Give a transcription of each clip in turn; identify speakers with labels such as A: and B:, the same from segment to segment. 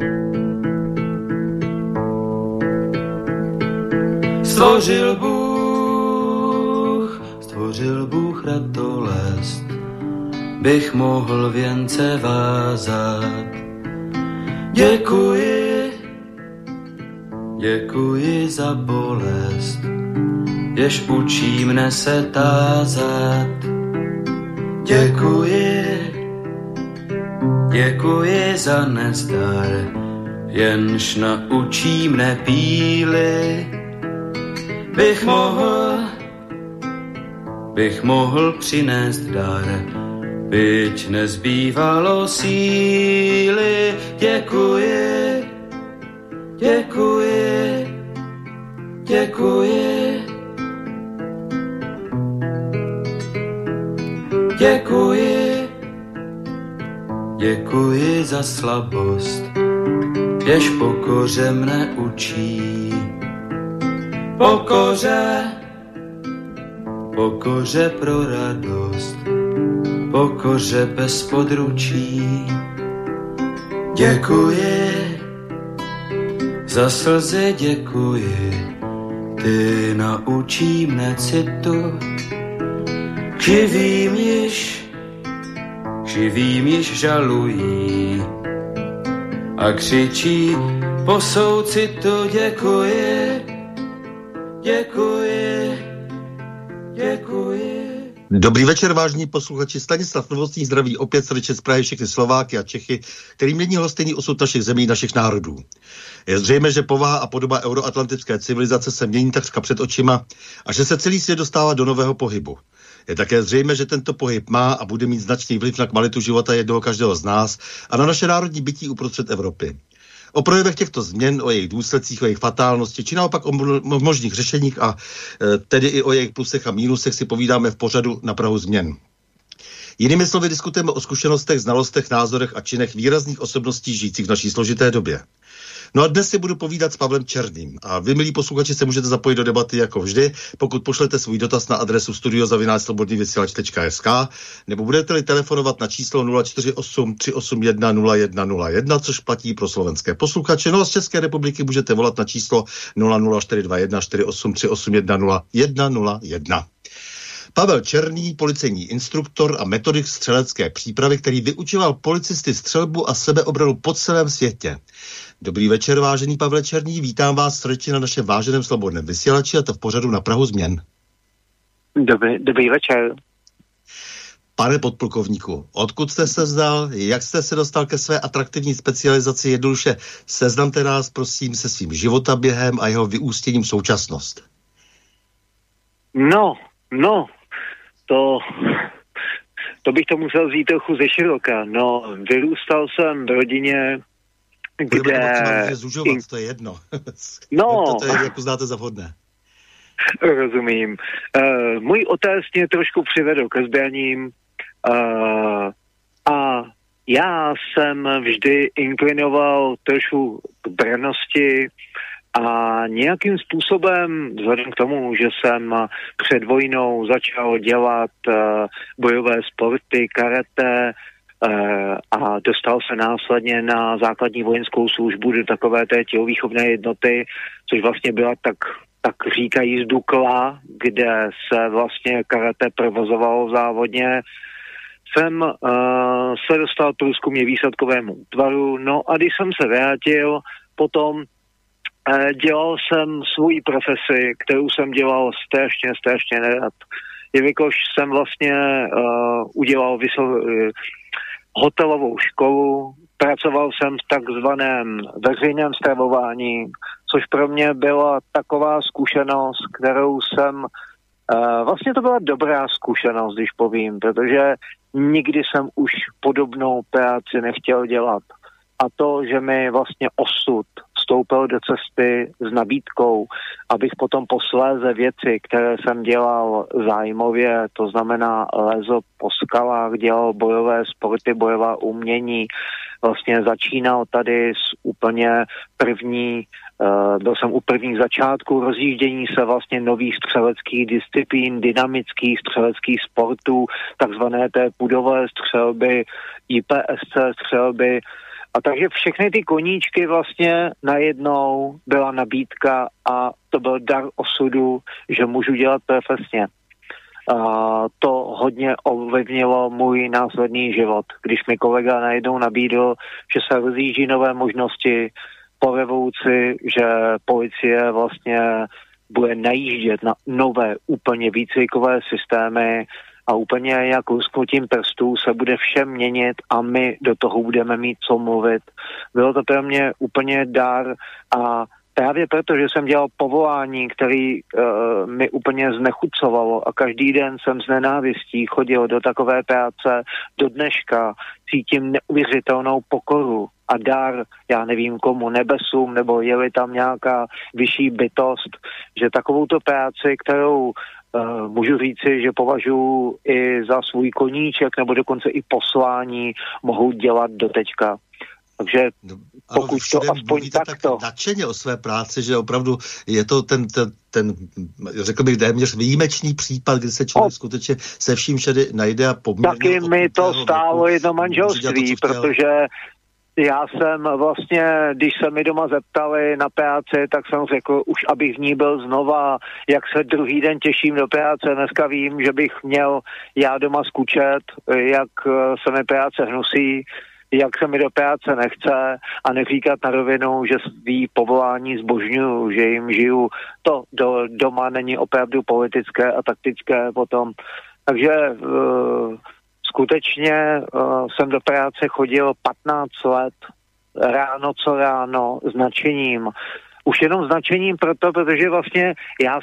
A: Stvořil Bůh ratolest, bych mohl věnce vázat. Děkuji za bolest, jež učí mne se tázat. Děkuji za nezdar, jenž naučí mne píly. Bych mohl přinést dar, byť nezbývalo síly. Děkuji za slabost, jež pokoře mne učí. Pokoře pro radost, pokoře bez područí. Děkuji za slzy, děkuji, ty naučí mne citu. Živým již žalují a křičí po soucitu. Děkuji.
B: Dobrý večer, vážní posluchači. Stanislav Novotný zdraví opět srdečně z Prahy všechny Slováky a Čechy, kterým není lhostejný osud našich zemí, našich národů. Je zřejmé, že povaha a podoba euroatlantické civilizace se mění takřka před očima a že se celý svět dostává do nového pohybu. Je také zřejmé, že tento pohyb má a bude mít značný vliv na kvalitu života jednoho každého z nás a na naše národní bytí uprostřed Evropy. O projevech těchto změn, o jejich důsledcích, o jejich fatálnosti, či naopak o možných řešeních a tedy i o jejich plusech a mínusech si povídáme v pořadu Na prahu změn. Jinými slovy diskutujeme o zkušenostech, znalostech, názorech a činech výrazných osobností žijících v naší složité době. No a dnes si budu povídat s Pavlem Černým. A vy, milí posluchači, se můžete zapojit do debaty jako vždy, pokud pošlete svůj dotaz na adresu studio@slobodnyvysielac.sk nebo budete-li telefonovat na číslo 048 381 0101, což platí pro slovenské posluchače. No a z České republiky můžete volat na číslo 00421 48 381 0101. Pavel Černý, policejní instruktor a metodik střelecké přípravy, který vyučoval policisty střelbu a sebeobranu po celém světě. Dobrý večer, vážený Pavle Černý, vítám vás srdečně na našem váženém slobodném vysílači a to v pořadu Na prahu změn.
C: Dobrý večer.
B: Pane podplukovníku, odkud jste se vzdal, jak jste se dostal ke své atraktivní specializaci, jednoduše seznamte nás, prosím, se svým životaběhem a jeho vyústěním v současnost.
C: No, to bych to musel vzít trochu ze široka. No, vyrůstal jsem v rodině, kde...
B: Zužovat, to je jedno.
C: No.
B: To je, jak uznáte za vhodné.
C: Rozumím. Můj otec mě trošku přivedl ke zbraním a já jsem vždy inklinoval trošku k brannosti a nějakým způsobem, vzhledem k tomu, že jsem před vojnou začal dělat bojové sporty, karate a dostal se následně na základní vojenskou službu do takové té tělovýchovné jednoty, což vlastně byla tak říkají z Dukla, kde se vlastně karate provozovalo závodně, jsem se dostal průzkumně výsadkovému útvaru, no a když jsem se vrátil, potom dělal jsem svou profesi, kterou jsem dělal strašně nerad. Jelikož jsem vlastně udělal hotelovou školu, pracoval jsem v takzvaném veřejném stravování, což pro mě byla taková zkušenost, kterou jsem, vlastně to byla dobrá zkušenost, když povím, protože nikdy jsem už podobnou práci nechtěl dělat. A to, že mi vlastně osud vstoupil do cesty s nabídkou, abych potom posléze věci, které jsem dělal zájmově, to znamená lezl po skalách, dělal bojové sporty, bojová umění, vlastně začínal tady s úplně byl jsem u prvních začátků rozjíždění se vlastně nových střeleckých disciplín, dynamických střeleckých sportů, takzvané té pudové střelby, IPSC střelby, A takže všechny ty koníčky vlastně najednou byla nabídka a to byl dar osudu, že můžu dělat profesně. To hodně ovlivnilo můj následný život. Když mi kolega najednou nabídl, že se rozjíždí nové možnosti po revoluci, že policie vlastně bude najíždět na nové úplně výcvikové systémy a úplně jak lusknutím prstů se bude vše měnit a my do toho budeme mít co mluvit. Bylo to pro mě úplně dar a právě proto, že jsem dělal povolání, který mi úplně znechucovalo a každý den jsem z nenávistí chodil do takové práce, do dneška cítím neuvěřitelnou pokoru a dar, já nevím komu, nebesům, nebo je-li tam nějaká vyšší bytost, že takovouto práci, kterou můžu říci, že považuji i za svůj koníček, nebo dokonce i poslání, mohou dělat doteďka. Takže pokud to aspoň takto...
B: Tak nadšeně o své práci, že opravdu je to ten řekl bych, téměř výjimečný případ, kdy se člověk skutečně se vším všedy najde a poměrně...
C: Taky mi to stálo jedno manželství, protože já jsem vlastně, když se mi doma zeptali na práci, tak jsem řekl, už abych v ní byl znova, jak se druhý den těším do práce. Dneska vím, že bych měl já doma skučet, jak se mi práce hnusí, jak se mi do práce nechce a neříkat na rovinu, že svý povolání zbožňuju, že jim žiju. To doma není opravdu politické a taktické potom. Takže skutečně jsem do práce chodil 15 let, ráno co ráno, s nadšením. Už jenom s nadšením proto, protože vlastně já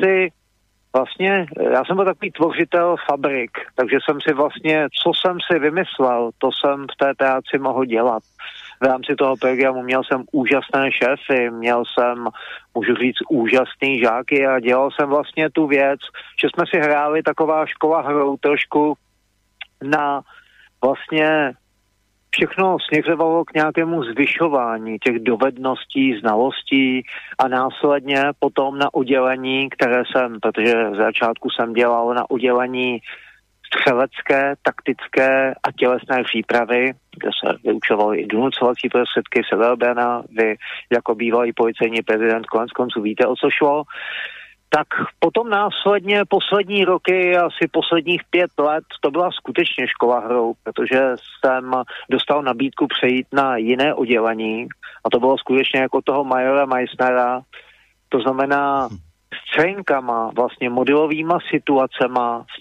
C: jsem byl takový tvořitel fabrik, takže jsem si vlastně, co jsem si vymyslel, to jsem v té práci mohl dělat. V rámci toho programu měl jsem úžasné šéfy, měl jsem, můžu říct, úžasný žáky a dělal jsem vlastně tu věc, že jsme si hráli taková škola hrou trošku na vlastně všechno směřovalo k nějakému zvyšování těch dovedností, znalostí a následně potom na oddělení, které jsem, protože v začátku jsem dělal na oddělení střelecké, taktické a tělesné přípravy, kde se vyučovaly i donucovací prostředky, sebeobrana, vy jako bývalý policejní prezident konec konců víte, o co šlo. Tak potom následně poslední roky, asi posledních 5 let, to byla skutečně škola hrou, protože jsem dostal nabídku přejít na jiné oddělení a to bylo skutečně jako toho majora Meissnera, to znamená s scénkama, vlastně modelovýma situacema, s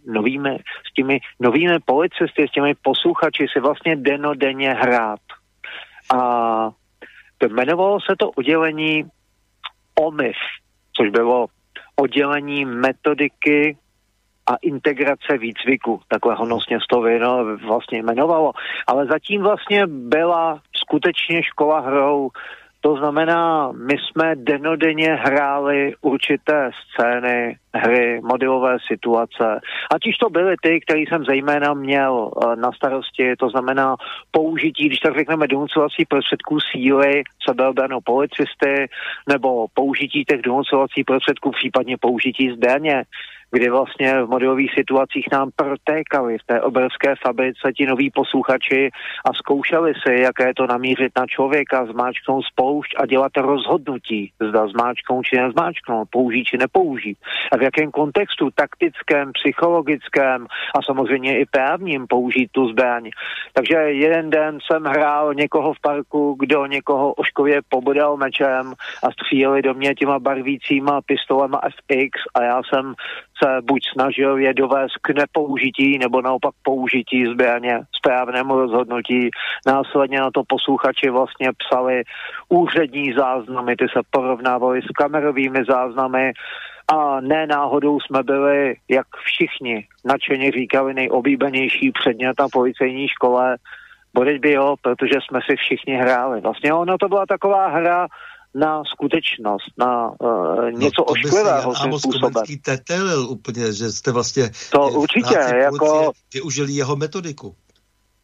C: těmi novými policisty, s těmi posluchači si vlastně dennodenně hrát. A jmenovalo se to oddělení OMIF, což bylo oddělení metodiky a integrace výcviku. Takhle honosně to vlastně jmenovalo. Ale zatím vlastně byla skutečně škola hrou. To znamená, my jsme dennodenně hráli určité scény, hry, modelové situace. Ať už to byly ty, které jsem zejména měl na starosti, to znamená použití, když tak řekneme, donucovací prostředků síly, sebeobranu policisty, nebo použití těch donucovacích prostředků, případně použití zbraně, kdy vlastně v modelových situacích nám protékali v té obrovské fabrice ti noví posluchači a zkoušeli si, jaké je to namířit na člověka, zmáčknout spoušť a dělat rozhodnutí, zda zmáčknout či nezmáčknout, použít či nepoužít. A v jakém kontextu, taktickém, psychologickém a samozřejmě i právním použít tu zbraň. Takže jeden den jsem hrál někoho v parku, kdo někoho oškově pobodal mečem a stříleli do mě těma barvícíma pistolema FX a já jsem se buď snažil je dovést k nepoužití, nebo naopak použití zbraně, správnému rozhodnutí. Následně na to posluchači vlastně psali úřední záznamy, ty se porovnávaly s kamerovými záznamy a ne náhodou jsme byli, jak všichni nadšeně říkali, nejoblíbenější předmět na policejní škole. Bodejť by jo, protože jsme si všichni hráli. Vlastně ono to byla taková hra na skutečnost, na něco ošklivého svým způsobem.
B: Tetelil úplně, že jste vlastně
C: to určitě, jako
B: využili jeho metodiku.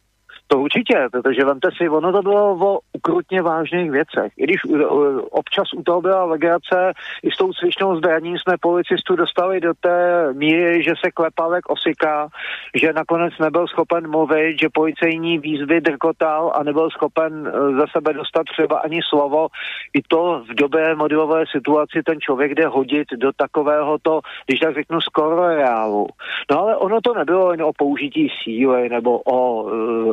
C: To určitě, protože vemte si, ono to bylo o ukrutně vážných věcech. I když občas u toho byla legrace, i s tou cvičnou zbraní jsme policistu dostali do té míry, že se klepal jak osika, že nakonec nebyl schopen mluvit, že policejní výzvy drkotal a nebyl schopen za sebe dostat třeba ani slovo. I to v době modelové situaci ten člověk jde hodit do takovéhoto, když tak řeknu, skoro reálu. No ale ono to nebylo jen o použití síly nebo o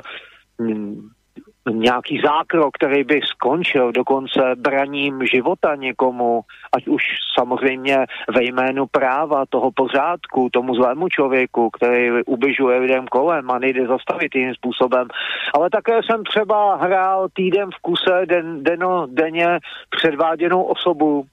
C: nějaký zákrok, který by skončil dokonce braním života někomu, ať už samozřejmě ve jménu práva, toho pořádku, tomu zlému člověku, který ubližuje lidem kolem a nejde zastavit jiným způsobem. Ale také jsem třeba hrál týden v kuse denně předváděnou osobu.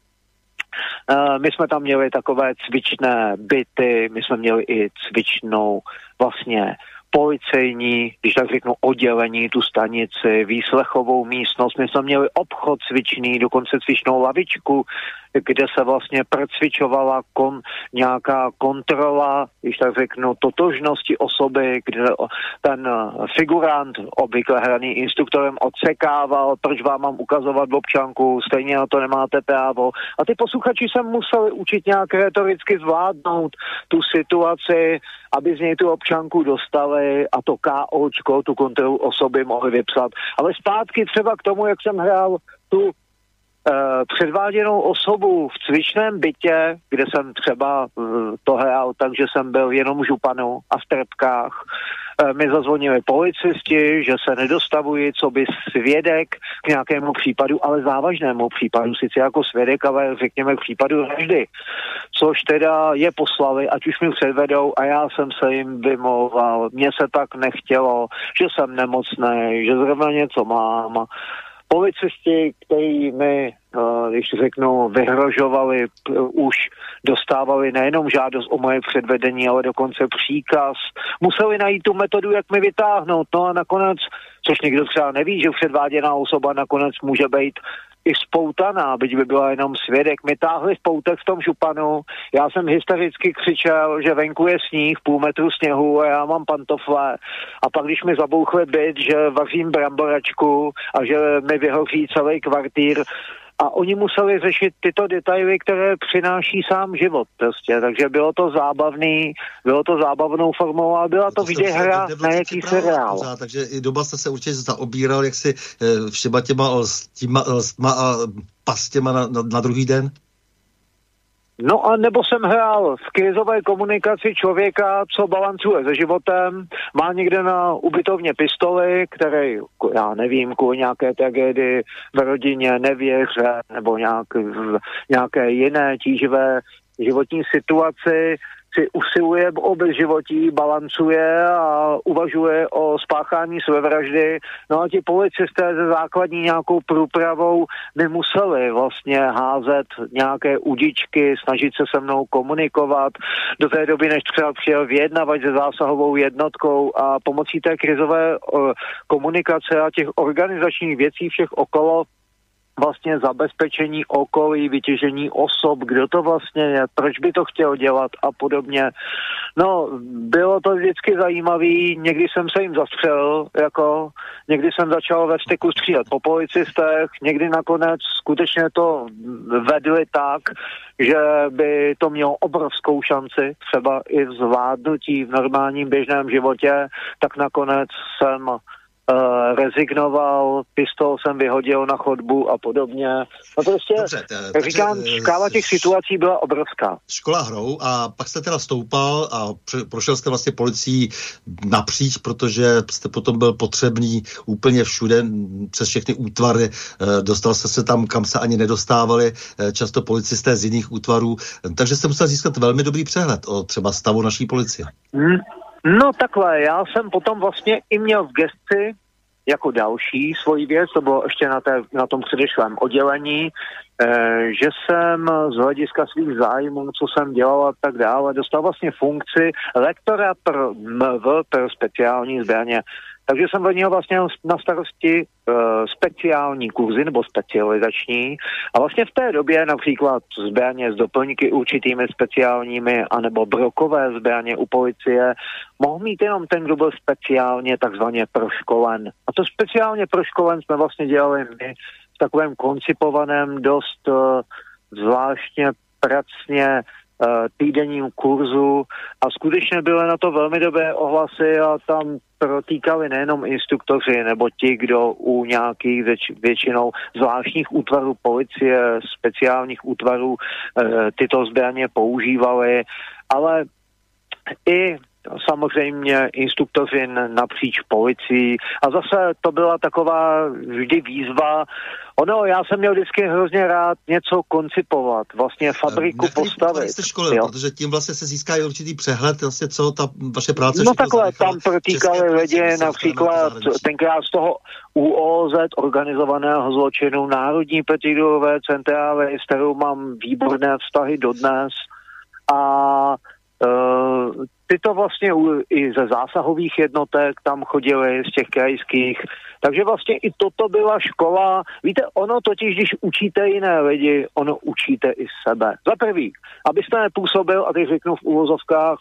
C: My jsme tam měli takové cvičné byty, my jsme měli i cvičnou vlastně policejní, když tak řeknu, oddělení, tu stanici, výslechovou místnost. My jsme měli obchod cvičný, dokonce cvičnou lavičku, kde se vlastně procvičovala nějaká kontrola, když tak řeknu, totožnosti osoby, kde ten figurant, obvykle hraný instruktorem, odsekával, proč vám mám ukazovat občanku, stejně na to nemáte právo. A ty posluchači se museli učit nějak retoricky zvládnout tu situaci, aby z něj tu občanku dostali a to KOčko, tu kontrolu osoby mohli vypsat. Ale zpátky třeba k tomu, jak jsem hrál tu předváděnou osobu v cvičném bytě, kde jsem třeba to hrál tak, že jsem byl jenom v županu a v trepkách. Mi zazvonili policisti, že se nedostavují co by svědek k nějakému případu, ale závažnému případu, sice jako svědek, ale řekněme k případu vraždy. Což teda je poslali, ať už mi předvedou a já jsem se jim vymlouval. Mně se tak nechtělo, že jsem nemocný, že zrovna něco mám. Policisti, kteří mi, když řeknu, vyhrožovali, už dostávali nejenom žádost o moje předvedení, ale dokonce příkaz. Museli najít tu metodu, jak mi vytáhnout. No a nakonec, což někdo třeba neví, že předváděná osoba nakonec může být i spoutaná, byť by byla jenom svědek. My táhli v poutech v tom županu, já jsem hystericky křičel, že venku je sníh, půl metru sněhu a já mám pantofle. A pak, když mi zabouchli byt, že vařím bramboračku a že mi vyhoří celý kvartír, a oni museli řešit tyto detaily, které přináší sám život prostě. Takže bylo to zábavný, bylo to zábavnou formou, ale byla to vždy hra na jaký seriál.
B: Takže i doba jste se určitě zaobíral, jak si všema těma lstma a pastěma na druhý den?
C: No a nebo jsem hrál v krizové komunikaci člověka, co balancuje se životem, má někde na ubytovně pistoli, který, já nevím, kvůli nějaké tragédii v rodině, nevěře, nebo nějaké jiné tíživé životní situaci, si usiluje o bezživotí, balancuje a uvažuje o spáchání sebevraždy. No a ti policisté se základní nějakou průpravou nemuseli vlastně házet nějaké udičky, snažit se se mnou komunikovat do té doby, než třeba přijel vyjednavač se zásahovou jednotkou a pomocí té krizové komunikace a těch organizačních věcí všech okolo vlastně zabezpečení okolí, vytěžení osob, kdo to vlastně je, proč by to chtěl dělat a podobně. No, bylo to vždycky zajímavý, někdy jsem se jim zastřelil, někdy jsem začal ve vzteku střílet po policistech, někdy nakonec skutečně to vedli tak, že by to mělo obrovskou šanci, třeba i v zvládnutí v normálním běžném životě, tak nakonec jsem rezignoval, pistol jsem vyhodil na chodbu a podobně. No prostě, dobře, jak říkám, škála těch situací byla obrovská.
B: Škola hrou a pak jste teda stoupal a prošel jste vlastně policií napříč, protože jste potom byl potřebný úplně všude, přes všechny útvary, dostal jste se tam, kam se ani nedostávali, často policisté z jiných útvarů, takže jste musel získat velmi dobrý přehled o třeba stavu naší policie.
C: No takhle, já jsem potom vlastně i měl v gesci jako další svoji věc, to bylo ještě na tom předešlém oddělení, že jsem z hlediska svých zájmů, co jsem dělal a tak dále, dostal vlastně funkci lektora pro MV, pro speciální zbraně. Takže jsem od něho vlastně na starosti speciální kurzy nebo specializační a vlastně v té době například zbraně z doplňky určitými speciálními anebo brokové zbraně u policie mohl mít jenom ten, kdo byl speciálně takzvaně proškolen. A to speciálně proškolen jsme vlastně dělali my v takovém koncipovaném dost zvláštně pracně týdenním kurzu a skutečně byly na to velmi dobré ohlasy a tam protýkali nejenom instruktoři nebo ti, kdo u nějakých většinou zvláštních útvarů policie, speciálních útvarů tyto zbraně používali, ale i samozřejmě instruktoři napříč policií a zase to byla taková vždy výzva. Já jsem měl vždycky hrozně rád něco koncipovat, vlastně fabriku postavit.
B: Jste školil, protože tím vlastně se získá i určitý přehled, vlastně co ta vaše práce...
C: No takhle, tam protýkali lidi například tenkrát z toho UOZ, organizovaného zločinu, Národní protidrogové centrály, s kterou mám výborné vztahy dodnes a tyto vlastně i ze zásahových jednotek tam chodili z těch krajských. Takže vlastně i toto byla škola. Víte, ono totiž, když učíte jiné lidi, ono učíte i sebe. Za prvý, abyste nepůsobil, a teď řeknu v úvozovkách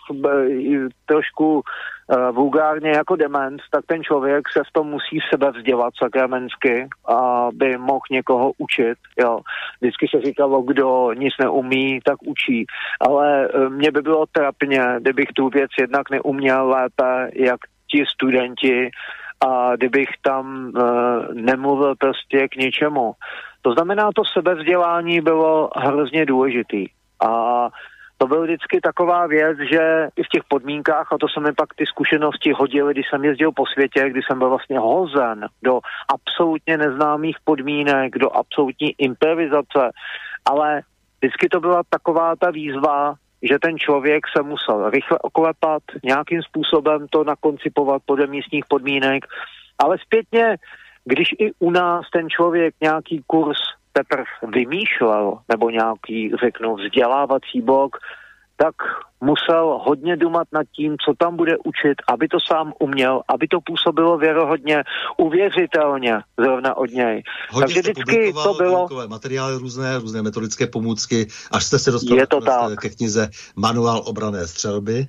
C: trošku vulgárně jako dement, tak ten člověk se v tom musí sebe vzdělat sakramensky, aby mohl někoho učit. Jo. Vždycky se říkalo, kdo nic neumí, tak učí. Ale mně by bylo trapně, kdybych tu věc jednak neuměl lépe, jak ti studenti, a kdybych tam nemluvil prostě k ničemu. To znamená, to sebevzdělání bylo hrozně důležitý. A to byl vždycky taková věc, že i v těch podmínkách, a to se mi pak ty zkušenosti hodily, když jsem jezdil po světě, kdy jsem byl vlastně hozen do absolutně neznámých podmínek, do absolutní improvizace, ale vždycky to byla taková ta výzva, že ten člověk se musel rychle oklepat, nějakým způsobem to nakoncipovat podle místních podmínek, ale zpětně, když i u nás ten člověk nějaký kurz teprve vymýšlel, nebo nějaký, řeknu, vzdělávací blok, tak musel hodně dumat nad tím, co tam bude učit, aby to sám uměl, aby to působilo věrohodně, uvěřitelně zrovna od něj.
B: Hodně takže vždycky to bylo materiály různé metodické pomůcky, až jste se dostali ke knize Manuál obranné střelby.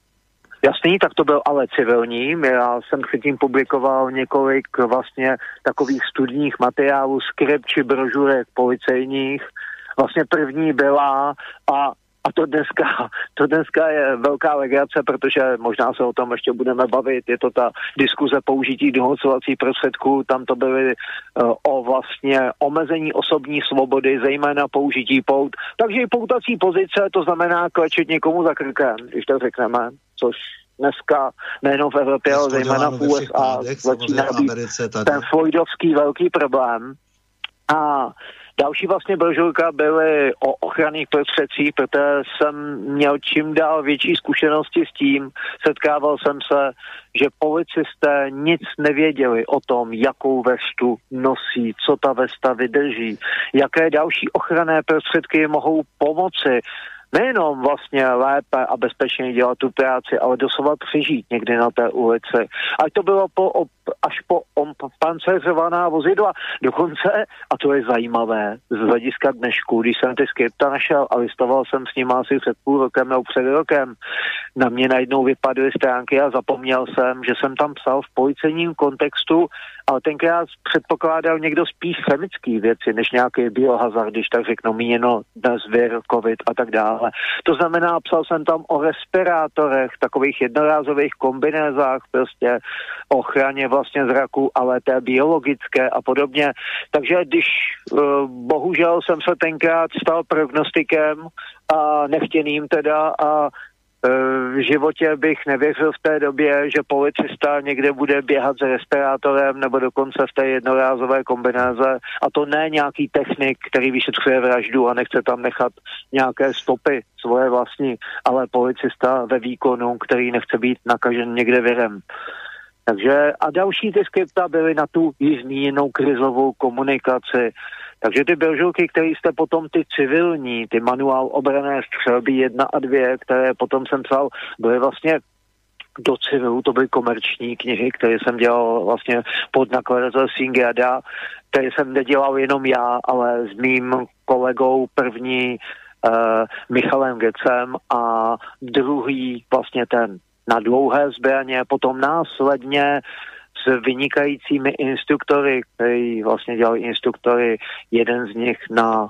C: Jasný, tak to byl ale civilní. Já jsem předtím publikoval několik vlastně takových studijních materiálů, skript či brožurek policejních. Vlastně první byla a to dneska je velká legrace, protože možná se o tom ještě budeme bavit. Je to ta diskuze použití donucovacích prostředků, tam to byly o vlastně omezení osobní svobody, zejména použití pout. Takže i poutací pozice, to znamená klečet někomu za krkem, když to řekneme, což dneska nejenom v Evropě, ale zejména v USA začíná být ten floydovský velký problém. A další vlastně brožurka byly o ochranných prostředcích, protože jsem měl čím dál větší zkušenosti s tím. Setkával jsem se, že policisté nic nevěděli o tom, jakou vestu nosí, co ta vesta vydrží, jaké další ochranné prostředky mohou pomoci nejenom vlastně lépe a bezpečně dělat tu práci, ale doslova přežít někdy na té ulici. Ať to bylo až po pancéřovaná vozidla. Dokonce, a to je zajímavé, z hlediska dnešku, když jsem ty skripta našel a listoval jsem s ním asi před půl rokem nebo před rokem, na mě najednou vypadly stránky a zapomněl jsem, že jsem tam psal v policejním kontextu, ale tenkrát předpokládal někdo spíš chemický věci, než nějaký biohazard, když tak řeknu, míněno dnes vir, covid a tak dále. To znamená, psal jsem tam o respirátorech, takových jednorázových kombinézách, prostě ochraně vlastně zraku, ale té biologické a podobně. Takže když bohužel jsem se tenkrát stal prognostikem a nechtěným teda a v životě bych nevěřil v té době, že policista někde bude běhat s respirátorem nebo dokonce v té jednorázové kombinéze a to ne nějaký technik, který vyšetřuje vraždu a nechce tam nechat nějaké stopy svoje vlastní, ale policista ve výkonu, který nechce být nakažen někde virem. Takže a další ty skripta byly na tu již zmíněnou krizovou komunikaci. Takže ty brožurky, které jste potom ty civilní, ty manuál obranné střelby 1 a 2, které potom jsem psal, byly vlastně do civilu, to byly komerční knihy, které jsem dělal vlastně pod nakladatelstvím Gerda, které jsem nedělal jenom já, ale s mým kolegou první Michalem Gecem a druhý vlastně ten na dlouhé zbraně, potom následně s vynikajícími instruktory, který vlastně dělali instruktory, jeden z nich na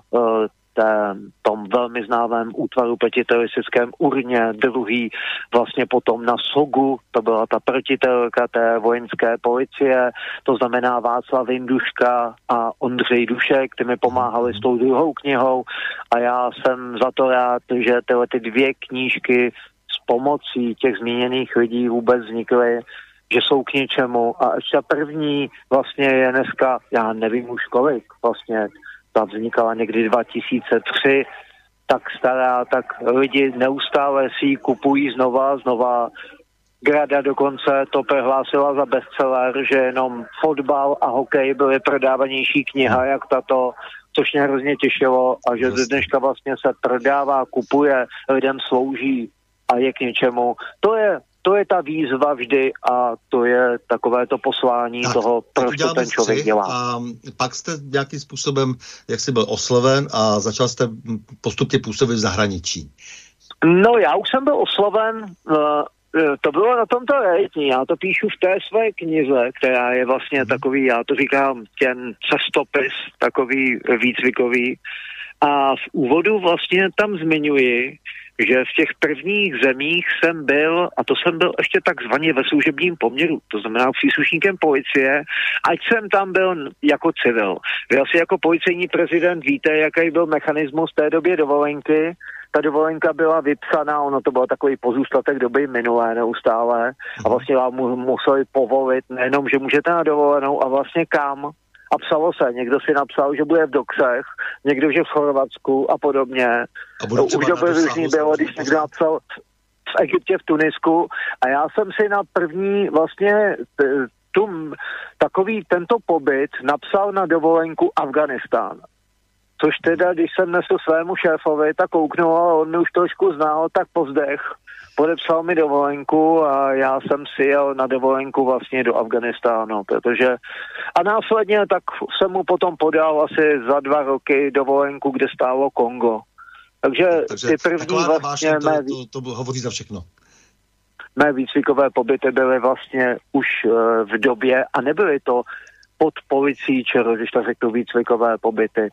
C: tom velmi známém útvaru protiteroristickém Urně, druhý vlastně potom na SOGu, to byla ta protiterorka té vojenské policie, to znamená Václav Jinduška a Ondřej Dušek, ty mi pomáhali s tou druhou knihou a já jsem za to rád, že tyhle ty dvě knížky s pomocí těch zmíněných lidí vůbec vznikly, že jsou k něčemu a ještě první vlastně je dneska, já nevím už kolik vlastně, ta vznikala někdy 2003, tak stará, tak lidi neustále si ji kupují znova. Grada dokonce to prohlásila za bestseller, že jenom fotbal a hokej byly prodávanější kniha jak tato, což mě hrozně těšilo a že ze dneška vlastně se prodává, kupuje, lidem slouží a je k něčemu. To je ta výzva vždy a to je takové to poslání tak, toho, proč to ten člověk dělá.
B: A pak jste nějakým způsobem, jak jsi byl osloven a začal jste postupně působit v zahraničí.
C: No já už jsem byl osloven, to bylo na tomto realitní, já to píšu v té své knize, která je vlastně takový, já to říkám, ten cestopis, takový výcvikový a v úvodu vlastně tam zmiňuji, že v těch prvních zemích jsem byl, a to jsem byl ještě takzvaně ve služebním poměru, to znamená příslušníkem policie, ať jsem tam byl jako civil. Vy asi jako policejní prezident víte, jaký byl mechanismus té době dovolenky. Ta dovolenka byla vypsaná, ono to byl takový pozůstatek doby minulé neustále a vlastně vám museli povolit nejenom, že můžete na dovolenou a vlastně kam. A psalo se, někdo si napsal, že bude v Doksech, někdo, že v Chorvatsku a podobně. Už doby různý bylo, když někdo napsal v Egyptě, v Tunisku a já jsem si na první vlastně tento pobyt napsal na dovolenku Afganistán. Což teda, když jsem nesl svému šéfovi, tak kouknul a on mi už trošku znal, tak pozdech. Podepsal mi dovolenku a já jsem si jel na dovolenku vlastně do Afganistánu, protože a následně tak jsem mu potom podal asi za 2 roky dovolenku, kde stálo Kongo. Takže ty první vlastně
B: to hovoří za všechno.
C: Mé výcvikové pobyty byly vlastně už v době a nebyly to pod policií ČR, když to řeknu výcvikové pobyty.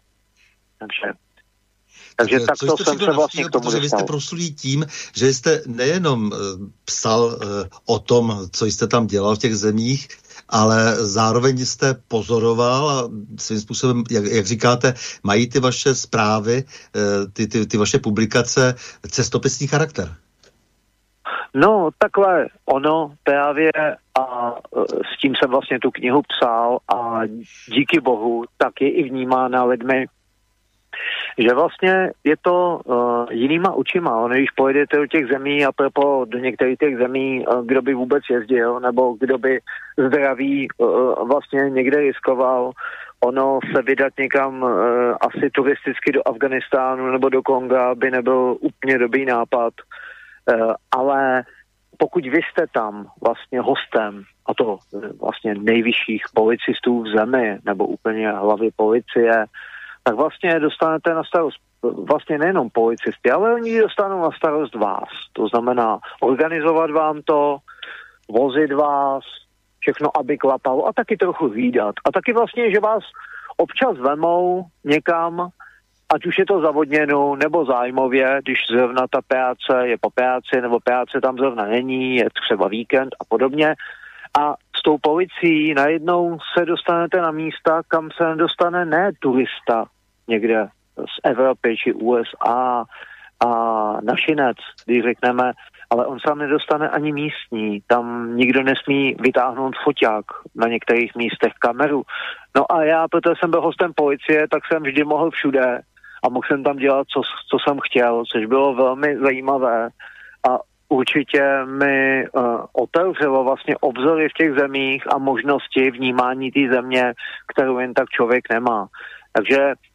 C: Takže takto jsem se vlastně k tomu dostal.
B: Vy jste proslulí tím, že jste nejenom psal o tom, co jste tam dělal v těch zemích, ale zároveň jste pozoroval a svým způsobem, jak říkáte, mají ty vaše zprávy, ty vaše publikace cestopisný charakter.
C: No, takhle ono právě a s tím jsem vlastně tu knihu psal a díky bohu tak je i vnímána lidmi, že vlastně je to jinýma očima. On, když pojedete do těch zemí a do některých těch zemí, kdo by vůbec jezdil, nebo kdo by zdraví vlastně někde riskoval, ono se vydat někam asi turisticky do Afganistánu nebo do Konga by nebyl úplně dobrý nápad. Ale pokud vy jste tam vlastně hostem, a to vlastně nejvyšších policistů v zemi, nebo úplně hlavy policie, tak vlastně dostanete na starost vlastně nejenom policisty, ale oni dostanou na starost vás. To znamená organizovat vám to, vozit vás, všechno, aby klapalo a taky trochu hlídat. A taky vlastně, že vás občas vemou někam, ať už je to za odměnu nebo zájmově, když zrovna ta práce je po práci nebo práce tam zrovna není, je třeba víkend a podobně. A s tou policií najednou se dostanete na místa, kam se nedostane ne turista někde z Evropy či USA a našinec, když řekneme, ale on sám nedostane ani místní. Tam nikdo nesmí vytáhnout foťák na některých místech kameru. No a já, protože jsem byl hostem policie, tak jsem vždy mohl všude a mohl jsem tam dělat, co jsem chtěl, což bylo velmi zajímavé a určitě mi otevřelo vlastně obzory v těch zemích a možnosti vnímání té země, kterou jen tak člověk nemá. Takže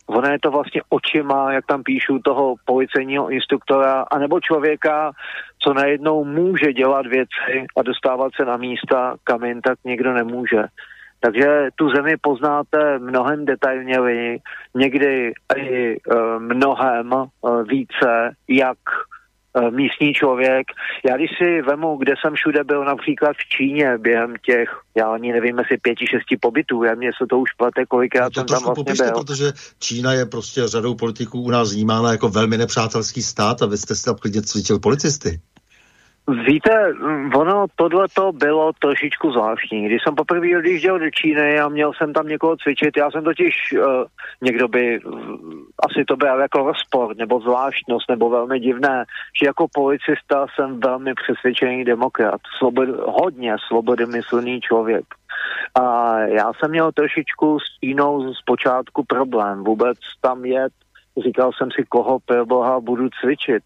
C: ono je to vlastně očima, jak tam píšu, toho policejního instruktora, anebo člověka, co najednou může dělat věci a dostávat se na místa, kam jen tak někdo nemůže. Takže tu zemi poznáte mnohem detailněji, někdy i mnohem více, jak místní člověk. Já když si vemu, kde jsem všude byl, například v Číně během těch, já ani nevím, jestli 5-6 pobytů, mě se to už plete, kolikrát jsem tam vlastně byl.
B: Protože Čína je prostě řadou politiků u nás vnímána jako velmi nepřátelský stát a vy jste si tam klidně cvičil policisty.
C: Víte, ono tohleto bylo trošičku zvláštní. Když jsem poprvé odjížděl do Číny a měl jsem tam někoho cvičit, já jsem totiž, někdo by asi to byl jako rozpor, nebo zvláštnost, nebo velmi divné, že jako policista jsem velmi přesvědčený demokrat, hodně svobodomyslný člověk. A já jsem měl trošičku s Čínou zpočátku problém vůbec tam jet. Říkal jsem si, koho pro boha budu cvičit.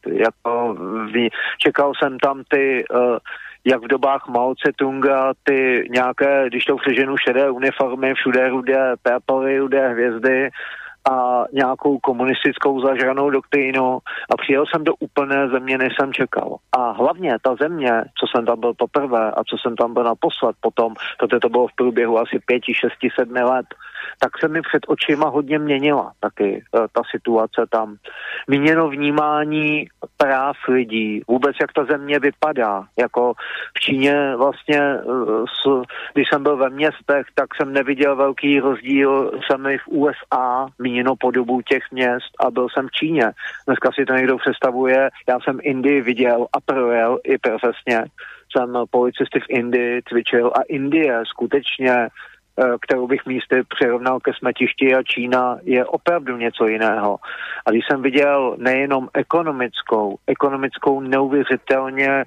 C: Čekal jsem tam ty, jak v dobách Mao Tse-tunga, ty nějaké, když to přeženu, šedé uniformy, všude rudé pépely, rudé hvězdy a nějakou komunistickou zažranou doktrínu a přijel jsem do úplné země, než jsem čekal. A hlavně ta země, co jsem tam byl poprvé a co jsem tam byl naposled potom, protože to bylo v průběhu asi 5, 6, 7 let, tak se mi před očima hodně měnila taky ta situace tam. Míněno vnímání práv lidí, vůbec jak ta země vypadá. Jako v Číně vlastně, když jsem byl ve městech, tak jsem neviděl velký rozdíl sami v USA, míněno podobu těch měst a byl jsem v Číně. Dneska si to někdo představuje, já jsem Indii viděl a projel i profesně. Jsem policisty v Indii cvičil a Indie skutečně, kterou bych místy přirovnal ke smetišti a Čína je opravdu něco jiného. A když jsem viděl nejenom ekonomickou neuvěřitelně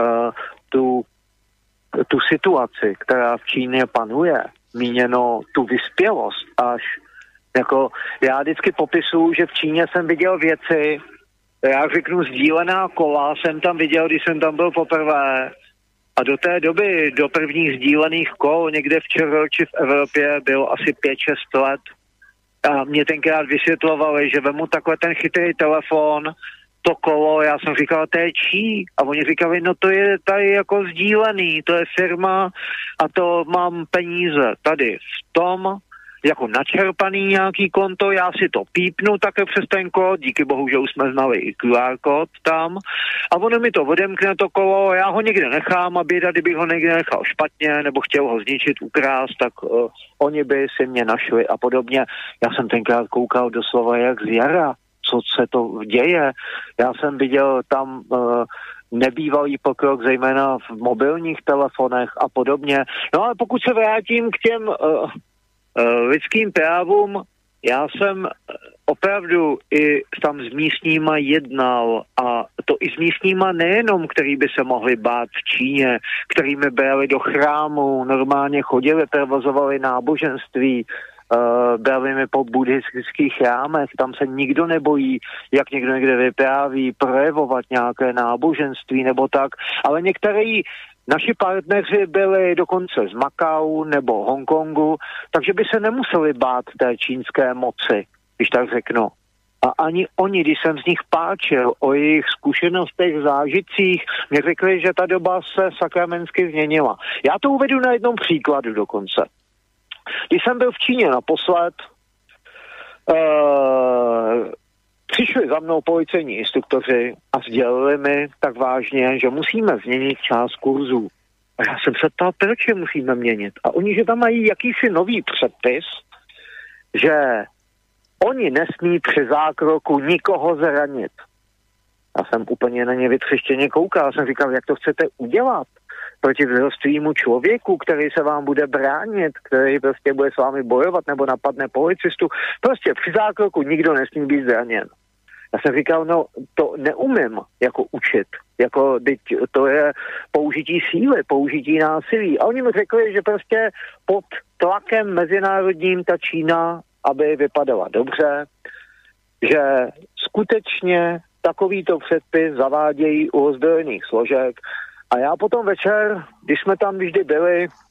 C: tu situaci, která v Číně panuje, míněno tu vyspělost až jako já vždycky popisuju, že v Číně jsem viděl věci, já řeknu sdílená kola, jsem tam viděl, když jsem tam byl poprvé. A do té doby, do prvních sdílených kol, někde v Černoči v Evropě bylo asi 5-6 let. A mě tenkrát vysvětlovali, že vemu takhle ten chytrý telefon, to kolo, já jsem říkal, to je čí? A oni říkali, no to je tady jako sdílený, to je firma a to mám peníze tady v tom, jako načerpaný nějaký konto, já si to pípnu také přes ten kód, díky bohu, že už jsme znali i QR kód tam a ono mi to odemkne to kolo, já ho někde nechám a běda, kdybych ho někde nechal špatně nebo chtěl ho zničit, ukrást, tak oni by si mě našli a podobně. Já jsem tenkrát koukal doslova jak z jara, co se to děje. Já jsem viděl tam nebývalý pokrok, zejména v mobilních telefonech a podobně. No ale pokud se vrátím k těm lidským právům, já jsem opravdu i tam s místníma jednal a to i s místníma nejenom, který by se mohli bát v Číně, kterými brali do chrámu, normálně chodili, provozovali náboženství, brali mi po buddhistických chrámech, tam se nikdo nebojí, jak někdo někde vypráví, projevovat nějaké náboženství nebo tak, ale některý naši partneři byli dokonce z Makau nebo Hongkongu, takže by se nemuseli bát té čínské moci, když tak řeknu. A ani oni, když jsem z nich páčil o jejich zkušenostech, zážitcích, mě řekli, že ta doba se sakramensky změnila. Já to uvedu na jednom příkladu dokonce. Když jsem byl v Číně naposled, přišli za mnou policejní instruktoři a sdělili mi tak vážně, že musíme změnit část kurzů. A já jsem se ptal, proč je musíme měnit. A oni, že tam mají jakýsi nový předpis, že oni nesmí při zákroku nikoho zranit. Já jsem úplně na ně vytřeštěně koukal. Já jsem říkal, jak to chcete udělat proti vzrostlému člověku, který se vám bude bránit, který prostě bude s vámi bojovat nebo napadne policistu. Prostě při zákroku nikdo nesmí být zraněn. Já jsem říkal, no to neumím jako učit, jako to je použití síly, použití násilí. A oni mi řekli, že prostě pod tlakem mezinárodním ta Čína, aby vypadala dobře, že skutečně takovýto předpis zavádějí u ozbrojených složek. A já potom večer, když jsme tam vždy byli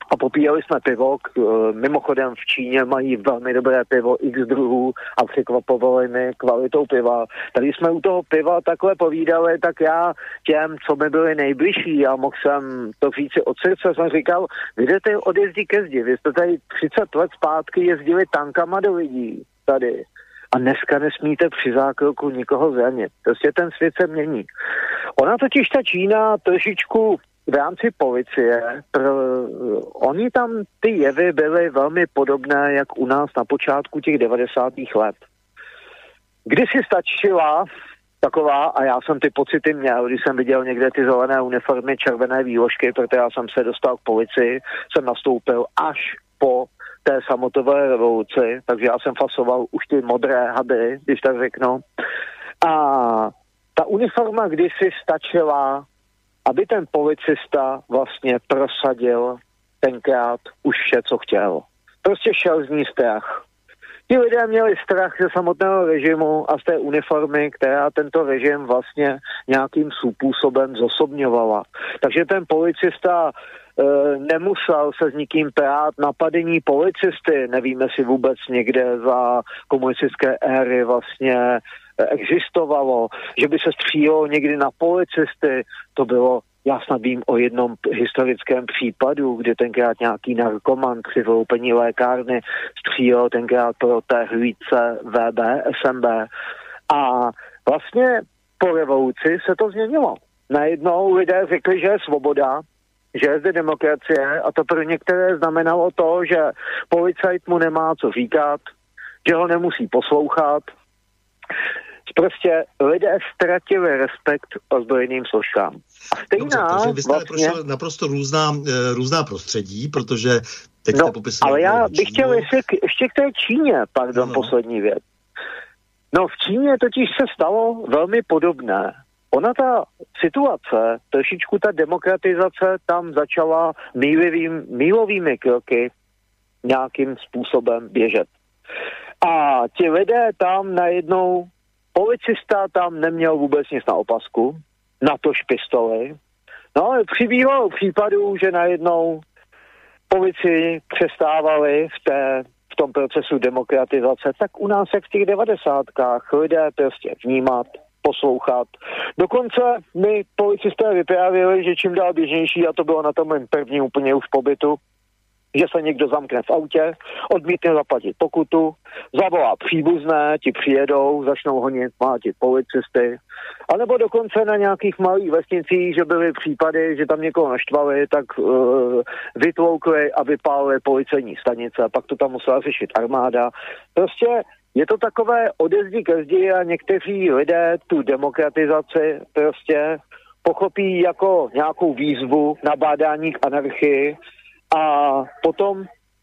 C: a popíjeli jsme pivo. Mimochodem v Číně mají velmi dobré pivo, x druhů, a překvapovali mi kvalitou piva. Tady jsme u toho piva takhle povídali, tak já těm, co mi byli nejbližší, a mohl jsem to říci od srdce, jsem říkal, vy jdete od jezdí ke zdi, vy jste tady 30 let zpátky jezdili tankama do lidí tady. A dneska nesmíte při zákroku nikoho zranit. Prostě ten svět se mění. Ona totiž ta Čína trošičku v rámci policie, oni tam ty jevy byly velmi podobné, jak u nás na počátku těch 90. let. Když si stačila taková, a já jsem ty pocity měl, když jsem viděl někde ty zelené uniformy, červené výložky, protože já jsem se dostal k policii, jsem nastoupil až po té samotové revoluci, takže já jsem fasoval už ty modré hady, když tak řeknu. A ta uniforma kdysi stačila, aby ten policista vlastně prosadil tenkrát už vše, co chtěl. Prostě šel z ní strach. Ti lidé měli strach ze samotného režimu a z té uniformy, která tento režim vlastně nějakým způsobem zosobňovala. Takže ten policista nemusel se s nikým prát. Napadení policisty, nevíme si vůbec někde za komunistické éry vlastně existovalo, že by se střílelo někdy na policisty, to bylo, já snad vím o jednom historickém případu, kdy tenkrát nějaký narkoman při vyloupení lékárny střílel tenkrát pro té hlídce VB, SMB. A vlastně po revoluci se to změnilo. Najednou lidé řekli, že je svoboda, že je zde demokracie, a to pro některé znamenalo to, že policajt mu nemá co říkat, že ho nemusí poslouchat. Prostě lidé ztratili respekt ozbrojeným složkám. A stejná
B: takže vy jste
C: vlastně
B: prošel naprosto různá prostředí, protože teď jste popisoval.
C: Ale já bych chtěl ještě k té Číně, poslední věc. No v Číně totiž se stalo velmi podobné. Ona ta situace, trošičku ta demokratizace tam začala mílovými kroky nějakým způsobem běžet. A ti lidé tam najednou, policista tam neměl vůbec nic na opasku, natož pistoli. No ale přibývalo případů, že najednou policii přestávali v tom procesu demokratizace, tak u nás jak v těch 90kách lidé prostě vnímat, poslouchat. Dokonce mi policisté vyprávěli, že čím dál běžnější, a to bylo na tom mém prvním úplně už pobytu, že se někdo zamkne v autě, odmítne zaplatit pokutu, zavolá příbuzné, ti přijedou, začnou honit, mlátit policisty. A nebo dokonce na nějakých malých vesnicích, že byly případy, že tam někoho naštvali, tak vytloukli a vypálili policejní stanice, a pak to tam musela řešit armáda. Prostě je to takové odezdí ke zdi a někteří lidé tu demokratizaci prostě pochopí jako nějakou výzvu, nabádání k anarchii, a potom,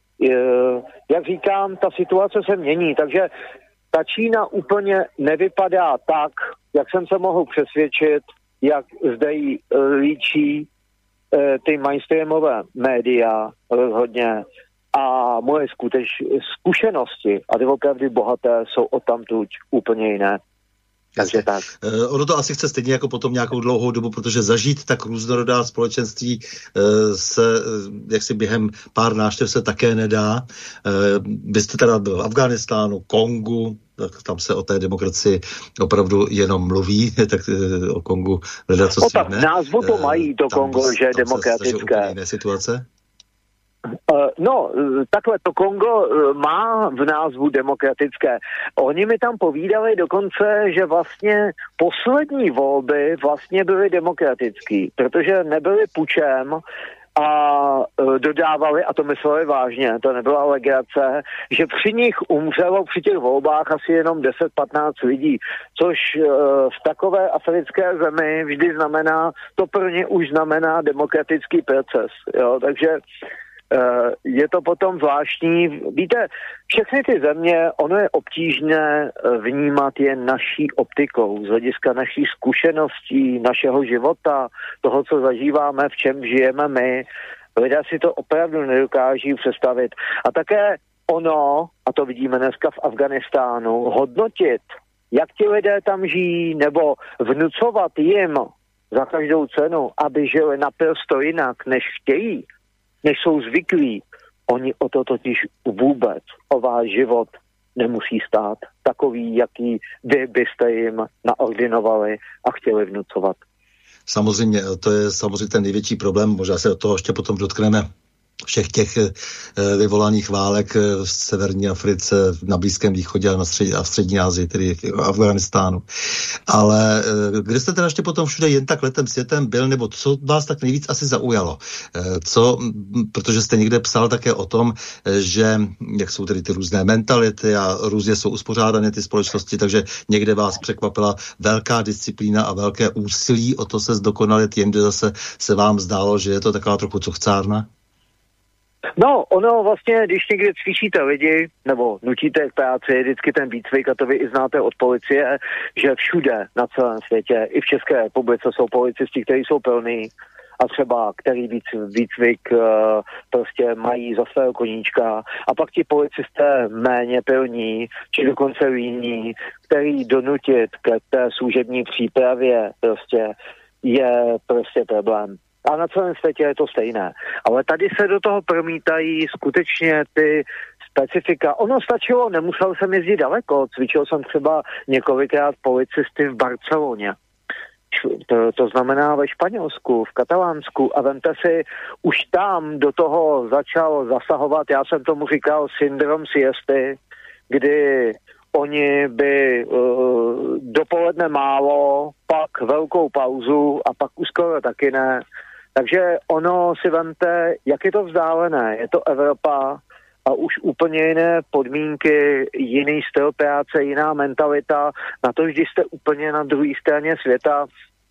C: jak říkám, ta situace se mění, takže ta Čína úplně nevypadá tak, jak jsem se mohl přesvědčit, jak zde ji líčí ty mainstreamové média rozhodně. A moje zkušenosti, a opravdu bohaté, jsou odtamtud úplně jiné. Takže tak.
B: Ono to asi chce stejně jako potom nějakou dlouhou dobu, protože zažít tak různorodá společenství se jaksi během pár návštěv se také nedá. Vy jste teda byl v Afghánistánu, Kongu, tak tam se o té demokracii opravdu jenom mluví, tak o Kongu hledat co si ne.
C: Názvu to mají, to Kongo, že je demokratické.
B: Jiné situace?
C: No, takhle to Kongo má v názvu demokratické. Oni mi tam povídali dokonce, že vlastně poslední volby vlastně byly demokratický, protože nebyly pučem a dodávali, a to mysleli vážně, to nebyla legrace, že při nich umřelo při těch volbách asi jenom 10-15 lidí, což v takové africké zemi vždy znamená, to pro ně už znamená demokratický proces, jo, takže je to potom zvláštní. Víte, všechny ty země, ono je obtížné vnímat je naší optikou, z hlediska naší zkušeností, našeho života, toho, co zažíváme, v čem žijeme my. Lidé si to opravdu nedokáží představit. A také ono, a to vidíme dneska v Afghánistánu, hodnotit, jak ti lidé tam žijí, nebo vnucovat jim za každou cenu, aby žili naprosto jinak, než chtějí, než jsou zvyklí. Oni o to totiž vůbec o váš život nemusí stát. Takový, jaký vy byste jim naordinovali a chtěli vnucovat.
B: Samozřejmě, to je samozřejmě ten největší problém, možná se od toho ještě potom dotkneme všech těch vyvolaných válek v severní Africe, na Blízkém východě a v střední Asii, tedy v Afghánistánu. Ale kde jste teda ještě potom všude jen tak letem světem byl, nebo co vás tak nejvíc asi zaujalo? Protože jste někde psal také o tom, že jak jsou tedy ty různé mentality a různě jsou uspořádané ty společnosti, takže někde vás překvapila velká disciplína a velké úsilí o to se zdokonalit, jinde zase se vám zdálo, že je to taková trochu cochcárna?
C: No, ono vlastně, když někde cvičíte lidi, nebo nutíte k práci, vždycky ten výcvik, a to vy i znáte od policie, že všude na celém světě, i v České republice jsou policisti, kteří jsou plní a třeba který výcvik prostě mají za svého koníčka, a pak ti policisté méně pilní, či dokonce líní, který donutit k té služební přípravě prostě je prostě problém. A na celém světě je to stejné. Ale tady se do toho promítají skutečně ty specifika. Ono stačilo, nemusel jsem jezdit daleko, cvičil jsem třeba několikrát policisty v Barceloně. To znamená ve Španělsku, v Katalánsku, a vemte si, už tam do toho začal zasahovat, já jsem tomu říkal syndrom siesty, kdy oni by dopoledne málo, pak velkou pauzu a pak už skoro taky ne. Takže ono si vemte, jak je to vzdálené. Je to Evropa a už úplně jiné podmínky, jiný styl práce, jiná mentalita. Na to, když jste úplně na druhé straně světa,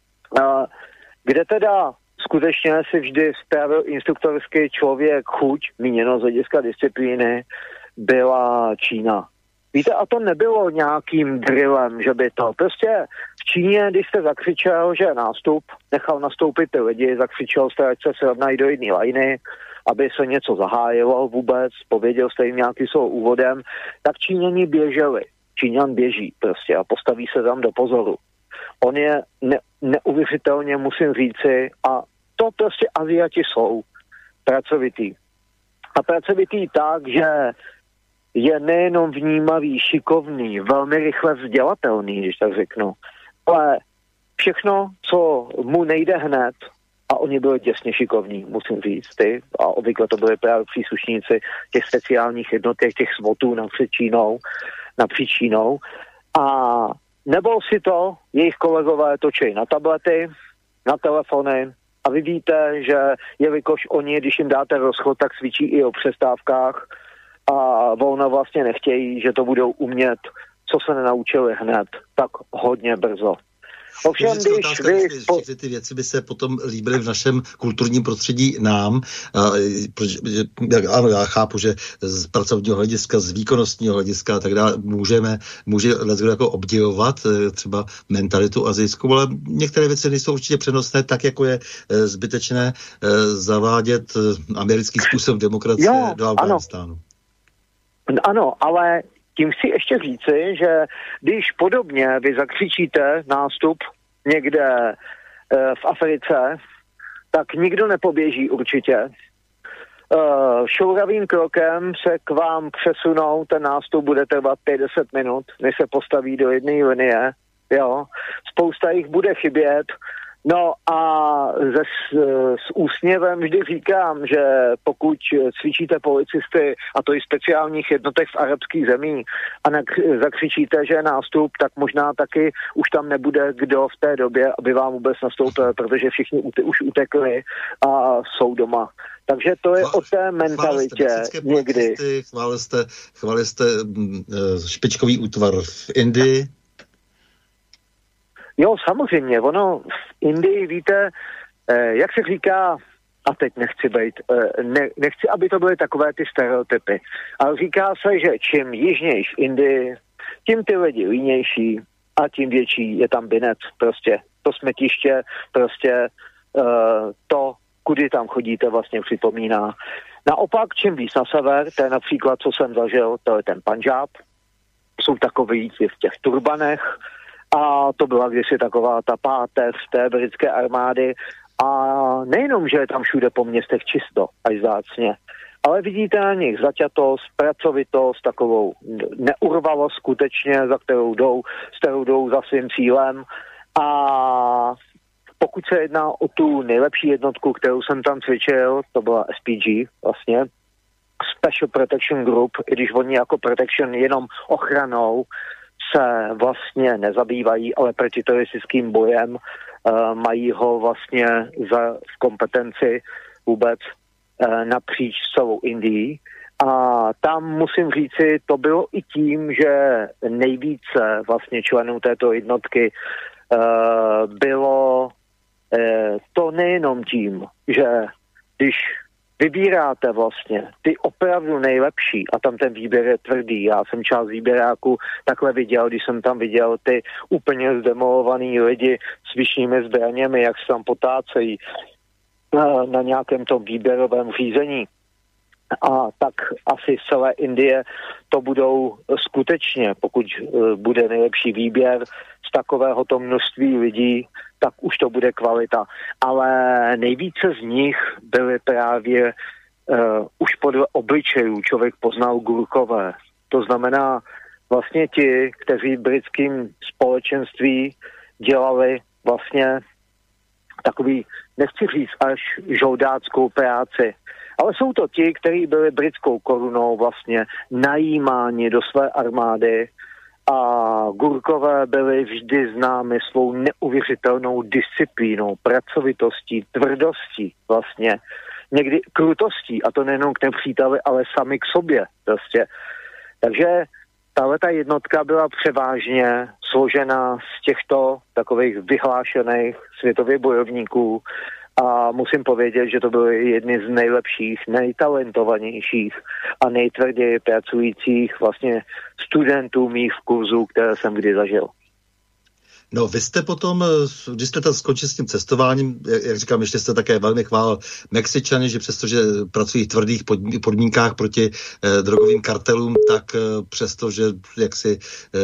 C: kde teda skutečně si vždy spravil instruktorský člověk chuť, míněno z hlediska disciplíny, byla Čína. Víte, a to nebylo nějakým drillem, že by to. Prostě v Číně, když jste zakřičel, že je nástup, nechal nastoupit ty lidi, zakřičel jste, ať se srovnají do jedné lajny, aby se něco zahájilo vůbec, pověděl jste jim nějaký svou úvodem, tak Číňani běželi. Číňan běží prostě a postaví se tam do pozoru. On je neuvěřitelně, musím říci, a to prostě Aziati jsou pracovitý. A pracovitý tak, že je nejenom vnímavý, šikovný, velmi rychle vzdělatelný, když tak řeknu, ale všechno, co mu nejde hned, a oni byli těsně šikovní, musím říct, a obvykle to byli právě příslušníci těch speciálních jednotek, těch SWATů napříč Čínou, a nebo si to jejich kolegové točí na tablety, na telefony, a vy víte, že jelikož oni, když jim dáte rozchod, tak cvičí i o přestávkách, a volno vlastně nechtějí, že to budou umět, co se nenaučili hned, tak hodně brzo. Ovšem, když vy...
B: Ty věci by se potom líbily v našem kulturním prostředí nám. Ano, já chápu, že z pracovního hlediska, z výkonnostního hlediska a tak dále může leckdo jako obdivovat třeba mentalitu azijskou, ale některé věci nejsou určitě přenosné, tak jako je zbytečné zavádět americký způsob demokracie do Afghánistánu.
C: Ano, ale tím chci ještě říci, že když podobně vy zakřičíte nástup někde v Africe, tak nikdo nepoběží určitě. Šouravým krokem se k vám přesunou, ten nástup bude trvat 5-10 minut, než se postaví do jedné linie. Jo. Spousta jich bude chybět. No a s úsměvem vždy říkám, že pokud cvičíte policisty, a to i speciálních jednotek v arabských zemích, a zakřičíte, že je nástup, tak možná taky už tam nebude kdo v té době, aby vám vůbec nastoupil, protože všichni už utekli a jsou doma. Takže to je o té mentalitě někdy.
B: Chválili jste špičkový útvar v Indii?
C: Jo, samozřejmě, ono v Indii, víte, jak se říká, a teď nechci, aby to byly takové ty stereotypy, ale říká se, že čím jižnější v Indii, tím ty lidi línější a tím větší je tam binec, prostě to smetiště, prostě to, kudy tam chodíte, vlastně připomíná. Naopak, čím víc na sever, to je například, co jsem zažil, to je ten Pandžáb, jsou takový v těch turbanech, a to byla kdysi taková ta páteř té britské armády, A nejenom, že je tam všude po městech čisto, až zácně, ale vidíte na nich zaťatost, pracovitost, takovou neurvalost skutečně, s kterou jdou za svým cílem. A pokud se jedná o tu nejlepší jednotku, kterou jsem tam cvičil, to byla SPG vlastně, Special Protection Group, i když oni jako protection jenom ochranou se vlastně nezabývají, ale protiteroristickým bojem mají ho vlastně v kompetenci vůbec napříč celou Indii. A tam musím říci, to bylo i tím, že nejvíce vlastně členů této jednotky bylo to nejenom tím, že když vybíráte vlastně ty opravdu nejlepší a tam ten výběr je tvrdý. Já jsem část výběráku takhle viděl, když jsem tam viděl ty úplně zdemolovaný lidi s vyššími zbraněmi, jak se tam potácejí na nějakém tom výběrovém řízení. A tak asi z celé Indie to budou skutečně, pokud bude nejlepší výběr z takovéhoto množství lidí, tak už to bude kvalita. Ale nejvíce z nich byly právě už podle obličejů člověk poznal Gurkové. To znamená vlastně ti, kteří v britském společenství dělali vlastně takový, nechci říct až žoldáckou práci, ale jsou to ti, kteří byli britskou korunou vlastně najímáni do své armády a Gurkové byli vždy známi svou neuvěřitelnou disciplínou, pracovitostí, tvrdostí vlastně, někdy krutostí, a to nejenom k nepříteli, ale sami k sobě prostě. Takže ta jednotka byla převážně složena z těchto takových vyhlášených světových bojovníků a musím povědět, že to byly jedny z nejlepších, nejtalentovanějších a nejtvrději pracujících vlastně studentů mých kurzů, které jsem kdy zažil.
B: No, vy jste potom, když jste tam skončil s tím cestováním, jak říkám, ještě jste také velmi chválil Mexičany, že přestože pracují v tvrdých podmínkách proti drogovým kartelům, tak přestože jaksi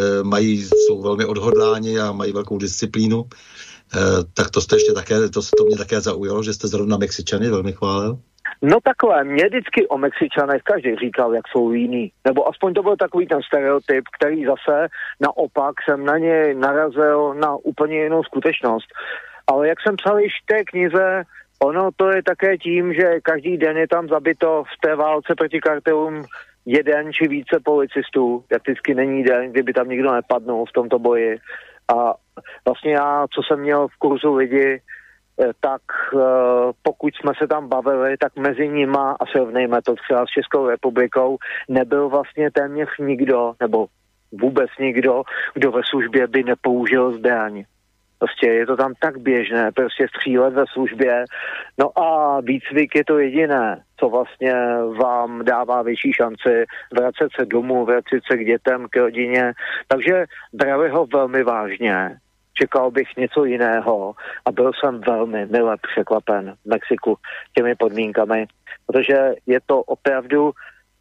B: jsou velmi odhodláni a mají velkou disciplínu, tak to jste ještě také, to mě také zaujalo, že jste zrovna Mexičany velmi chválil.
C: No takhle, mě vždycky o Mexičanech každý říkal, jak jsou jiný. Nebo aspoň to byl takový ten stereotyp, který zase naopak jsem na něj narazil na úplně jinou skutečnost. Ale jak jsem psal již v té knize, ono to je také tím, že každý den je tam zabito v té válce proti kartelům jeden či více policistů. Prakticky není den, kdyby tam nikdo nepadnul v tomto boji. A vlastně já, co jsem měl v kurzu lidi, tak pokud jsme se tam bavili, tak mezi nima, a srovnejme to třeba s Českou republikou, nebyl vlastně téměř nikdo, nebo vůbec nikdo, kdo ve službě by nepoužil zbraň. Prostě je to tam tak běžné, prostě střílet ve službě. No a výcvik je to jediné, co vlastně vám dává větší šanci vracet se domů, vracet se k dětem, k rodině. Takže brali ho velmi vážně. Čekal bych něco jiného a byl jsem velmi mile překvapen v Mexiku těmi podmínkami, protože je to opravdu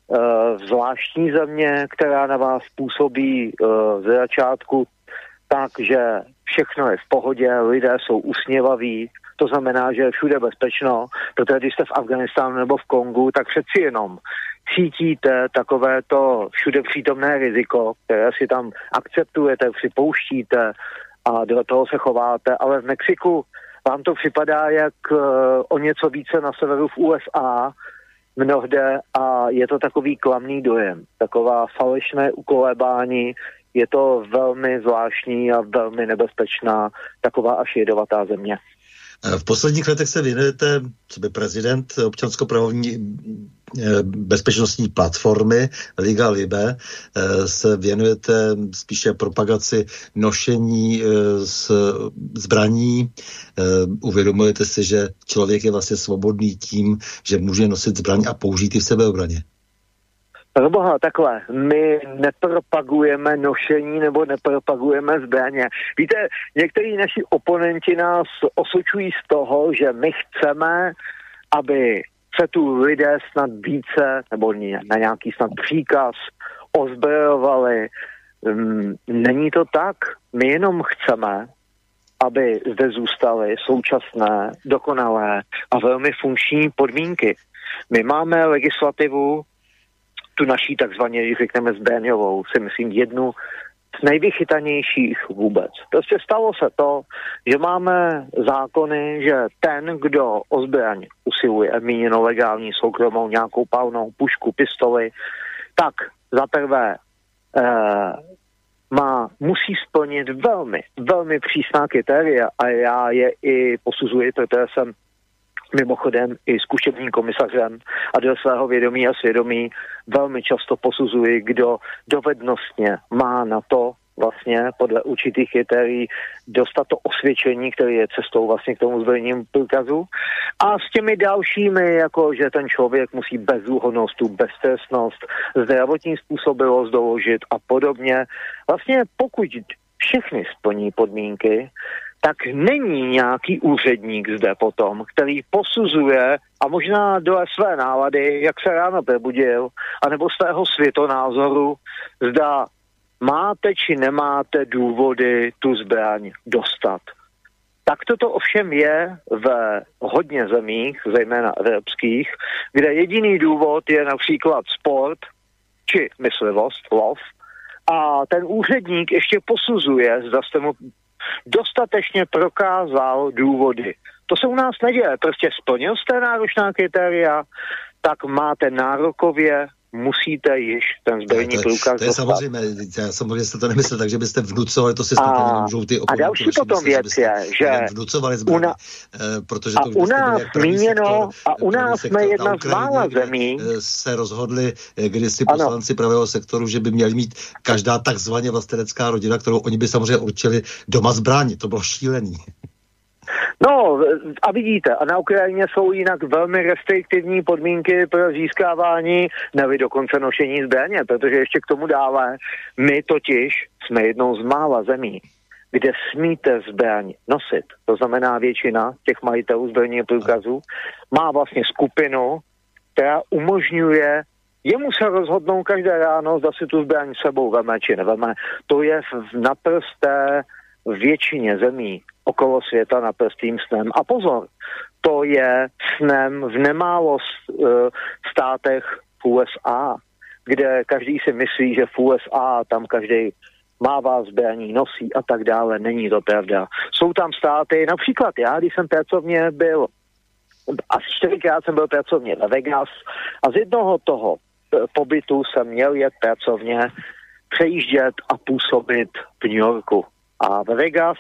C: zvláštní země, která na vás působí ze začátku tak, že všechno je v pohodě, lidé jsou usměvaví, to znamená, že je všude bezpečno, protože když jste v Afghánistánu nebo v Kongu, tak přeci jenom cítíte takovéto všude přítomné riziko, které si tam akceptujete, připouštíte a do toho se chováte, ale v Mexiku vám to připadá jak o něco více na severu v USA mnohde a je to takový klamný dojem, taková falešné ukolébání, je to velmi zvláštní a velmi nebezpečná, taková až jedovatá země.
B: V posledních letech se věnujete, co by prezident občanskoprávní bezpečnostní platformy Liga Libe, se věnujete spíše propagaci nošení zbraní. Uvědomujete si, že člověk je vlastně svobodný tím, že může nosit zbraň a použít ji v sebeobraně?
C: Proboha, takhle, my nepropagujeme nošení nebo nepropagujeme zbraně. Víte, některý naši oponenti nás osočují z toho, že my chceme, aby se tu lidé snad více, nebo na nějaký snad příkaz ozbrojovali. Není to tak. My jenom chceme, aby zde zůstaly současné, dokonalé a velmi funkční podmínky. My máme legislativu, tu naší takzvaně, když řekneme zbraňovou, si myslím jednu z nejvychytanějších vůbec. Prostě stalo se to, že máme zákony, že ten, kdo o zbraň usiluje, míněno legální, soukromou, nějakou palnou pušku, pistoli, tak za prvé musí splnit velmi, velmi přísná kritéria a já je i posuzuji, protože jsem mimochodem i zkušebním komisařem a do svého vědomí a svědomí velmi často posuzuji, kdo dovednostně má na to vlastně podle určitých kritérií dostat to osvědčení, které je cestou vlastně k tomu zbrojnímu průkazu. A s těmi dalšími, jako že ten člověk musí bezúhonnost, tu beztrestnost, zdravotní způsobilost doložit a podobně. Vlastně pokud všechny splní podmínky, tak není nějaký úředník zde potom, který posuzuje a možná dle své nálady, jak se ráno probudil, anebo svého světonázoru, zda máte či nemáte důvody tu zbraň dostat. Tak toto ovšem je v hodně zemích, zejména evropských, kde jediný důvod je například sport či myslivost, lov, a ten úředník ještě posuzuje, zda jste mu dostatečně prokázal důvody. To se u nás neděje. Prostě splnil jste náročná kritéria, tak máte nárokově, musíte již ten zbrojní průkaz
B: to je
C: dostat.
B: Samozřejmě jste to nemyslel, takže byste vnucovali, to si snad nemůžou ty oponenty.
C: A další potom věc je, že
B: vnucovali zbraně, protože to
C: u nás míněno, a u nás jsme jedna z mála zemí,
B: se rozhodli kdysi poslanci pravého sektoru, že by měli mít každá takzvaně vlastenecká rodina, kterou oni by samozřejmě určili doma zbraň. To bylo šílený.
C: No a vidíte, a na Ukrajině jsou jinak velmi restriktivní podmínky pro získávání, nebo dokonce nošení zbraně, protože ještě k tomu dále, my totiž jsme jednou z mála zemí, kde smíte zbraň nosit. To znamená většina těch majitelů zbrojního průkazu má vlastně skupinu, která umožňuje jemu se rozhodnou každé ráno, zda si tu zbraň sebou veme či neveme. To je v naprosté většině zemí okolo světa naprostým snem. A pozor, to je snem v nemálo státech v USA, kde každý si myslí, že v USA tam každý mává zbraní, nosí a tak dále. Není to pravda. Jsou tam státy, například já, když jsem pracovně byl, asi 4krát jsem byl pracovně ve Vegas a z jednoho toho pobytu jsem měl jet pracovně, přejíždět a působit v New Yorku. A ve Vegas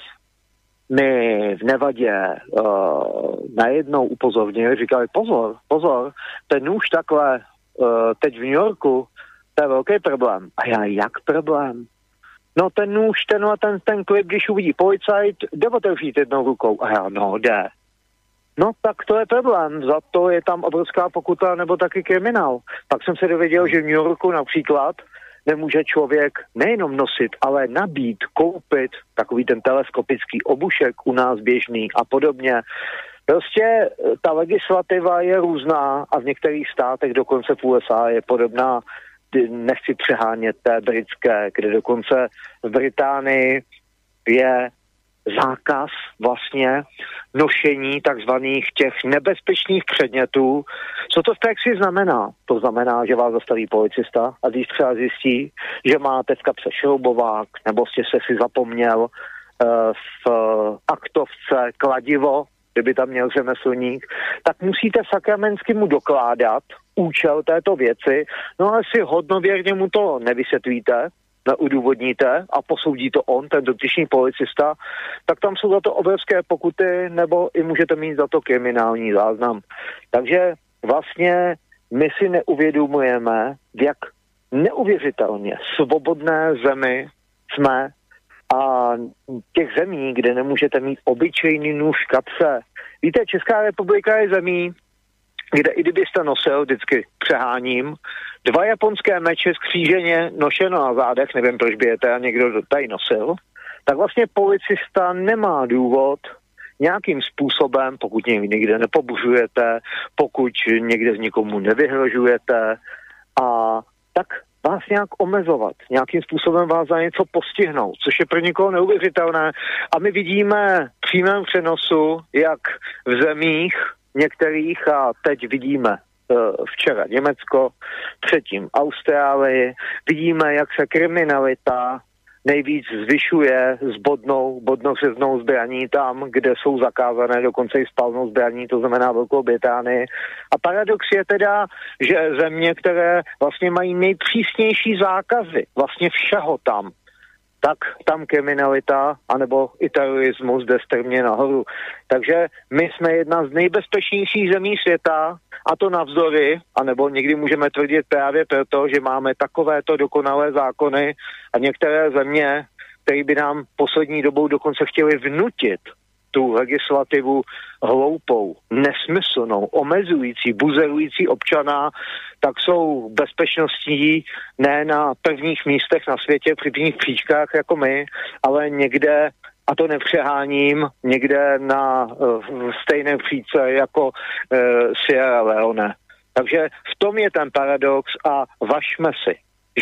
C: mi v Nevadě najednou upozornili, říkali pozor, ten nůž takhle teď v New Yorku, to je velký problém. A já, jak problém? No ten nůž, ten klip, když uvidí policajt, jde otevřít jednou rukou. A já, no jde. No tak to je problém, za to je tam obrovská pokuta nebo taky kriminál. Pak jsem se dověděl, že v New Yorku například nemůže člověk nejenom nosit, ale nabít, koupit takový ten teleskopický obušek u nás běžný a podobně. Prostě ta legislativa je různá a v některých státech, dokonce v USA, je podobná, nechci přehánět té britské, kde dokonce v Británii je zákaz vlastně nošení takzvaných těch nebezpečných předmětů. Co to v praxi znamená? To znamená, že vás zastaví policista a když třeba zjistí, že máte v kapse šroubovák nebo jste si zapomněl v aktovce kladivo, kdyby tam měl řemeslník, tak musíte sakramensky mu dokládat účel této věci, no ale si hodnověrně mu to nevysvětlíte, neudůvodníte a posoudí to on, ten dotyčný policista, tak tam jsou za to obrovské pokuty nebo i můžete mít za to kriminální záznam. Takže vlastně my si neuvědomujeme, v jak neuvěřitelně svobodné zemi jsme a těch zemí, kde nemůžete mít obyčejný nůž v kapse. Víte, Česká republika je zemí, kde i kdybyste nosil, vždycky přeháním, 2 japonské meče skříženě nošeno na zádech, nevím, proč by je někdo tady nosil, tak vlastně policista nemá důvod nějakým způsobem, pokud někde nepobuřujete, pokud někde nikomu nevyhrožujete, a tak vás nějak omezovat, nějakým způsobem vás za něco postihnout, což je pro někoho neuvěřitelné. A my vidíme v přímém přenosu, jak v zemích některých, a teď vidíme včera Německo, předtím Austrálii, vidíme, jak se kriminalita nejvíc zvyšuje s bodnořeznou zbraní tam, kde jsou zakázané dokonce i spalnou zbraní, to znamená Velkou Británii. A paradox je teda, že země, které vlastně mají nejpřísnější zákazy, vlastně všeho tam, tak tam kriminalita anebo i terorismus jde strmě nahoru. Takže my jsme jedna z nejbezpečnějších zemí světa, a to navzdory, anebo někdy můžeme tvrdit právě proto, že máme takovéto dokonalé zákony a některé země, které by nám poslední dobou dokonce chtěli vnutit tu legislativu hloupou, nesmyslnou, omezující, buzerující občana, tak jsou bezpečností ne na prvních místech na světě, při prvních příčkách jako my, ale někde, a to nepřeháním, někde na stejné příčce jako Sierra Leone. Takže v tom je ten paradox a važme si,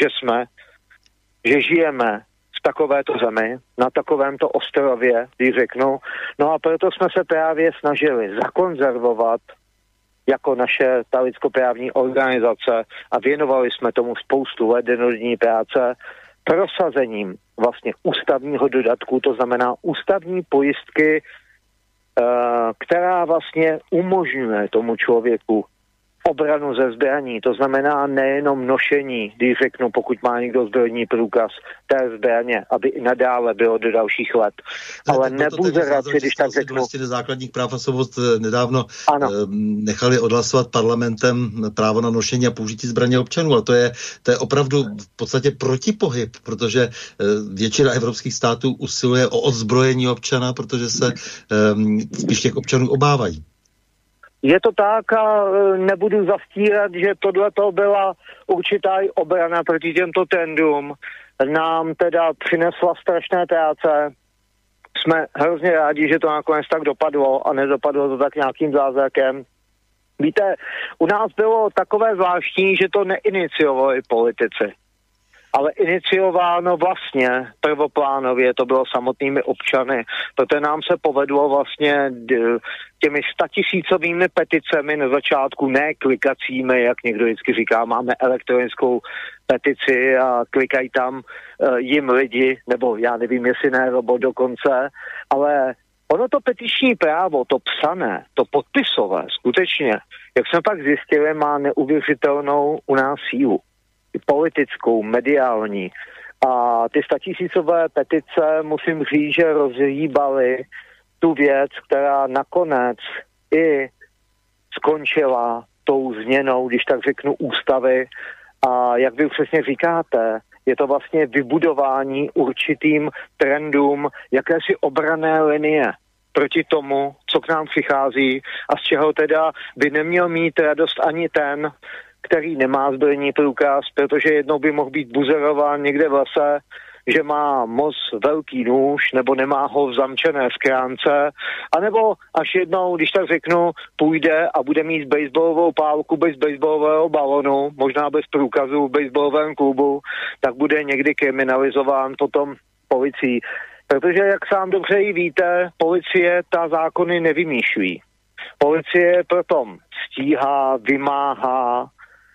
C: že žijeme v takovéto zemi, na takovémto ostrově, když řeknu. No a proto jsme se právě snažili zakonzervovat jako naše ta lidskoprávní organizace a věnovali jsme tomu spoustu let dennodenní práce prosazením vlastně ústavního dodatku, to znamená ústavní pojistky, která vlastně umožňuje tomu člověku obranu ze zbraní, to znamená nejenom nošení, když řeknu, pokud má někdo zbrojní průkaz té zbraně, aby i nadále bylo do dalších let. Ale nebude radši, když tak řeknu.
B: Vlastně základních práv a svobod nedávno nechali odhlasovat parlamentem právo na nošení a použití zbraně občanů, ale to je opravdu v podstatě protipohyb, protože většina evropských států usiluje o odzbrojení občana, protože se spíš těch občanů obávají.
C: Je to tak a nebudu zastírat, že tohleto byla určitá obrana proti těmto trendům. Nám teda přinesla strašné práce. Jsme hrozně rádi, že to nakonec tak dopadlo a nedopadlo to tak nějakým zázrakem. Víte, u nás bylo takové zvláštní, že to neiniciovali politici. Ale iniciováno vlastně prvoplánově to bylo samotnými občany. Protože nám se povedlo vlastně těmi 100 000 peticemi na začátku, ne klikacími, jak někdo vždycky říká, máme elektronickou petici a klikají tam jim lidi, nebo já nevím, jestli ne robot dokonce, ale ono to petiční právo, to psané, to podpisové, skutečně, jak jsme pak zjistili, má neuvěřitelnou u nás sílu. Politickou, mediální. A ty 100 000 petice, musím říct, že rozhýbaly tu věc, která nakonec i skončila tou změnou, když tak řeknu, ústavy. A jak vy přesně říkáte, je to vlastně vybudování určitým trendům jakési obranné linie proti tomu, co k nám přichází a z čeho teda by neměl mít radost ani ten, který nemá zbrojní průkaz, protože jednou by mohl být buzerován někde v lese, že má moc velký nůž, nebo nemá ho v zamčené skránce, anebo až jednou, když tak řeknu, půjde a bude mít baseballovou pálku bez baseballového balonu, možná bez průkazu v baseballovém klubu, tak bude někdy kriminalizován potom policií. Protože, jak sám dobře i víte, policie ta zákony nevymýšlí. Policie potom stíhá, vymáhá,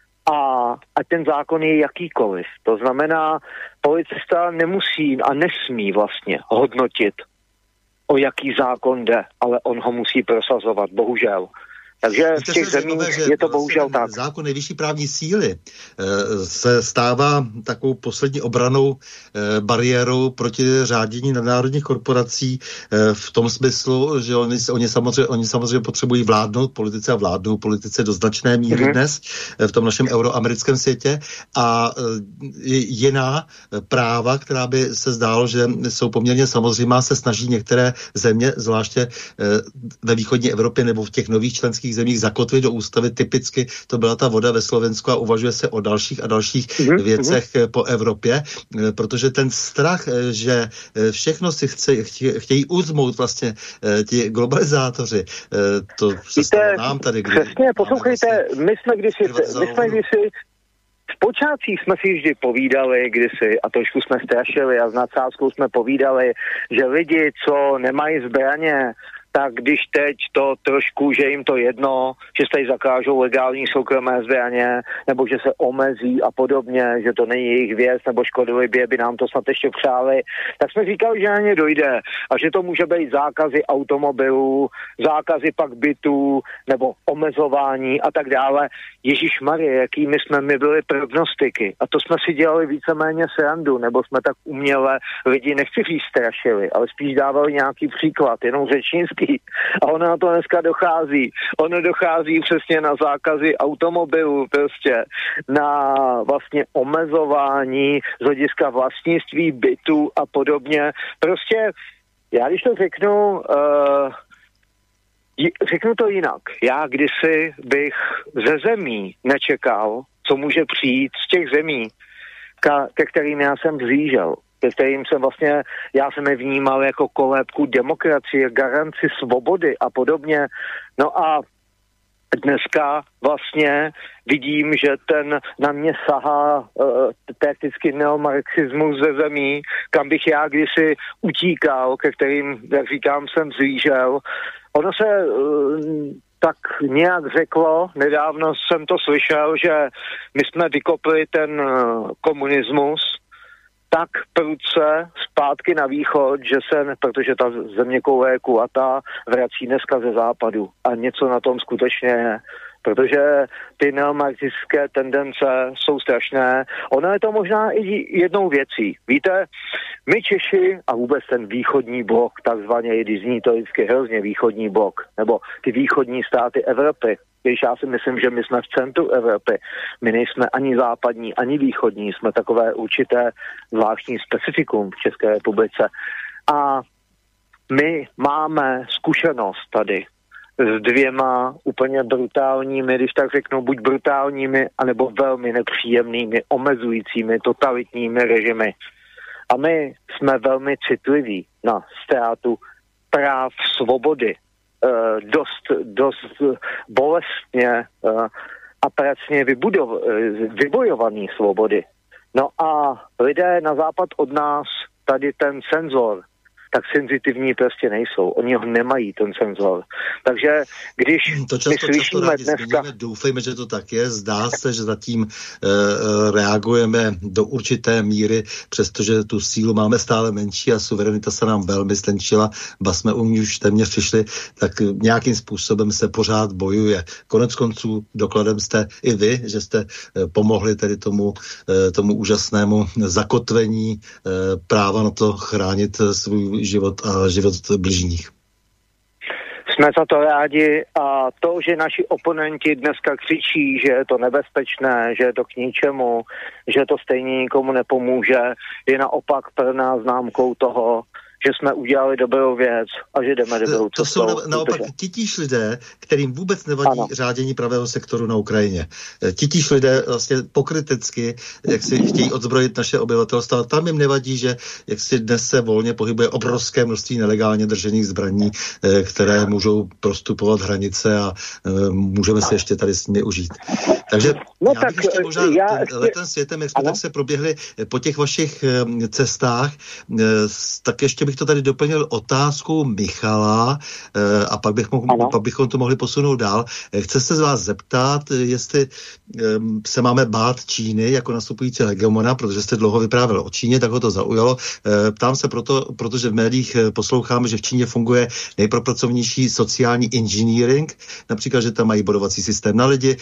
C: a ten zákon je jakýkoliv. To znamená, policista nemusí a nesmí vlastně hodnotit, o jaký zákon jde, ale on ho musí prosazovat, bohužel. Takže v těch zemích je to bohužel tak.
B: Zákon nejvyšší právní síly se stává takovou poslední obranou bariérou proti řádění nadnárodních korporací v tom smyslu, že oni samozřejmě potřebují vládnout politice do značné míry dnes v tom našem euroamerickém světě a jiná práva, která by se zdálo, že jsou poměrně samozřejmá, se snaží některé země, zvláště ve východní Evropě nebo v těch nových členských zemích zakotvit do ústavy. Typicky to byla ta voda ve Slovensku a uvažuje se o dalších a dalších věcech po Evropě, protože ten strach, že všechno si chtějí uzmout vlastně ti globalizátoři, to se stalo nám tady.
C: Přesně, poslouchejte, my jsme kdysi v počátcích jsme si vždy povídali kdysi a trošku jsme strašili a s nadsázkou jsme povídali, že lidi, co nemají zbraně, tak když teď to trošku, že jim to jedno, že se tady zakážou legální soukromé zbraně, nebo že se omezí a podobně, že to není jejich věc, nebo škodolibě by nám to snad ještě přáli, tak jsme říkali, že na ně dojde a že to může být zákazy automobilů, zákazy pak bytů, nebo omezování a tak dále. Ježišmarje, jakými jsme my byli prognostiky. A to jsme si dělali víceméně srandu, nebo jsme tak uměle lidi, nechci říct strašili, ale spíš dávali nějaký příklad, jenom řečnický. A ono na to dneska dochází. Ono dochází přesně na zákazy automobilů, prostě na vlastně omezování z hlediska vlastnictví bytu a podobně. Prostě já když to řeknu to jinak. Já kdysi bych ze zemí nečekal, co může přijít z těch zemí, ke kterým já jsem vzlížel, ke kterým jsem vlastně, já jsem je vnímal jako kolébku demokracie, garanci svobody a podobně. No a dneska vlastně vidím, že ten na mě sahá prakticky neomarxismus ze zemí, kam bych já kdysi utíkal, ke kterým, jak říkám, jsem vzlížel. Ono se tak nějak řeklo, nedávno jsem to slyšel, že my jsme vykopli ten komunismus tak prudce zpátky na východ, že protože ta zeměkoule je kulatá, vrací dneska ze západu. A něco na tom skutečně je. Protože ty neomarxistické tendence jsou strašné. Ono je to možná i jednou věcí. Víte, my Češi a vůbec ten východní blok, takzvaně, když zní to vždycky hrozně východní blok, nebo ty východní státy Evropy, když já si myslím, že my jsme v centru Evropy, my nejsme ani západní, ani východní, jsme takové určité zvláštní specifikum v České republice. A my máme zkušenost tady s dvěma úplně brutálními, když tak řeknu, buď brutálními, anebo velmi nepříjemnými, omezujícími, totalitními režimy. A my jsme velmi citliví na ztrátu práv svobody, dost bolestně a pracně vybojovaný svobody. No a lidé na západ od nás, tady ten senzor, tak senzitivní prostě nejsou. Oni ho nemají, ten senzor. Takže když
B: to často dneska... Zmíníme, doufejme, že to tak je. Zdá se, že zatím reagujeme do určité míry, přestože tu sílu máme stále menší a suverenita se nám velmi stenčila, ba jsme u ní už téměř přišli, tak nějakým způsobem se pořád bojuje. Konec konců dokladem jste i vy, že jste pomohli tedy tomu úžasnému zakotvení práva na to chránit svůj život a život bližních.
C: Jsme za to rádi a to, že naši oponenti dneska křičí, že je to nebezpečné, že je to k ničemu, že to stejně nikomu nepomůže, je naopak pro nás známkou toho, že jsme udělali dobrou věc a že jdeme dobrou cestou.
B: To jsou naopak titíž lidé, kterým vůbec nevadí řádění pravého sektoru na Ukrajině. Titíž lidé vlastně pokrytecky, jak si chtějí odzbrojit naše obyvatelstvo, tam jim nevadí, že jak si dnes se volně pohybuje obrovské množství nelegálně držených zbraní, které můžou prostupovat hranice a můžeme se ještě tady s nimi užít. Takže já bych ještě možná letem světem, jak jsme tak se proběhli po těch vašich cestách, tak ještě bych to tady doplnil otázkou Michala a pak bychom to mohli posunout dál. Chci se z vás zeptat, jestli se máme bát Číny jako nastupující hegemona, protože jste dlouho vyprávěl o Číně, tak ho to zaujalo. Ptám se protože v médiích posloucháme, že v Číně funguje nejpropracovnější sociální engineering, například, že tam mají bodovací systém na lidi,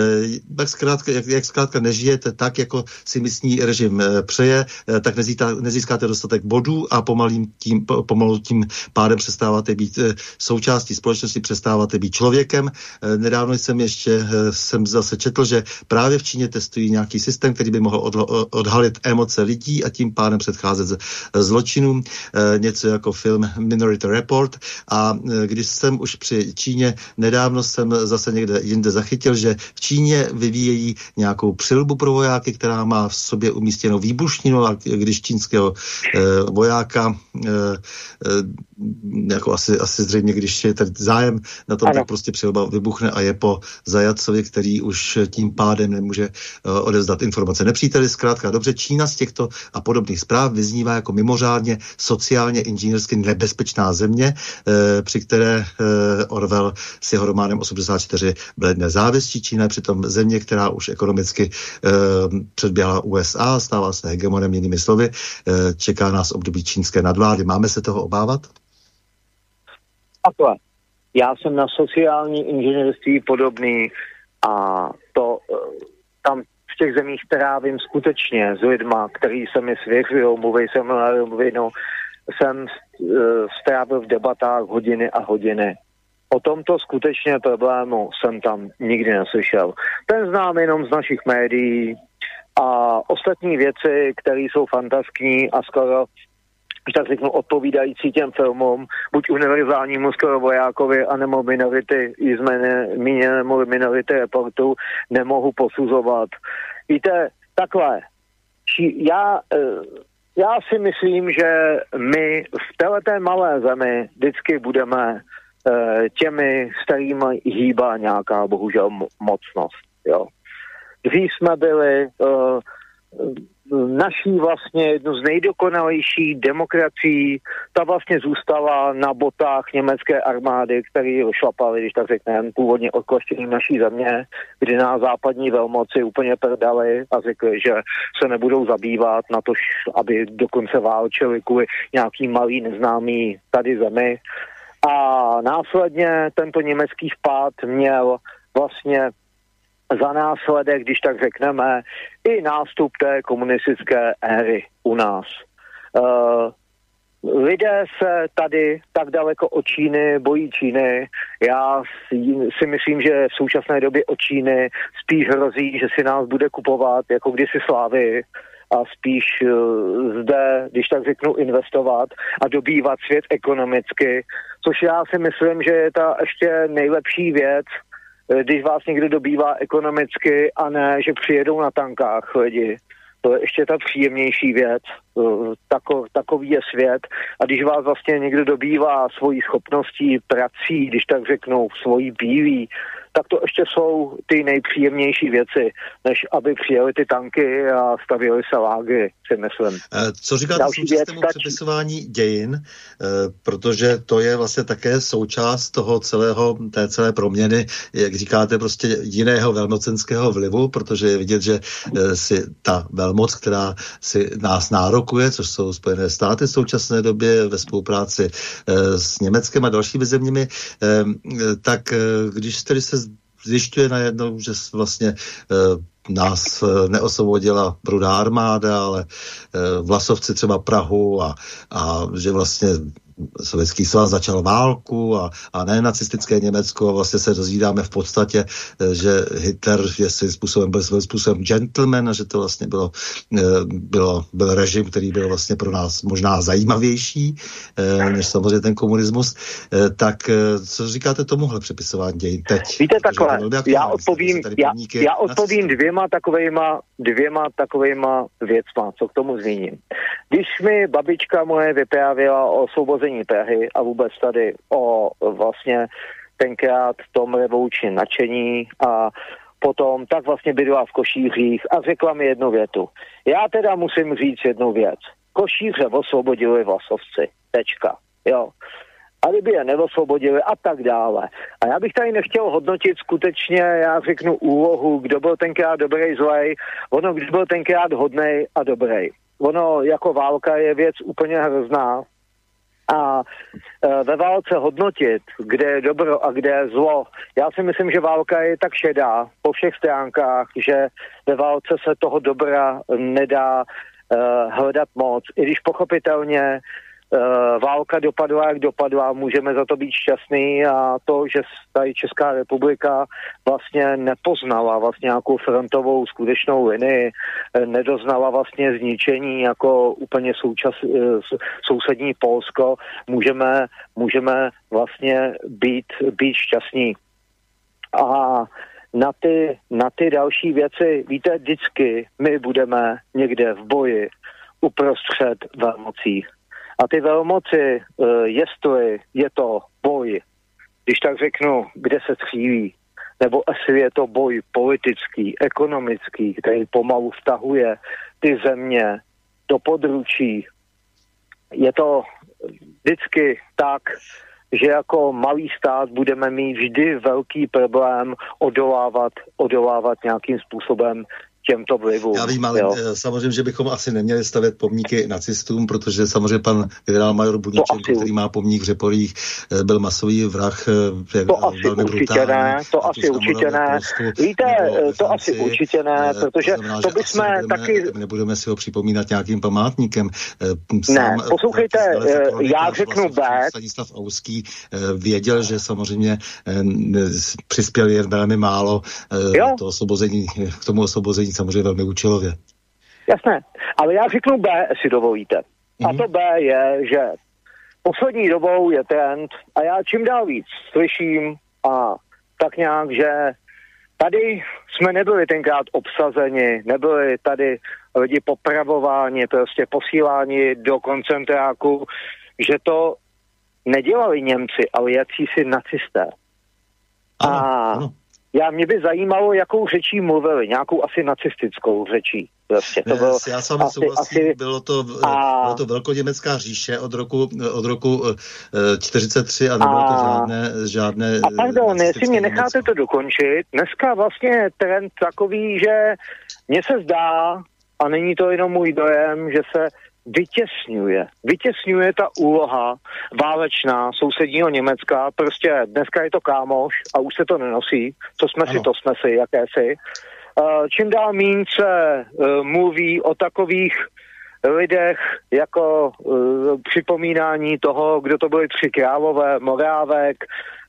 B: jak zkrátka nežijete tak, jako si místní režim přeje, tak nezískáte dostatek bodů a pomalu tím pádem přestáváte být součástí společnosti, přestáváte být člověkem. Nedávno jsem zase četl, že právě v Číně testují nějaký systém, který by mohl odhalit emoce lidí a tím pádem předcházet zločinům. Něco jako film Minority Report. A když jsem už při Číně, nedávno jsem zase někde jinde zachytil, že v Číně vyvíjejí nějakou přilbu pro vojáky, která má v sobě umístěnou výbušninu, a když čínského vojáka jako asi zřejmě, když je ten zájem na tom, tak prostě přilba vybuchne a je po zajacovi, který už tím pádem nemůže odevzdat informace nepříteli. Zkrátka dobře, Čína z těchto a podobných zpráv vyznívá jako mimořádně sociálně inženýrsky nebezpečná země, při které Orwell s jeho románem 84 bledne závistí. Čína je přitom země, která už ekonomicky předběhla USA, stává se hegemonem, jinými slovy. Čeká nás období čínské nadvlády. Máme se toho obávat?
C: Takhle. Já jsem na sociální inženýrství podobný a to tam v těch zemích trávím skutečně s lidma, který se mi svěřují, mluví se mnou, jsem strávil v debatách hodiny a hodiny. O tomto skutečně problému jsem tam nikdy neslyšel. Ten znám jenom z našich médií a ostatní věci, které jsou fantaskní a skoro, tak řeknu, odpovídající těm filmům, buď univerzálnímu skoro vojákovi, anebo minority, minority reportu, nemohu posuzovat. Víte, takhle, já si myslím, že my v této malé zemi vždycky budeme těmi, s kterými hýbá nějaká bohužel mocnost. Jo. Dřív jsme byli naší vlastně jednu z nejdokonalejších demokracií, ta vlastně zůstala na botách německé armády, který šlapali, když tak řekneme, původně odkloštěným naší země, kdy nás západní velmoci úplně prdali a řekli, že se nebudou zabývat na to, aby dokonce válčili kvůli nějaký malý neznámý tady zemi. A následně tento německý vpád měl vlastně za následek, když tak řekneme, i nástup té komunistické éry u nás. Lidé se tady tak daleko od Číny bojí Číny. Já si myslím, že v současné době od Číny spíš hrozí, že si nás bude kupovat jako kdysi Slávy a spíš zde, když tak řeknu, investovat a dobývat svět ekonomicky, což já si myslím, že je ta ještě nejlepší věc, když vás někdo dobývá ekonomicky a ne, že přijedou na tankách lidi. To je ještě ta příjemnější věc. Takový je svět. A když vás vlastně někdo dobývá svojí schopností, prací, když tak řeknou, svojí bílí, tak to ještě jsou ty nejpříjemnější věci, než aby přijeli ty tanky a stavěli se lágry, si myslím.
B: Co říkáte o systému přepisování dějin? Protože to je vlastně také součást toho té celé proměny, jak říkáte, prostě jiného velmocenského vlivu, protože je vidět, že si ta velmoc, která si nás nárokuje, což jsou Spojené státy v současné době ve spolupráci s Německem a dalšími zeměmi, tak když tedy se zjišťuje najednou, že vlastně nás neosvobodila Rudá armáda, ale vlasovci třeba Prahu a že vlastně Sovětský svaz začal válku a ne nacistické Německo a vlastně se dozvídáme v podstatě, že Hitler je svým způsobem gentleman a že to vlastně byl režim, který byl vlastně pro nás možná zajímavější než samozřejmě ten komunismus. Tak co říkáte tomuhle přepisování dějin teď?
C: Víte takhle, já odpovím dvěma takovejma věcma, co k tomu zmíním. Když mi babička moje vyprávěla o osvobození Prahy a vůbec tady o vlastně tenkrát tom revolučním nadšení a potom tak vlastně bydlela v Košířích a řekla mi jednu větu. Já teda musím říct jednu věc. Košíře osvobodili vlasovci. Tečka. Jo. A kdyby je neosvobodili a tak dále. A já bych tady nechtěl hodnotit skutečně, já řeknu úlohu, kdo byl tenkrát dobrý, zlej, ono, kdo byl tenkrát hodnej a dobrý. Ono jako válka je věc úplně hrozná a ve válce hodnotit, kde je dobro a kde je zlo. Já si myslím, že válka je tak šedá po všech stránkách, že ve válce se toho dobra nedá hledat moc. I když pochopitelně válka dopadla, jak dopadla, můžeme za to být šťastný a to, že tady Česká republika vlastně nepoznala vlastně nějakou frontovou skutečnou linii, nedoznala vlastně zničení jako úplně sousední Polsko, můžeme vlastně být šťastní. A na ty další věci, víte, vždycky my budeme někde v boji uprostřed velmocí. A ty velmoci, jestli je to boj, když tak řeknu, kde se střílí, nebo jestli je to boj politický, ekonomický, který pomalu vtahuje ty země do područí, je to vždycky tak, že jako malý stát budeme mít vždy velký problém odolávat nějakým způsobem těmto vlivům.
B: Já vím, ale samozřejmě, že bychom asi neměli stavět pomníky nacistům, protože samozřejmě pan generál major Buníčenko, který má pomník v Řeporích, byl masový vrah.
C: To asi určitě ne, to asi určitě ne. Víte, to asi určitě ne, protože to bychom taky...
B: Nebudeme si ho připomínat nějakým památníkem.
C: Ne, poslouchejte, já řeknu B.
B: Stanislav Auský věděl, že samozřejmě přispěl jen velmi málo k tomu osvobození samozřejmě velmi účelově.
C: Jasné, ale já řeknu B, jestli dovolíte. A to B je, že poslední dobou je trend a já čím dál víc slyším a tak nějak, že tady jsme nebyli tenkrát obsazeni, nebyli tady lidi popravováni, prostě posíláni do koncentráku, že to nedělali Němci, ale jakýsi nacisté.
B: Ano.
C: Mě by zajímalo, jakou řečí mluvili, nějakou asi nacistickou řečí. Prostě. To bylo
B: já s vámi souhlasím, bylo to velkoněmecká říše od roku 43 a nebylo to žádné
C: a pardon, jestli mě necháte to dokončit, dneska vlastně je trend takový, že mně se zdá, a není to jenom můj dojem, že se vytěsňuje ta úloha válečná sousedního Německa, prostě dneska je to kámoš a už se to nenosí, co jsme si, to jsme si, jakési. Čím dál míň se mluví o takových lidech jako připomínání toho, kdo to byli tři králové, Morávek,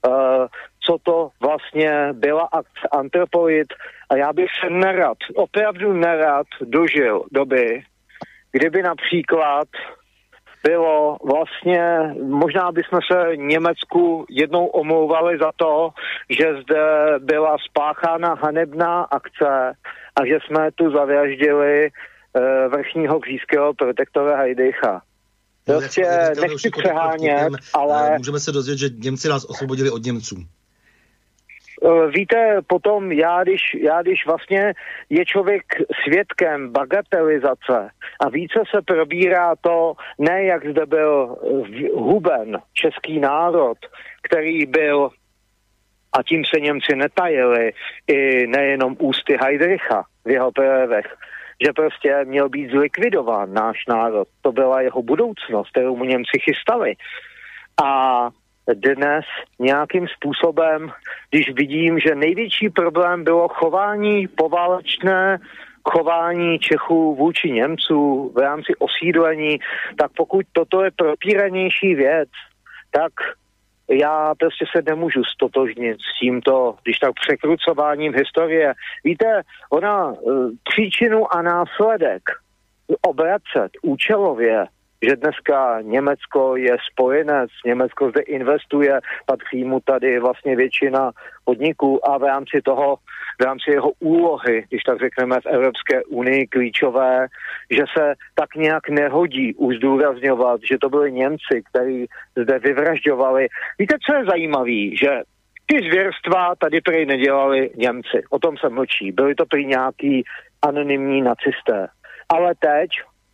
C: co to vlastně byla akce Anthropoid, a já bych se opravdu nerad dožil doby, kdyby například bylo vlastně, možná bychom se Německu jednou omlouvali za to, že zde byla spáchána hanebná akce a že jsme tu zavraždili vrchního křížského protektora Heydricha. Prostě nechci přehánět, ale...
B: Můžeme se dozvědět, že Němci nás osvobodili od Němců.
C: Víte, potom já když vlastně je člověk svědkem bagatelizace a více se probírá to, ne jak zde byl huben český národ, který byl, a tím se Němci netajili, i nejenom ústy Heydricha v jeho projevech, že prostě měl být zlikvidován náš národ. To byla jeho budoucnost, kterou mu Němci chystali. A dnes nějakým způsobem, když vidím, že největší problém bylo poválečné chování Čechů vůči Němců v rámci osídlení, tak pokud toto je propíranější věc, tak já prostě se nemůžu stotožnit s tímto, když tak překrucováním historie. Víte, příčinu a následek obracet účelově, že dneska Německo je spojenec, Německo zde investuje, patří mu tady vlastně většina podniků a v rámci jeho úlohy, když tak řekneme v Evropské unii klíčové, že se tak nějak nehodí už zdůrazňovat, že to byli Němci, kteří zde vyvražďovali. Víte, co je zajímavý, že ty zvěrstva tady prý nedělali Němci, o tom se mlčí, byli to prý nějaký anonymní nacisté. Ale teď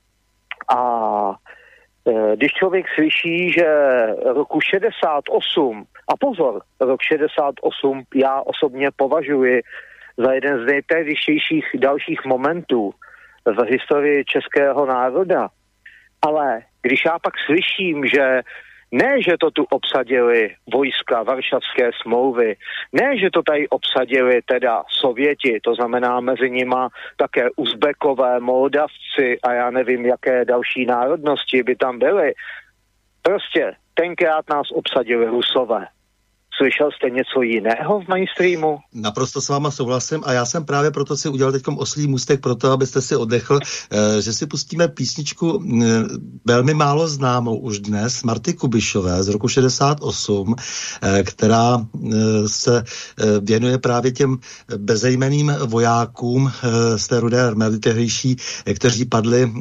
C: když člověk slyší, že roku 68, a pozor, rok 68 já osobně považuji za jeden z nejtradičnějších dalších momentů v historii českého národa, ale když já pak slyším, že ne, že to tu obsadili vojska Varšavské smlouvy, ne, že to tady obsadili teda Sověti, to znamená mezi nima také Uzbekové, Moldavci a já nevím, jaké další národnosti by tam byly. Prostě tenkrát nás obsadili Rusové. Slyšel jste něco jiného v mainstreamu?
B: Naprosto s váma souhlasím a já jsem právě proto si udělal teďkom oslý můstek proto, abyste si oddechl, že si pustíme písničku velmi málo známou už dnes, Marty Kubišové z roku 68, která se věnuje právě těm bezejmenným vojákům z té Rudé armády tehdejší, kteří padli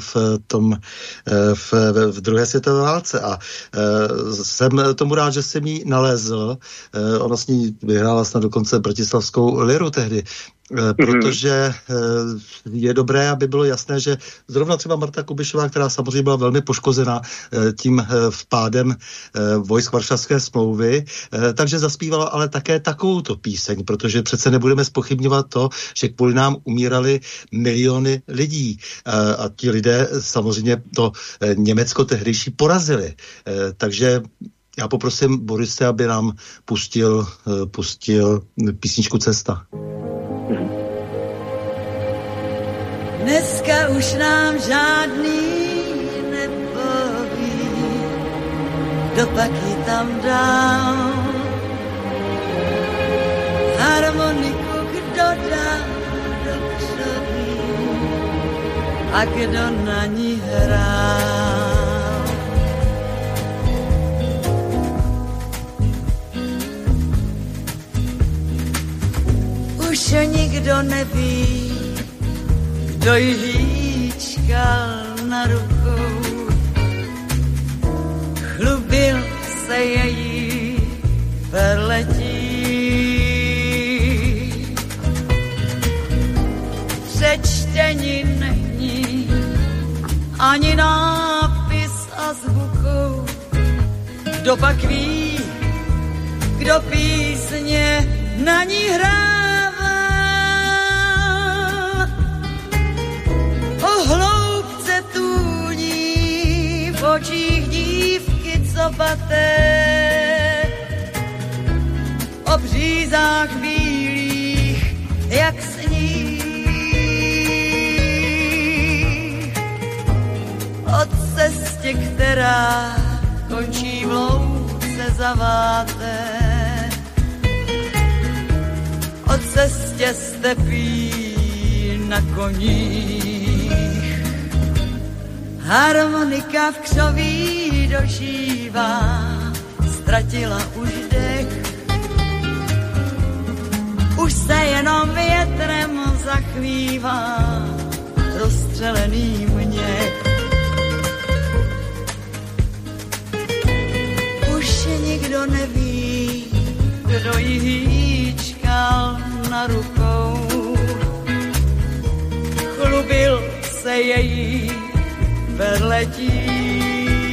B: v druhé světové válce a jsem tomu rád, že jsem ji nalezl. Ona s ní vyhrála snad dokonce bratislavskou liru tehdy, protože je dobré, aby bylo jasné, že zrovna třeba Marta Kubišová, která samozřejmě byla velmi poškozená tím vpádem vojsk Varšavské smlouvy, takže zaspívala ale také takovouto píseň, protože přece nebudeme zpochybňovat to, že kvůli nám umírali miliony lidí a ti lidé samozřejmě to Německo tehdejší porazili. Takže já poprosím Borise, aby nám pustil písničku Cesta.
D: Dneska už nám žádný nepoví, kdo pak ji tam dal. Harmoniku kdo dá do křoví a kdo na ní hrál. Už nikdo neví, kdo ji hýčkal na rukou. Chlubil se její perletí. Přečtení není ani nápis azbukou. Kdo pak ví, kdo písně na ní hrál. Hloubce tůní v očích dívky copaté, o břízách bílých jak sníh, o cestě, která končí v louce zaváté, o cestě stepí na koních. Harmonika v křoví dožívá, ztratila už dech. Už se jenom větrem zachvívá rozstřelený měch. Už nikdo neví, kdo ji hýčkal na rukou. Chlubil se její perletí.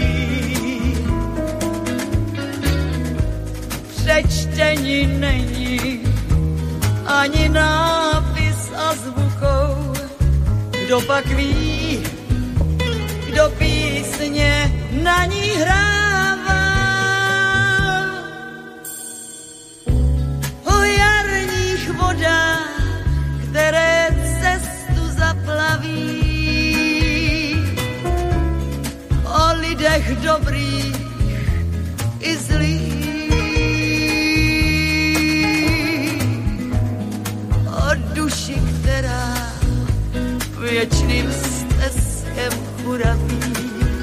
D: Přečtení není ani nápis azbukou. Kdo pak ví, kdo písně na ní hrává. O jarních vodách, které cestu zaplaví. O lidech dobrých i zlých, o duši, která věčným steskem churaví,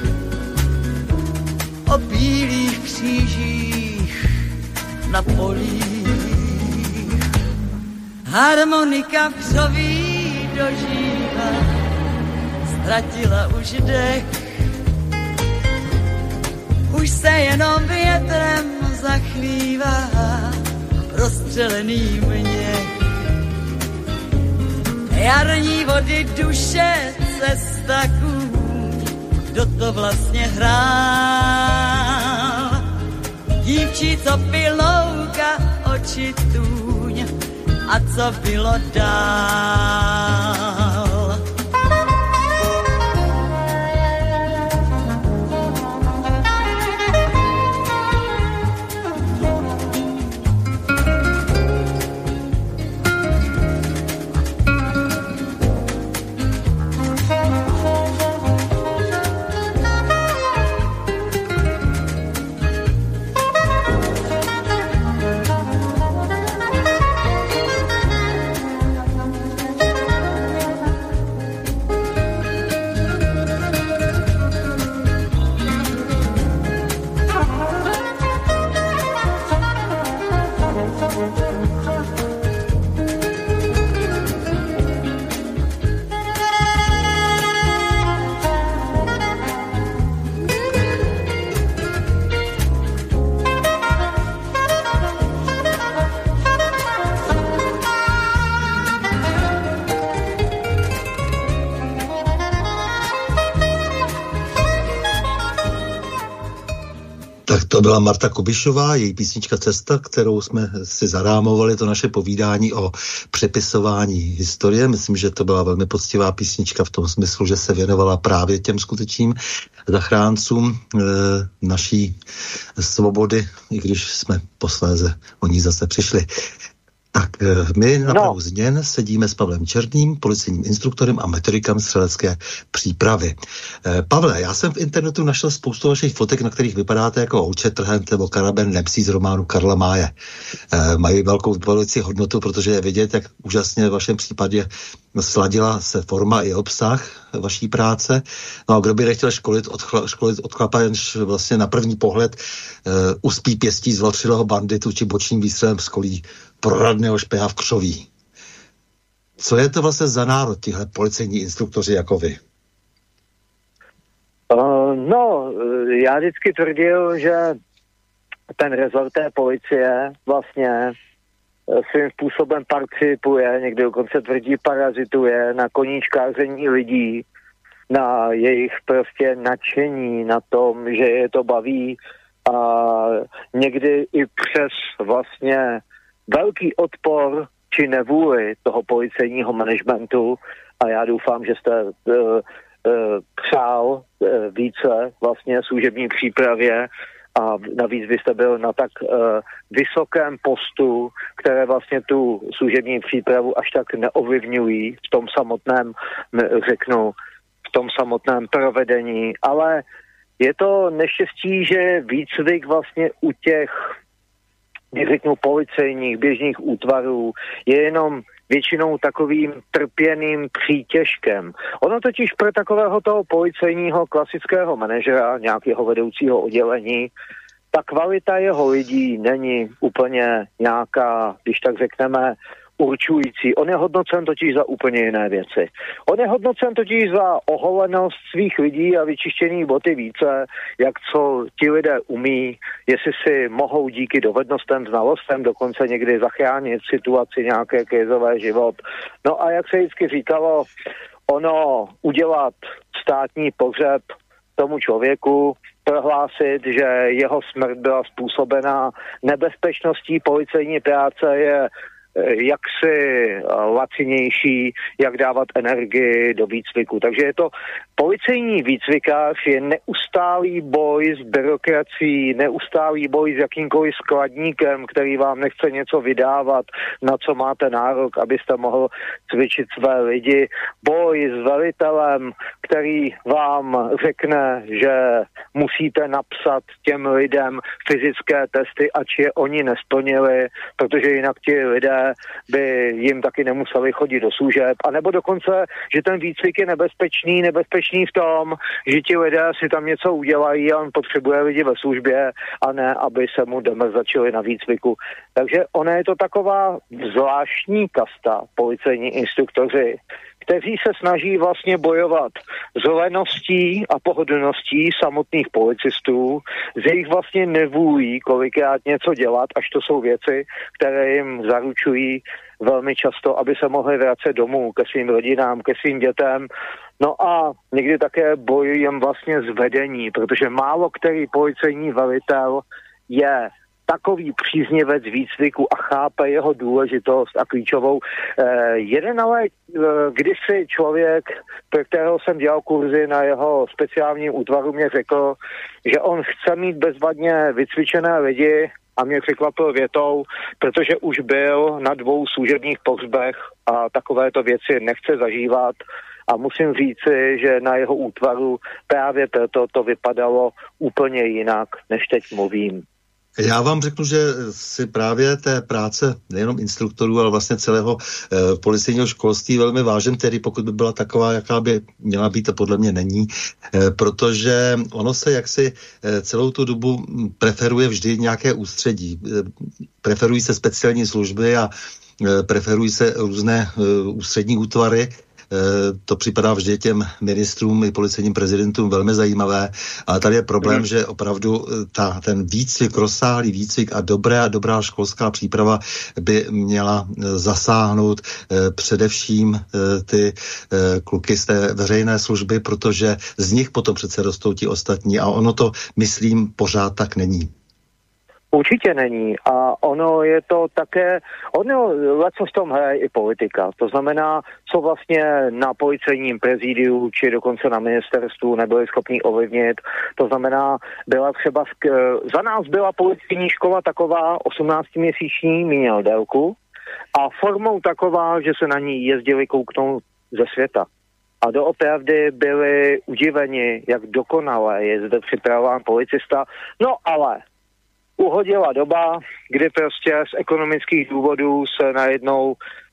D: o bílých křížích na polích. Harmonika v křoví dožívá, ztratila už dech. Už se jenom větrem zachvívá rozstřelený měch. Jarní vody duše, cesta kůň, kdo to vlastně hrál. Dívčí, co pilouka, oči tůň, a co bylo dál.
B: Tak to byla Marta Kubišová, její písnička Cesta, kterou jsme si zarámovali, to naše povídání o přepisování historie. Myslím, že to byla velmi poctivá písnička v tom smyslu, že se věnovala právě těm skutečným zachráncům naší svobody, i když jsme posléze o ní zase přišli. Tak my na prahu změn sedíme s Pavlem Černým, policejním instruktorem a metodikem střelecké přípravy. Pavle, já jsem v internetu našel spoustu vašich fotek, na kterých vypadáte jako Olče Trhent nebo Karaben Nepsí z románu Karla Máje. Mají velkou vypovědějící hodnotu, protože je vidět, jak úžasně v vašem případě sladila se forma i obsah vaší práce. No a kdo by nechtěl školit od chlapa, jenž vlastně na první pohled uspí pěstí zlotřilého banditu či bočním výstřelem z kolí proradného špeha v křoví. Co je to vlastně za národ, tihle policejní instruktoři jako vy?
C: Já vždycky tvrdil, že ten rezort té policie vlastně svým způsobem participuje, někdy dokonce tvrdí parazituje na koníčkáření lidí, na jejich prostě nadšení, na tom, že je to baví a někdy i přes vlastně velký odpor či nevůli toho policejního managementu a já doufám, že jste přál více vlastně služební přípravě a navíc byste byl na tak vysokém postu, které vlastně tu služební přípravu až tak neovlivňují v tom samotném, řeknu, v tom samotném provedení, ale je to neštěstí, že výcvik vlastně u těch, řeknu, policejních běžných útvarů je jenom většinou takovým trpěným přítěžkem. Ono totiž pro takového toho policejního klasického manažera, nějakého vedoucího oddělení, ta kvalita jeho lidí není úplně nějaká, když tak řekneme, určující. On je hodnocen totiž za úplně jiné věci. On je hodnocen totiž za oholenost svých lidí a vyčištěný boty více, jak co ti lidé umí, jestli si mohou díky dovednostem, znalostem dokonce někdy zachránit situaci nějaké krizové život. No a jak se vždycky říkalo, ono udělat státní pohřeb tomu člověku, prohlásit, že jeho smrt byla způsobena nebezpečností policejní práce je jaksi lacinější, jak dávat energii do výcviku. Takže je to policejní výcvikář je neustálý boj s byrokracií, neustálý boj s jakýmkoliv skladníkem, který vám nechce něco vydávat, na co máte nárok, abyste mohl cvičit své lidi. Boj s velitelem, který vám řekne, že musíte napsat těm lidem fyzické testy, ač je oni nesplnili, protože jinak ti lidé by jim taky nemuseli chodit do služeb. A nebo dokonce, že ten výcvik je nebezpečný v tom, že ti lidé si tam něco udělají a on potřebuje lidi ve službě a ne, aby se mu demrzačili na výcviku. Takže ona je to taková zvláštní kasta, policejní instruktoři, kteří se snaží vlastně bojovat s leností a pohodlností samotných policistů, z jejich vlastně nevůlí kolikrát něco dělat, až to jsou věci, které jim zaručují velmi často, aby se mohli vracet domů ke svým rodinám, ke svým dětem. No a někdy také bojují vlastně z vedení, protože málo který policejní velitel je takový příznivec výcviku a chápe jeho důležitost a klíčovou. Jeden ale kdysi člověk, pro kterého jsem dělal kurzy na jeho speciálním útvaru, mě řekl, že on chce mít bezvadně vycvičené lidi a mě překvapil větou, protože už byl na 2 služebních pohřbech a takovéto věci nechce zažívat. A musím říci, že na jeho útvaru právě proto to vypadalo úplně jinak, než teď mluvím.
B: Já vám řeknu, že si právě té práce nejenom instruktorů, ale vlastně celého policejního školství velmi vážím, tedy pokud by byla taková, jaká by měla být, a podle mě není, protože ono se jaksi celou tu dobu preferuje vždy nějaké ústředí. Preferují se speciální služby a preferují se různé ústřední útvary, to připadá vždy těm ministrům i policejním prezidentům velmi zajímavé, ale tady je problém, že opravdu ten výcvik, rozsáhlý výcvik a dobrá školská příprava by měla zasáhnout především ty kluky z té veřejné služby, protože z nich potom přece rostou ti ostatní a ono to, myslím, pořád tak není.
C: Určitě není a ono je to také, leco v tom hraje i politika. To znamená, co vlastně na policejním prezidiu či dokonce na ministerstvu nebyli schopni ovlivnit. To znamená, byla třeba, za nás byla policejní škola taková 18-měsíční, měl délku a formou taková, že se na ní jezdili kouknout ze světa. A doopravdy byli udiveni, jak dokonale je zde připravován policista. No ale uhodila doba, kdy prostě z ekonomických důvodů se najednou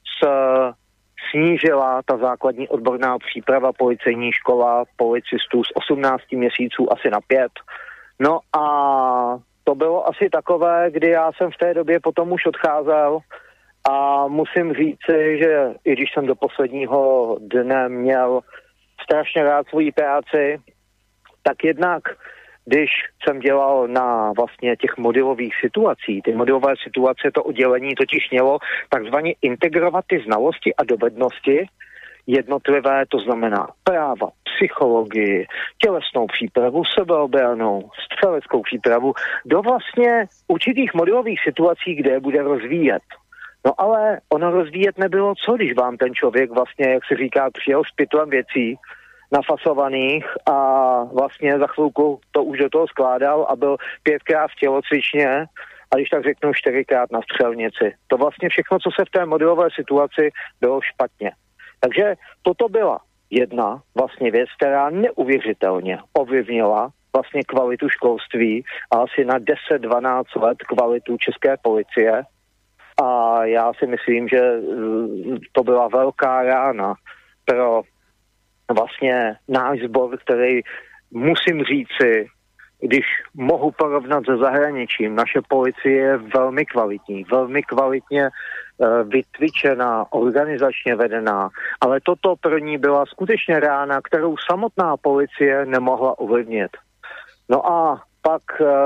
C: snížila ta základní odborná příprava policejní škola policistů z 18 měsíců asi na 5. No a to bylo asi takové, kdy já jsem v té době potom už odcházel a musím říci, že i když jsem do posledního dne měl strašně rád svoji práci, tak jednak když jsem dělal na vlastně těch modelových situacích, ty modelové situace, to oddělení totiž mělo takzvaně integrovat ty znalosti a dovednosti jednotlivé, to znamená práva, psychologii, tělesnou přípravu, sebeobranou, střeleckou přípravu, do vlastně určitých modelových situací, kde je bude rozvíjet. No ale ono rozvíjet nebylo co, když vám ten člověk vlastně, jak se říká, přijel s pytlem věcí, nafasovaných a vlastně za chvilku to už do toho skládal a byl 5krát v tělocvičně a když tak řeknu 4krát na střelnici. To vlastně všechno, co se v té modelové situaci bylo špatně. Takže toto byla jedna vlastně věc, která neuvěřitelně ovlivnila vlastně kvalitu školství a asi na 10-12 let kvalitu české policie. A já si myslím, že to byla velká rána pro vlastně náš sbor, který musím říci, když mohu porovnat se zahraničím, naše policie je velmi kvalitně vytvičená, organizačně vedená, ale toto pro ní byla skutečně rána, kterou samotná policie nemohla ovlivnit. No a pak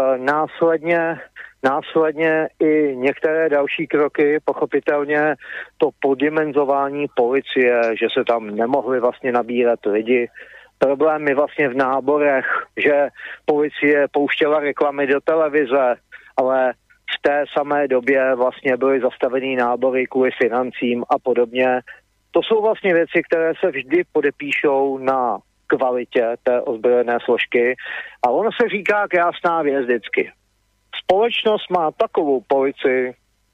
C: následně i některé další kroky, pochopitelně to poddimenzování policie, že se tam nemohli vlastně nabírat lidi, problémy vlastně v náborech, že policie pouštěla reklamy do televize, ale v té samé době vlastně byly zastavený nábory kvůli financím a podobně. To jsou vlastně věci, které se vždy podepíšou na kvalitě té ozbrojené složky a ono se říká krásná věc vždycky. Společnost má takovou policii,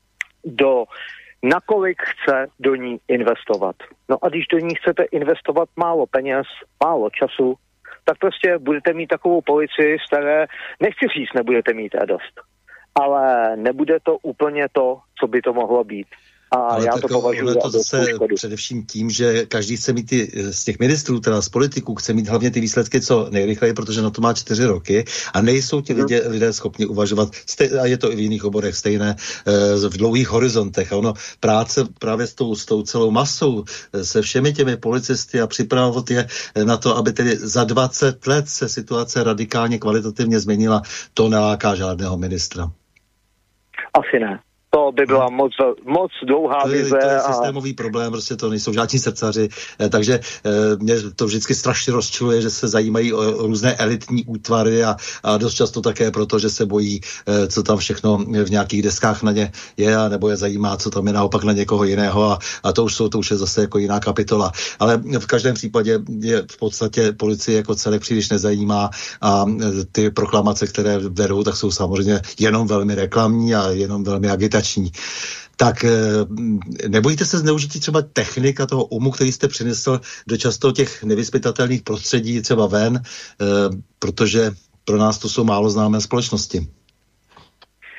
C: nakolik chce do ní investovat. No a když do ní chcete investovat málo peněz, málo času, tak prostě budete mít takovou policii, z které, nechci říct, nebudete mít radost, ale nebude to úplně to, co by to mohlo být. A
B: ale
C: já to považuji za
B: zase především tím, že každý chce mít z těch ministrů, teda z politiků, chce mít hlavně ty výsledky co nejrychleji, protože na to má 4 roky a nejsou ti lidé schopni uvažovat, a je to i v jiných oborech stejné, v dlouhých horizontech. A ono práce právě s tou celou masou, se všemi těmi policisty a připravovat je na to, aby tedy za 20 let se situace radikálně kvalitativně změnila, to neláká žádného ministra.
C: Asi ne. To by byla moc dlouhá vize.
B: To je systémový problém, prostě to nejsou žádní srdcaři, takže mě to vždycky strašně rozčiluje, že se zajímají o různé elitní útvary a dost často také proto, že se bojí, co tam všechno v nějakých deskách na ně je, nebo je zajímá, co tam je naopak na někoho jiného a to už je zase jako jiná kapitola. Ale v každém případě je v podstatě policie jako celek příliš nezajímá a ty proklamace, které vedou, tak jsou samozřejmě jenom velmi reklamní a jenom velmi agitační. Tak nebojíte se zneužití třeba technik a toho umu, který jste přinesl do často těch nevyzpytatelných prostředí třeba ven, protože pro nás to jsou málo známé společnosti?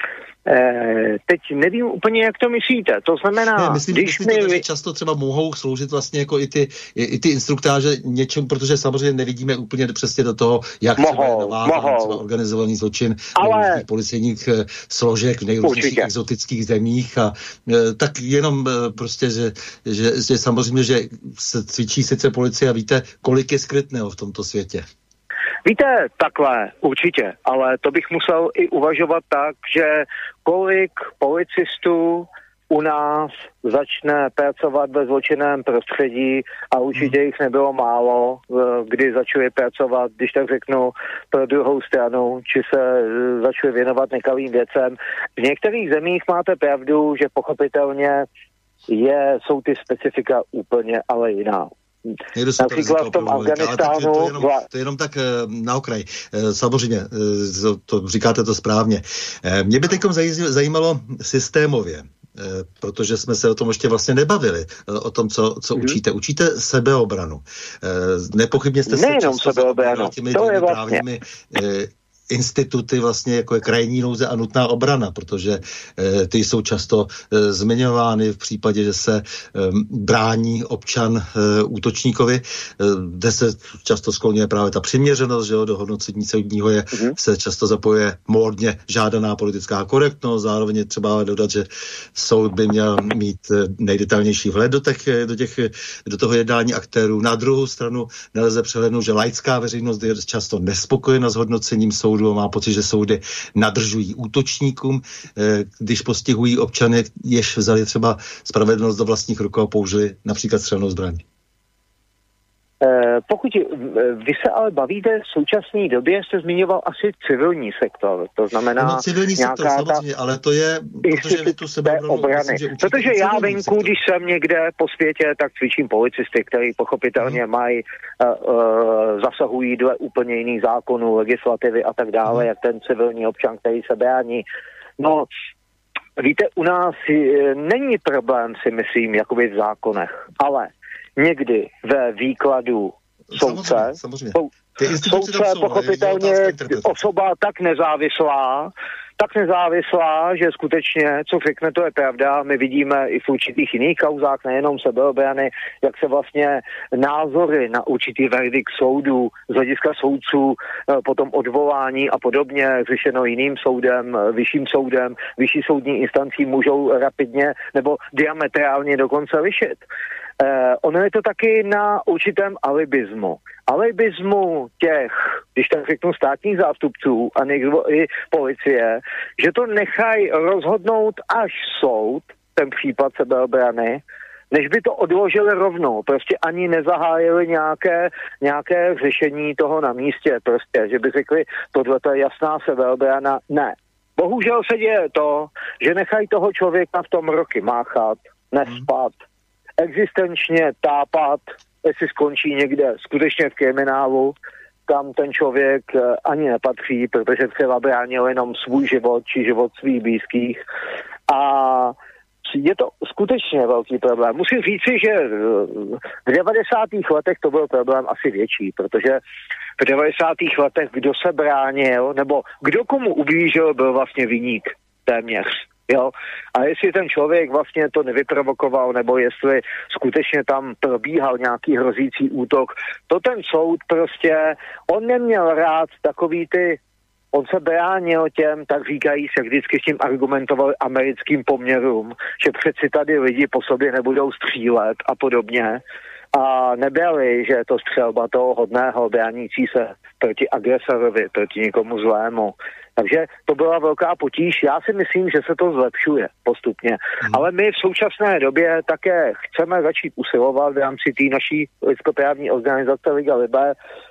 C: Teď nevím úplně, jak to myslíte. To znamená,
B: myslím, že často třeba mohou sloužit vlastně jako i ty instruktáže něčem, protože samozřejmě nevidíme úplně přesně do toho, jak třeba je navázán třeba organizovaný zločin různých policejních složek v nejrůznějších exotických zemích a tak jenom prostě, že samozřejmě, že se cvičí sice policie a víte, kolik je skrytného v tomto světě.
C: Víte, takhle, určitě, ale to bych musel i uvažovat tak, že kolik policistů u nás začne pracovat ve zločinném prostředí a určitě jich nebylo málo, kdy začali pracovat, když tak řeknu, pro druhou stranu, či se začali věnovat nekalým věcem. V některých zemích máte pravdu, že pochopitelně jsou ty specifika úplně ale jiná. Například v tom Afganistánu...
B: To je jenom tak na okraj. Samozřejmě, to říkáte to správně. Mě by teď zajímalo systémově, protože jsme se o tom ještě vlastně nebavili, o tom, co učíte. Učíte sebeobranu. Nepochybně jste se
C: nejenom sebeobranu, to je vlastně...
B: instituty vlastně jako je krajní nouze a nutná obrana, protože ty jsou často zmiňovány v případě, že se brání občan útočníkovi, kde se často skloňuje právě ta přiměřenost, že jo, do hodnocení soudního se často zapojuje módně žádaná politická korektnost, zároveň je třeba dodat, že soud by měl mít nejdetailnější vhled do toho jednání aktérů. Na druhou stranu nelze přehlédnout, že laická veřejnost je často nespokojena s hodnocením soudu a má pocit, že soudy nadržují útočníkům, když postihují občany, jež vzali třeba spravedlnost do vlastních rukou a použili například střelnou zbraň.
C: Pokud vy se ale bavíte v současné době, jste zmiňoval asi civilní sektor, to znamená
B: civilní sektor, samozřejmě, ale to je, protože vy tu
C: obrany. Protože já venku, když jsem někde po světě, tak cvičím policisty, kteří pochopitelně mají, zasahují dle úplně jiných zákonů, legislativy a tak dále, jak ten civilní občan, který se brání. No, víte, u nás není problém, si myslím, jakoby v zákonech, ale někdy ve výkladu soudce, soudce pochopitelně osoba tak nezávislá, že skutečně, co řekne, to je pravda. My vidíme i v určitých jiných kauzách, nejenom sebeobrany, jak se vlastně názory na určitý verdikt soudů z hlediska soudců, potom odvolání a podobně, řešeno jiným soudem, vyšší soudní instancí můžou rapidně nebo diametrálně dokonce lišit. Ono je to taky na určitém alibismu těch, když tak řeknu, státních zástupců a někdo i policie, že to nechají rozhodnout až soud, ten případ sebeobrany, než by to odložili rovnou, prostě ani nezahájili nějaké řešení toho na místě, prostě, že by řekli, tohle je jasná sebeobrana, ne. Bohužel se děje to, že nechají toho člověka v tom roky máchat, nespat, existenčně tápat, jestli skončí někde skutečně v kriminálu, kam ten člověk ani nepatří, protože třeba bránil jenom svůj život či život svých blízkých. A je to skutečně velký problém. Musím říci, že v 90. letech to byl problém asi větší, protože v 90. letech kdo se bránil, nebo kdo komu ublížil, byl vlastně viník téměř. Jo? A jestli ten člověk vlastně to nevyprovokoval, nebo jestli skutečně tam probíhal nějaký hrozící útok, to ten soud prostě, on neměl rád takový on se bránil těm, tak říkají se vždycky s tím argumentovali americkým poměrům, že přeci tady lidi po sobě nebudou střílet a podobně. A nebrali, že je to střelba toho hodného bránící se proti agresorovi, proti někomu zlému. Takže to byla velká potíž. Já si myslím, že se to zlepšuje postupně. Ale my v současné době také chceme začít usilovat v rámci té naší lidskoprávní organizace Liga Libe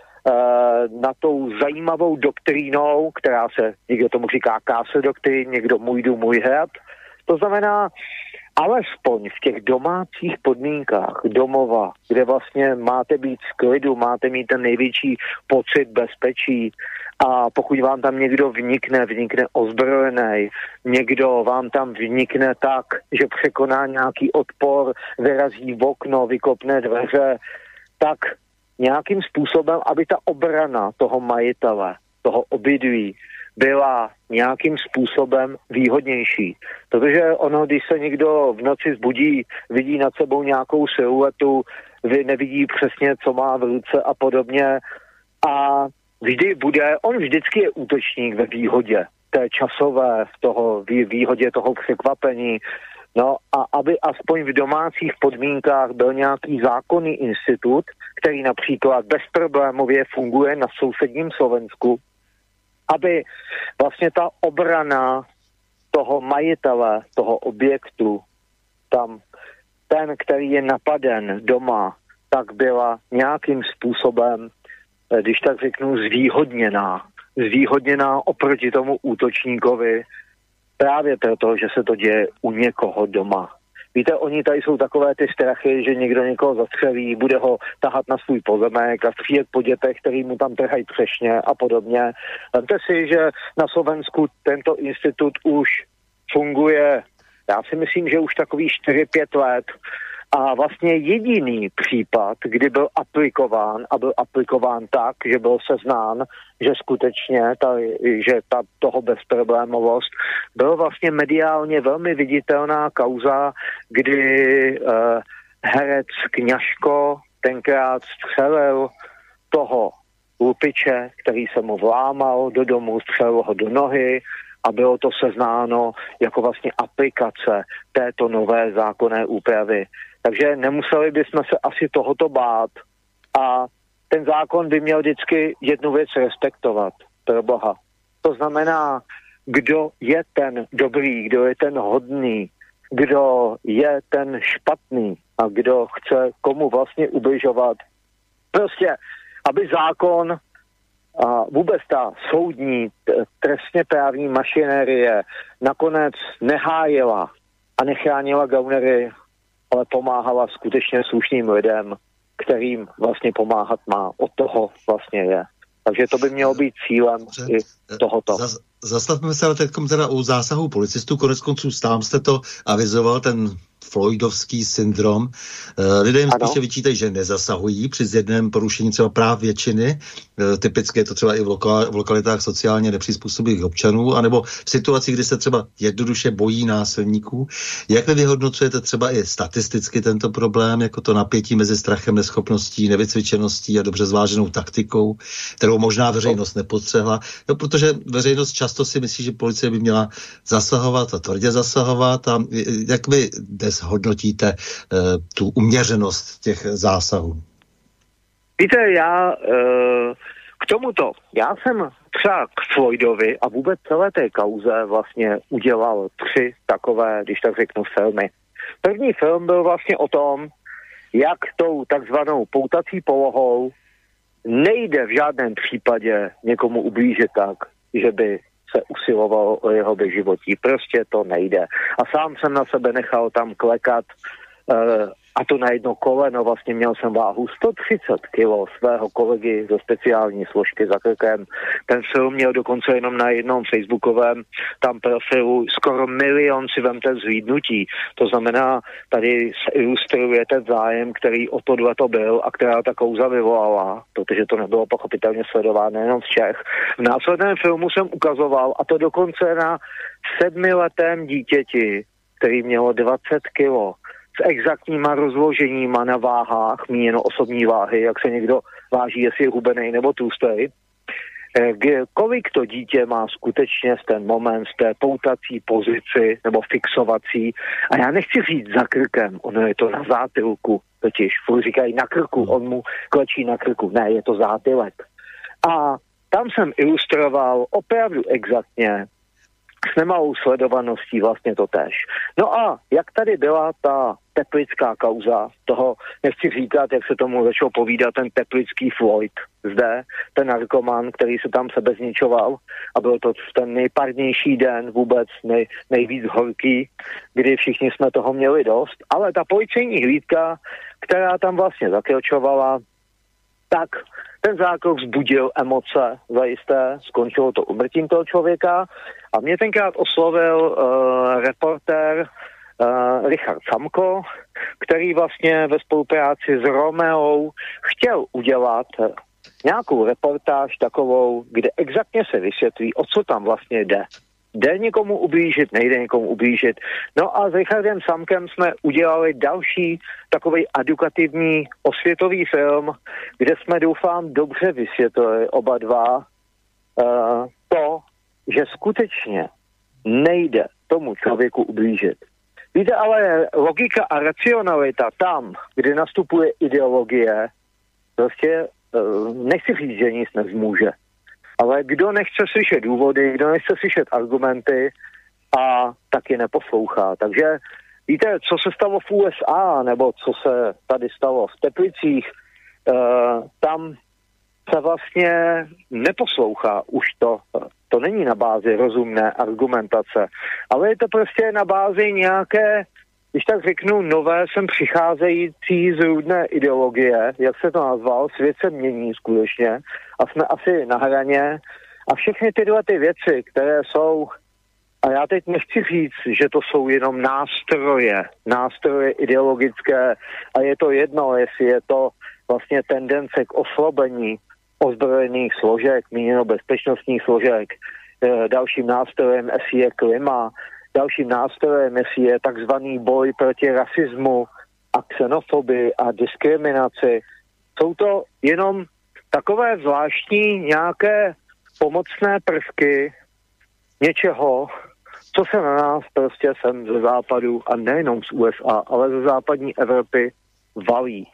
C: na tou zajímavou doktrínou, která se, někdo tomu říká Castle doktrín, někdo můj dům, můj hrad. To znamená, alespoň v těch domácích podmínkách domova, kde vlastně máte být v klidu, máte mít ten největší pocit bezpečí a pokud vám tam někdo vnikne ozbrojený, někdo vám tam vnikne tak, že překoná nějaký odpor, vyrazí v okno, vykopne dveře, tak nějakým způsobem, aby ta obrana toho majitele, toho obydlí byla nějakým způsobem výhodnější. Protože ono, když se někdo v noci zbudí, vidí nad sebou nějakou siluetu, nevidí přesně, co má v ruce a podobně. A on vždycky je útočník ve výhodě, té časové, výhodě toho překvapení. No a aby aspoň v domácích podmínkách byl nějaký zákonný institut, který například bezproblémově funguje na sousedním Slovensku, aby vlastně ta obrana toho majitele, toho objektu, tam ten, který je napaden doma, tak byla nějakým způsobem, když tak řeknu, zvýhodněná oproti tomu útočníkovi, právě proto, že se to děje u někoho doma. Víte, oni tady jsou takové ty strachy, že někdo někoho zastřelí, bude ho tahat na svůj pozemek a střílet po dětech, který mu tam trhají třešně a podobně. Vemte si, že na Slovensku tento institut už funguje, já si myslím, že už takový 4-5 let. A vlastně jediný případ, kdy byl aplikován tak, že byl seznán, že skutečně toho bezproblémovost, byl vlastně mediálně velmi viditelná kauza, kdy herec Kňažko tenkrát střelil toho lupiče, který se mu vlámal do domu, střelil ho do nohy a bylo to seznáno jako vlastně aplikace této nové zákonné úpravy. Takže nemuseli bychom se asi tohoto bát a ten zákon by měl vždycky jednu věc respektovat, pro Boha. To znamená, kdo je ten dobrý, kdo je ten hodný, kdo je ten špatný a kdo chce komu vlastně ubližovat. Prostě, aby zákon a vůbec ta soudní trestně právní mašinérie nakonec nehájila a nechránila gaunery, ale pomáhala skutečně slušným lidem, kterým vlastně pomáhat má. Od toho vlastně je. Takže to by mělo být cílem i tohoto.
B: Zastavme se ale teda u zásahu policistů. Koneckonců sám jste to avizoval, ten Floydovský syndrom. Lidé jim spíše vyčítají, že nezasahují při zjedném porušení třeba práv většiny. Typicky je to třeba i v lokalitách sociálně nepřizpůsobivých občanů, anebo v situaci, kdy se třeba jednoduše bojí násilníků. Jak vy vyhodnocujete třeba i statisticky tento problém, jako to napětí mezi strachem, neschopností, nevycvičeností a dobře zváženou taktikou, kterou možná veřejnost nepodstřehla? No, protože veřejnost často si myslí, že policie by měla zasahovat a tvrdě zasahovat. A jak vy dnes hodnotíte tu uměřenost těch zásahů?
C: Víte, já k tomuto, já jsem třeba k Floydovi a vůbec celé té kauze vlastně udělal 3 takové, když tak řeknu, filmy. První film byl vlastně o tom, jak tou takzvanou poutací polohou nejde v žádném případě někomu ublížit tak, že by se usiloval o jeho beživotí. Prostě to nejde. A sám jsem na sebe nechal tam klekat a to na jedno koleno, vlastně měl jsem váhu 130 kilo svého kolegy ze speciální složky za krkem. Ten film měl dokonce jenom na jednom facebookovém tam profilu skoro 1 milion si vemte zhlídnutí. To znamená, tady se ilustruje ten zájem, který o tohleto byl a která ta kauza vyvolala, protože to nebylo pochopitelně sledováno jenom z Čech. V následném filmu jsem ukazoval, a to dokonce na 7letém dítěti, který mělo 20 kilo, s exaktníma rozloženíma na váhách, míněno osobní váhy, jak se někdo váží, jestli je hubenej nebo tlustej, kolik to dítě má skutečně v ten moment v té poutací pozici nebo fixovací. A já nechci říct za krkem, ono je to na zátylku, totiž furt říkají na krku, on mu klečí na krku. Ne, je to zátylek. A tam jsem ilustroval opravdu exaktně s nemalou sledovaností vlastně to též. No a jak tady byla ta teplická kauza, toho nechci říkat, jak se tomu začal povídat ten teplický Floyd zde, ten narkoman, který se tam sebezničoval a byl to ten nejparnější den vůbec, nejvíc horký, kdy všichni jsme toho měli dost, ale ta policejní hlídka, která tam vlastně zakročovala, tak ten zákrok vzbudil emoce zajisté, skončilo to úmrtím toho člověka a mě tenkrát oslovil reportér Richard Samko, který vlastně ve spolupráci s Romeou chtěl udělat nějakou reportáž takovou, kde exaktně se vysvětlí, o co tam vlastně jde. Jde někomu ublížit, nejde někomu ublížit. No a s Richardem Samkem jsme udělali další takový edukativní osvětový film, kde jsme, doufám, dobře vysvětlili oba dva to, že skutečně nejde tomu člověku ublížit. Víte, ale logika a racionalita tam, kde nastupuje ideologie, prostě nechci říct, že nic nezmůže. Ale kdo nechce slyšet důvody, kdo nechce slyšet argumenty a taky neposlouchá. Takže víte, co se stalo v USA, nebo co se tady stalo v Teplicích, tam se vlastně neposlouchá už to není na bázi rozumné argumentace, ale je to prostě na bázi nějaké, když tak řeknu, nové sem přicházející zrůdné ideologie, jak se to nazval, svět se mění skutečně a jsme asi na hraně a všechny tyhle ty věci, které jsou, a já teď nechci říct, že to jsou jenom nástroje ideologické a je to jedno, jestli je to vlastně tendence k oslabení ozbrojených složek, míněno bezpečnostních složek, dalším nástrojem, jestli je klima, dalším nástrojem, jestli je takzvaný boj proti rasismu a xenofobii a diskriminaci. Jsou to jenom takové zvláštní nějaké pomocné prvky něčeho, co se na nás prostě sem ze západu, a nejenom z USA, ale ze západní Evropy valí.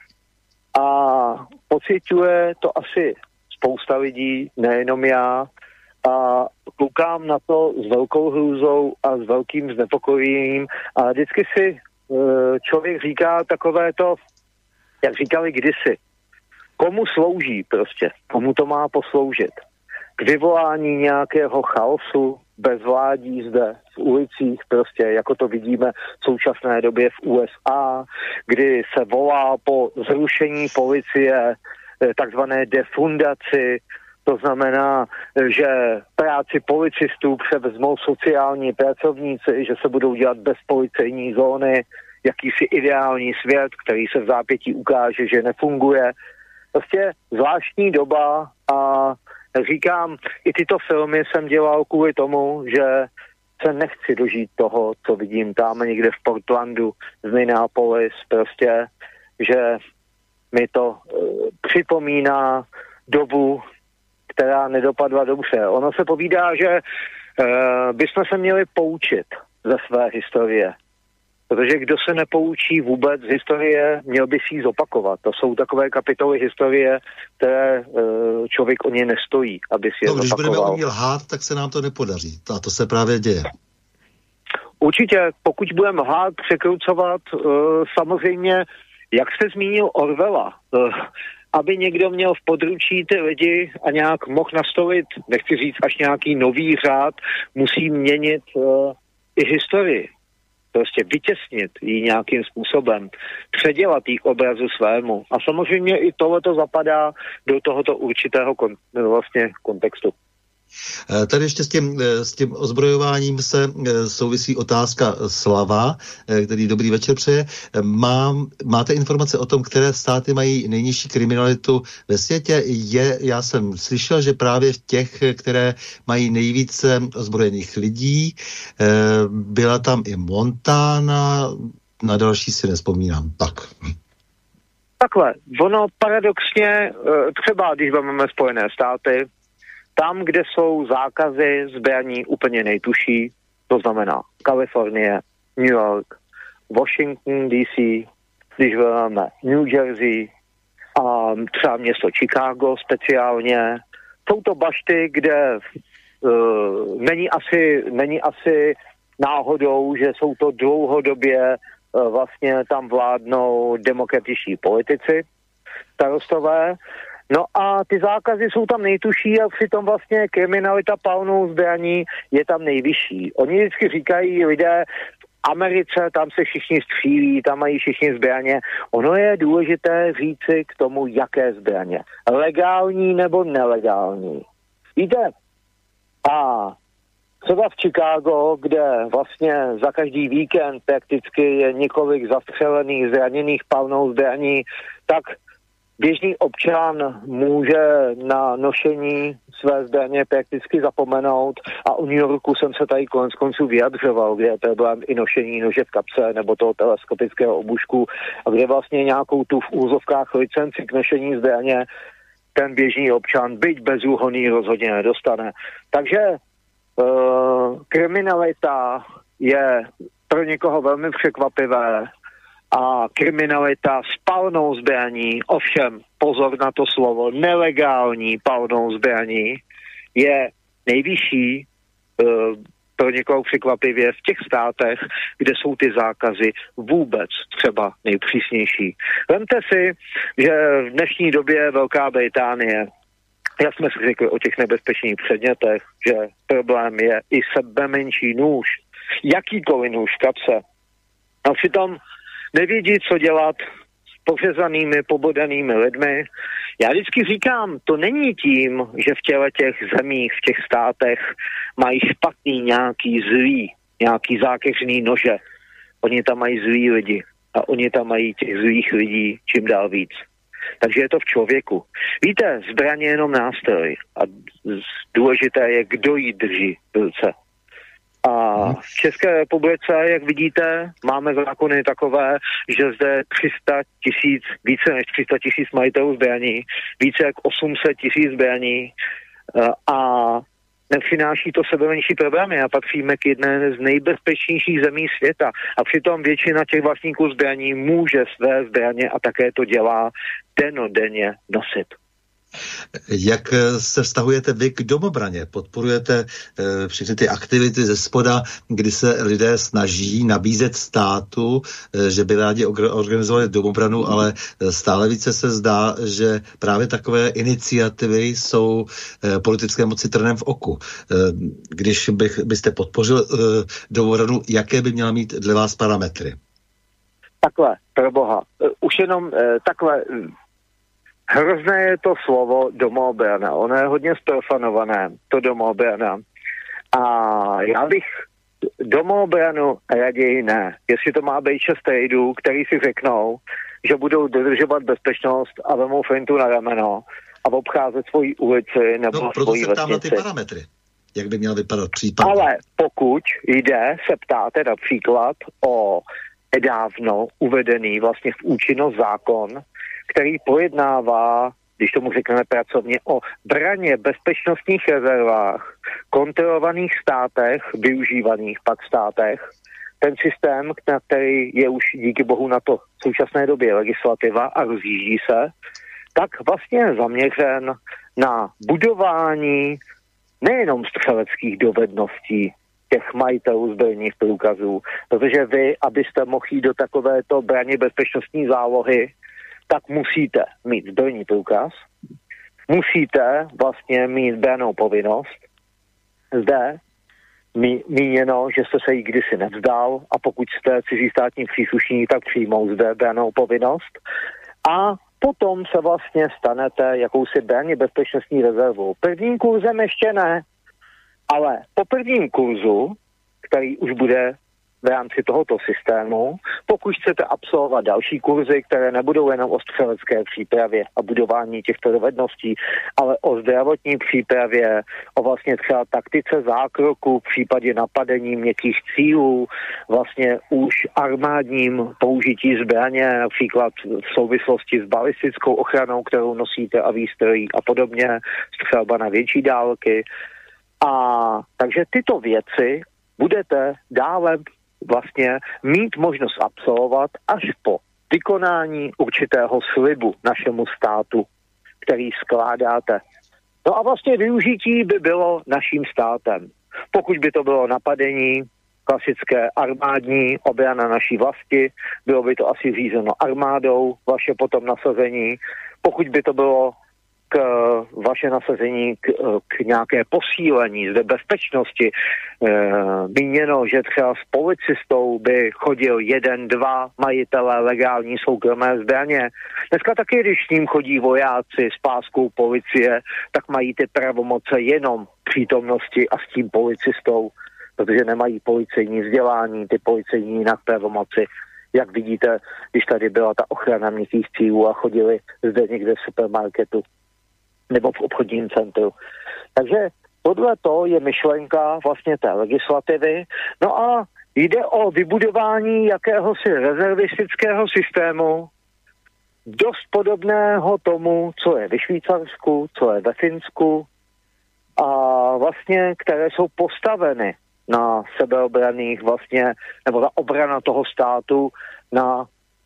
C: A pociťuje to asi spousta lidí, nejenom já, a koukám na to s velkou hrůzou a s velkým znepokojením a vždycky si člověk říká takové to, jak říkali kdysi, komu slouží prostě, komu to má posloužit. K vyvolání nějakého chaosu, bezvládí zde v ulicích, prostě jako to vidíme v současné době v USA, kdy se volá po zrušení policie, takzvané defundaci, to znamená, že práci policistů převezmou sociální pracovníci, že se budou dělat bezpolicejní zóny, jakýsi ideální svět, který se v zápětí ukáže, že nefunguje. Prostě zvláštní doba a říkám, i tyto filmy jsem dělal kvůli tomu, že se nechci dožít toho, co vidím tam někde v Portlandu, v Minneapolis, prostě, že mi to připomíná dobu, která nedopadla dobře. Ono se povídá, že bychom se měli poučit ze své historie. Protože kdo se nepoučí vůbec z historie, měl by si ji zopakovat. To jsou takové kapitoly historie, které člověk o ně nestojí, aby si je zopakoval.
B: Když budeme o ní lhát, tak se nám to nepodaří. A to se právě děje.
C: Určitě, pokud budeme lhát, překrucovat, samozřejmě, jak jste zmínil Orwella, aby někdo měl v područí ty lidi a nějak mohl nastolit, nechci říct až nějaký nový řád, musí měnit i historii. Prostě vytěsnit ji nějakým způsobem, předělat jí k obrazu svému. A samozřejmě i tohleto zapadá do tohoto určitého kontextu.
B: Tady ještě s tím ozbrojováním se souvisí otázka Slava, který dobrý večer přeje. Máte informace o tom, které státy mají nejnižší kriminalitu ve světě? Já jsem slyšel, že právě v těch, které mají nejvíce ozbrojených lidí, byla tam i Montana, na další si nevzpomínám.
C: Takhle, ono paradoxně, třeba když máme Spojené státy, tam, kde jsou zákazy zbraní úplně nejtužší, to znamená Kalifornie, New York, Washington DC, když máme New Jersey a třeba město Chicago speciálně, jsou to bašty, kde není asi náhodou, že jsou to dlouhodobě vlastně tam vládnou demokratičtí politici, starostové. No a ty zákazy jsou tam nejtužší a přitom vlastně kriminalita palnou zbraní je tam nejvyšší. Oni vždycky říkají lidé, v Americe tam se všichni střílí, tam mají všichni zbraně. Ono je důležité říci k tomu, jaké zbraně. Legální nebo nelegální. Víte, a třeba v Chicago, kde vlastně za každý víkend prakticky je několik zastřelených, zraněných palnou zbraní, tak běžný občan může na nošení své zbraně prakticky zapomenout a o New Yorku jsem se tady konec konců vyjadřoval, kde je problém i nošení nože v kapse nebo toho teleskopického obušku a kde vlastně nějakou tu v úzovkách licenci k nošení zbraně ten běžný občan, byť bezúhonný, rozhodně nedostane. Takže kriminalita je pro někoho velmi překvapivé a kriminalita s palnou zbraní, ovšem pozor na to slovo, nelegální palnou zbraní, je nejvyšší pro někoho překvapivě v těch státech, kde jsou ty zákazy vůbec třeba nejpřísnější. Vemte si, že v dnešní době Velká Británie, jak jsme si řekli o těch nebezpečných předmětech, že problém je i sebemenší nůž, jakýkoliv nůž v kapse. A přitom nevědí, co dělat s pořezanými, pobodanými lidmi. Já vždycky říkám, to není tím, že v těle těch zemích, v těch státech mají špatný nějaký zlý, nějaký zákeřný nože. Oni tam mají zlý lidi a oni tam mají těch zlých lidí čím dál víc. Takže je to v člověku. Víte, zbraň je jenom nástroj a důležité je, kdo ji drží v ruce. A v České republice, jak vidíte, máme zákony takové, že zde 300 000, více než 300 000 majitelů zbraní, více jak 800 000 zbraní a nepřináší to sebemenší problémy a patříme k jedné z nejbezpečnějších zemí světa. A přitom většina těch vlastníků zbraní může své zbraně a také to dělá dennodenně nosit.
B: Jak se vztahujete vy k domobraně? Podporujete všechny ty aktivity ze spoda, kdy se lidé snaží nabízet státu, že by rádi organizovali domobranu, ale stále více se zdá, že právě takové iniciativy jsou politické moci trnem v oku. Když byste podpořil domobranu, jaké by měla mít dle vás parametry?
C: Takhle, pro boha. Už jenom takhle. Hrozné je to slovo domoobrana. Ono je hodně zprofanované, to domoobrana. A já bych domoobranu raději ne. Jestli to má být 6 trejdů, který si řeknou, že budou dodržovat bezpečnost a vemou flintu na rameno a obcházet svoji ulici nebo svoji vesnici.
B: Proto se ptám na ty parametry. Jak by měl vypadat případ?
C: Ale pokud jde, se ptáte například o nedávno uvedený vlastně v účinnost zákon, který pojednává, když tomu řekneme pracovně, o braně bezpečnostních rezervách, kontrolovaných státech, využívaných pak státech. Ten systém, na který je už díky bohu na to v současné době legislativa a rozjíždí se, tak vlastně je zaměřen na budování nejenom střeleckých dovedností těch majitelů zbrojních průkazů, protože vy, abyste mohli jít do takovéto braně bezpečnostní zálohy, tak musíte mít zbrojní průkaz, musíte vlastně mít brannou povinnost. Zde míněno, že jste se jí kdysi nevzdal a pokud jste cizí státní příslušník, tak přijmou zde brannou povinnost. A potom se vlastně stanete jakousi branně bezpečnostní rezervou. Prvním kurzem ještě ne, ale po prvním kurzu, který už bude v rámci tohoto systému, pokud chcete absolvovat další kurzy, které nebudou jenom o střelecké přípravě a budování těchto dovedností, ale o zdravotní přípravě, o vlastně třeba taktice zákroku v případě napadení měkkých cílů, vlastně už armádním použití zbraně, například v souvislosti s balistickou ochranou, kterou nosíte a výstrojí a podobně, střelba na větší dálky. A takže tyto věci budete dále vlastně mít možnost absolvovat až po vykonání určitého slibu našemu státu, který skládáte. No a vlastně využití by bylo naším státem. Pokud by to bylo napadení, klasické armádní obrana naší vlasti, bylo by to asi řízeno armádou, vaše potom nasazení. Pokud by to bylo vaše nasazení k nějaké posílení zde bezpečnosti. Míněno, že třeba s policistou by chodil 1-2 majitelé legální soukromé zbraně. Dneska taky, když s ním chodí vojáci s páskou policie, tak mají ty pravomoce jenom přítomnosti a s tím policistou, protože nemají policejní vzdělání, ty policejní jinak pravomoci. jak vidíte, když tady byla ta ochrana měkkých cílů a chodili zde někde v supermarketu nebo v obchodním centru. Takže podle toho je myšlenka vlastně té legislativy. No a jde o vybudování jakéhosi rezervistického systému, dost podobného tomu, co je ve Švýcarsku, co je ve Finsku a vlastně, které jsou postaveny na sebeobraných vlastně, nebo na obrana toho státu na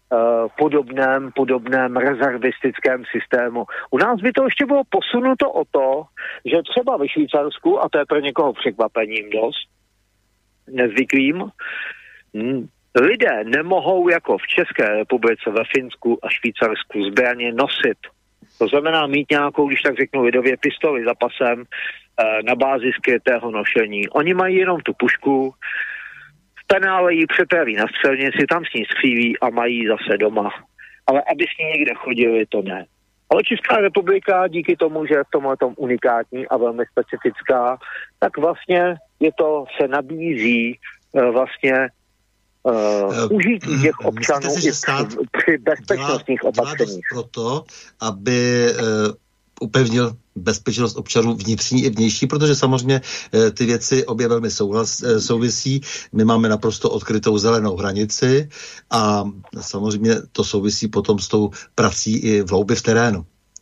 C: podobném rezervistickém systému. U nás by to ještě bylo posunuto o to, že třeba ve Švýcarsku, a to je pro někoho překvapením dost, nezvyklým, lidé nemohou jako v České republice, ve Finsku a Švýcarsku zbraně nosit. To znamená mít nějakou, když tak řeknu lidově, pistoli za pasem na bázi skrytého nošení. Oni mají jenom tu pušku, v penále ji přepraví na střelnici, tam s ní střílí a mají ji zase doma. Ale aby s ní někde chodili, to ne. Ale Česká republika díky tomu, že je v tomhletom unikátní a velmi specifická, tak vlastně se nabízí vlastně užití těch občanů při bezpečnostních opatřeních.
B: Proto, aby upevnil bezpečnost občanů vnitřní i vnější, protože samozřejmě ty věci obě velmi souvisí. My máme naprosto odkrytou zelenou hranici a samozřejmě to souvisí potom s tou prací i v hloubi v terénu.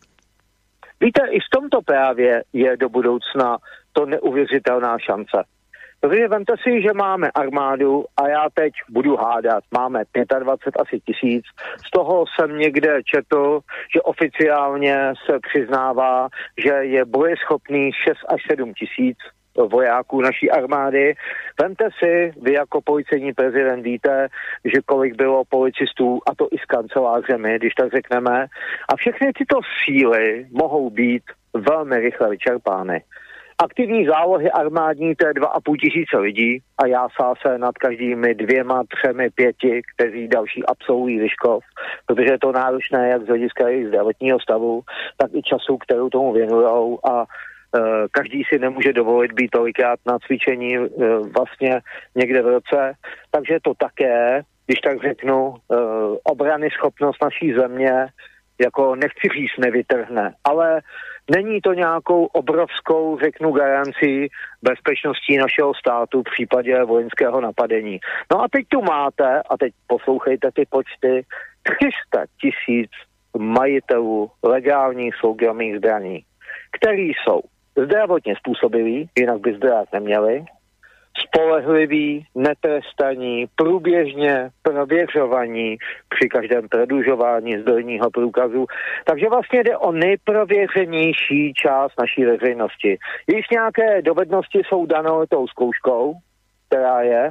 C: Víte, i v tomto právě je do budoucna to neuvěřitelná šance. Protože vemte si, že máme armádu a já teď budu hádat, máme 25 asi 1000, z toho jsem někde četl, že oficiálně se přiznává, že je bojeschopný 6 až 7 tisíc vojáků naší armády. Vemte si, vy jako policejní prezident víte, že kolik bylo policistů, a to i z kancelářemi, když tak řekneme, a všechny tyto síly mohou být velmi rychle vyčerpány. Aktivní zálohy armádní, to je 2,5 tisíce lidí a jásá se nad každými 2, 3, 5, kteří další absolvují Vyškov, protože je to náročné jak z hlediska jejich zdravotního stavu, tak i času, kterou tomu věnujou a každý si nemůže dovolit být tolikrát na cvičení vlastně někde v roce, takže to také, když tak řeknu, obrany schopnost naší země, jako nechci říct nevytrhne, ale není to nějakou obrovskou, řeknu, garancí bezpečností našeho státu v případě vojenského napadení. No a teď tu máte, a teď poslouchejte ty počty, 300 000 majitelů legálních soukromých zbraní, který jsou zdravotně způsobilí, jinak by zbrát neměli, spolehliví, netrestaní, průběžně prověřovaní při každém prodlužování zbrojního průkazu. Takže vlastně jde o nejprověřenější část naší veřejnosti. Již nějaké dovednosti jsou dané tou zkouškou, která je,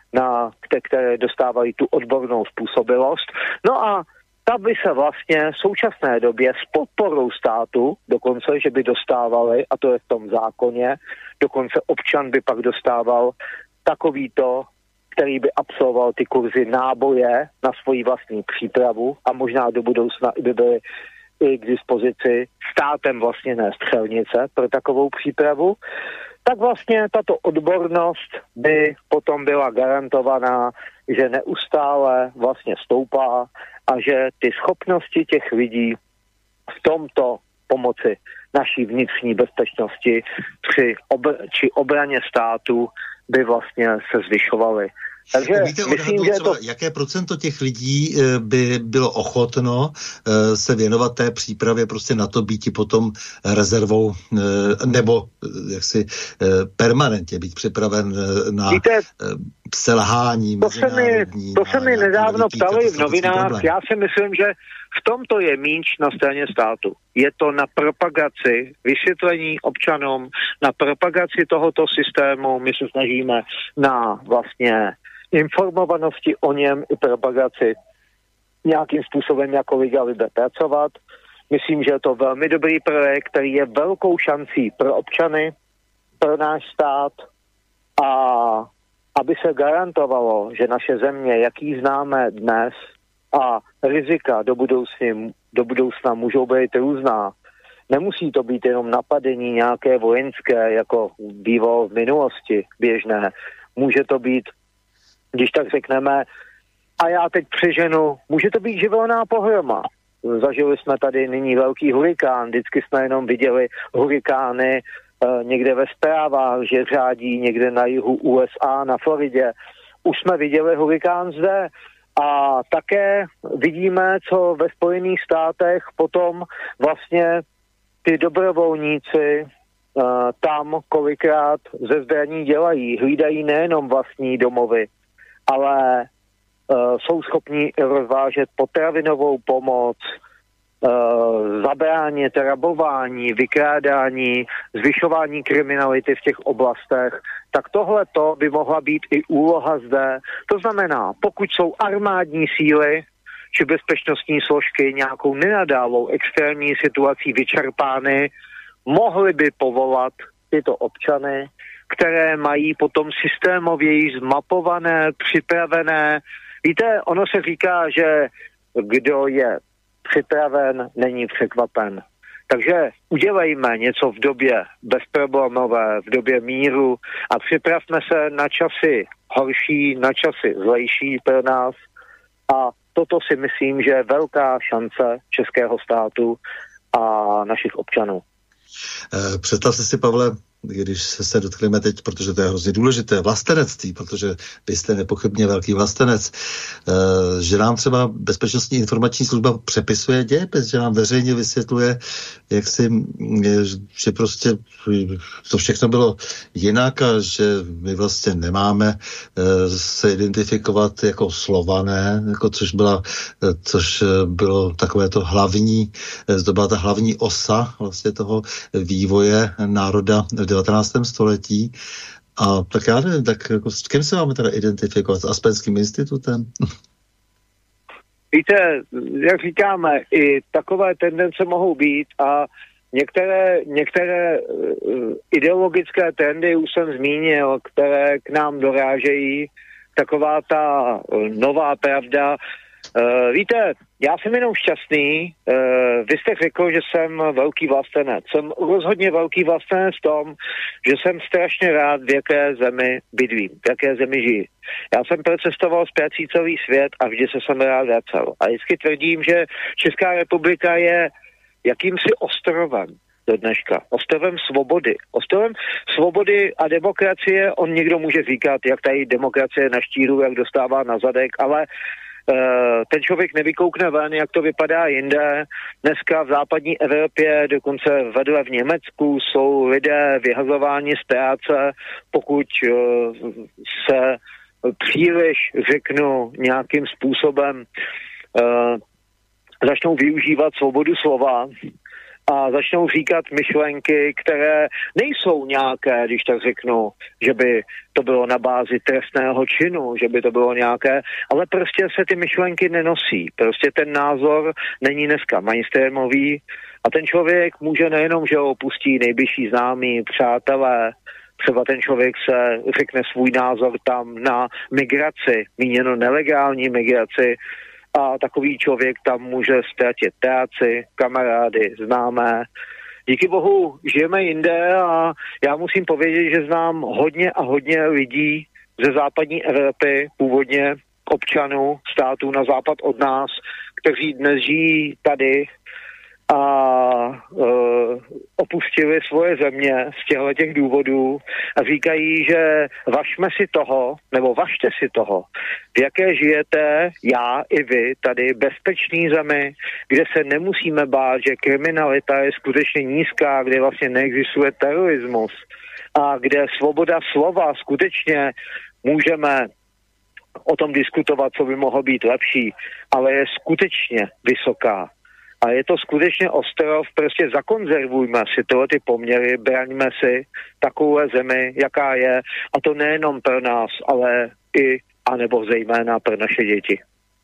C: které dostávají tu odbornou způsobilost. No a ta by se vlastně v současné době s podporou státu, dokonce, že by dostávali, a to je v tom zákoně, dokonce občan by pak dostával takovýto, který by absolvoval ty kurzy náboje na svoji vlastní přípravu a možná do budoucna by byly i k dispozici státem vlastně ne střelnice pro takovou přípravu, tak vlastně tato odbornost by potom byla garantovaná, že neustále vlastně stoupá a že ty schopnosti těch lidí v tomto pomoci naší vnitřní bezpečnosti při obraně státu by vlastně se zvyšovaly. Takže
B: umíte
C: myslím, že to...
B: jaké procento těch lidí by bylo ochotno se věnovat té přípravě prostě na to býti potom rezervou nebo jaksi permanentně být připraven na selhání mezinárodní.
C: To se mi nedávno ptali v novinách. Já si myslím, že v tomto je míč na straně státu. Je to na propagaci, vysvětlení občanům, na propagaci tohoto systému. My se snažíme na vlastně informovanosti o něm i propagaci nějakým způsobem, jako Liga Libe pracovat. Myslím, že je to velmi dobrý projekt, který je velkou šancí pro občany, pro náš stát a aby se garantovalo, že naše země, jaký známe dnes, a rizika do budoucna můžou být různá. Nemusí to být jenom napadení nějaké vojenské, jako bývalo v minulosti běžné. Může to být, když tak řekneme, a já teď přeženu, může to být živelná pohroma. Zažili jsme tady nyní velký hurikán, vždycky jsme jenom viděli hurikány někde ve zprávách, že řádí někde na jihu USA, na Floridě. Už jsme viděli hurikán zde a také vidíme, co ve Spojených státech potom vlastně ty dobrovolníci tam kolikrát ze zbraní dělají. Hlídají nejenom vlastní domovy, ale jsou schopni rozvážet potravinovou pomoc, zabránit rabování, vykrádání, zvyšování kriminality v těch oblastech, tak tohleto by mohla být i úloha zde. To znamená, pokud jsou armádní síly či bezpečnostní složky nějakou nenadálou extrémní situací vyčerpány, mohly by povolat tyto občany, které mají potom systémověji zmapované, připravené. Víte, ono se říká, že kdo je připraven, není překvapen. Takže udělejme něco v době bezproblémové, v době míru a připravme se na časy horší, na časy zlejší pro nás. A toto si myslím, že je velká šance českého státu a našich občanů.
B: Představte si, Pavle, když se dotkneme teď, protože to je hrozně důležité, vlastenectví, protože vy jste nepochybně velký vlastenec, že nám třeba Bezpečnostní informační služba přepisuje dějepis, že nám veřejně vysvětluje, jak si, že prostě to všechno bylo jinak a že my vlastně nemáme se identifikovat jako Slované, jako což bylo takové to hlavní, to byla ta hlavní osa vlastně toho vývoje národa v 19. století. A tak já nevím, tak jako s kým se máme teda identifikovat? S Aspenským institutem?
C: Víte, jak říkáme, i takové tendence mohou být a některé ideologické trendy už jsem zmínil, které k nám dorážejí, taková ta nová pravda. Víte, já jsem jenom šťastný, vy jste řekl, že jsem velký vlastenec. Jsem rozhodně velký vlastenec v tom, že jsem strašně rád, v jaké zemi bydlím, v jaké zemi žiji. Já jsem procestoval zpětí celý svět a vždy se jsem rád vracel. A vždycky tvrdím, že Česká republika je jakýmsi ostrovem do dneška. Ostrovem svobody. Ostrovem svobody a demokracie, on někdo může říkat, jak tady demokracie na štíru, jak dostává na zadek, ale ten člověk nevykoukne ven, jak to vypadá jinde. Dneska v západní Evropě, dokonce vedle v Německu, jsou lidé vyhazováni z práce, pokud se příliš, řeknu, nějakým způsobem začnou využívat svobodu slova a začnou říkat myšlenky, které nejsou nějaké, když tak řeknu, že by to bylo na bázi trestného činu, že by to bylo nějaké, ale prostě se ty myšlenky nenosí. Prostě ten názor není dneska mainstreamový a ten člověk může nejenom, že opustí nejbližší známí, přátelé, třeba ten člověk se řekne svůj názor tam na migraci, míněno nelegální migraci, a takový člověk tam může ztratit práci, kamarády, známé. Díky bohu žijeme jinde a já musím povědět, že znám hodně a hodně lidí ze západní Evropy, původně občanů států na západ od nás, kteří dnes žijí tady a opustili svoje země z těch důvodů a říkají, že važte si toho, v jaké žijete, já i vy, tady bezpečný zemi, kde se nemusíme bát, že kriminalita je skutečně nízká, kde vlastně neexistuje terorismus a kde svoboda slova skutečně můžeme o tom diskutovat, co by mohlo být lepší, ale je skutečně vysoká. A je to skutečně ostrov, prostě zakonzervujme si tyhle ty poměry, braňme si takovou zemi, jaká je, a to nejenom pro nás, ale i, anebo zejména pro naše děti.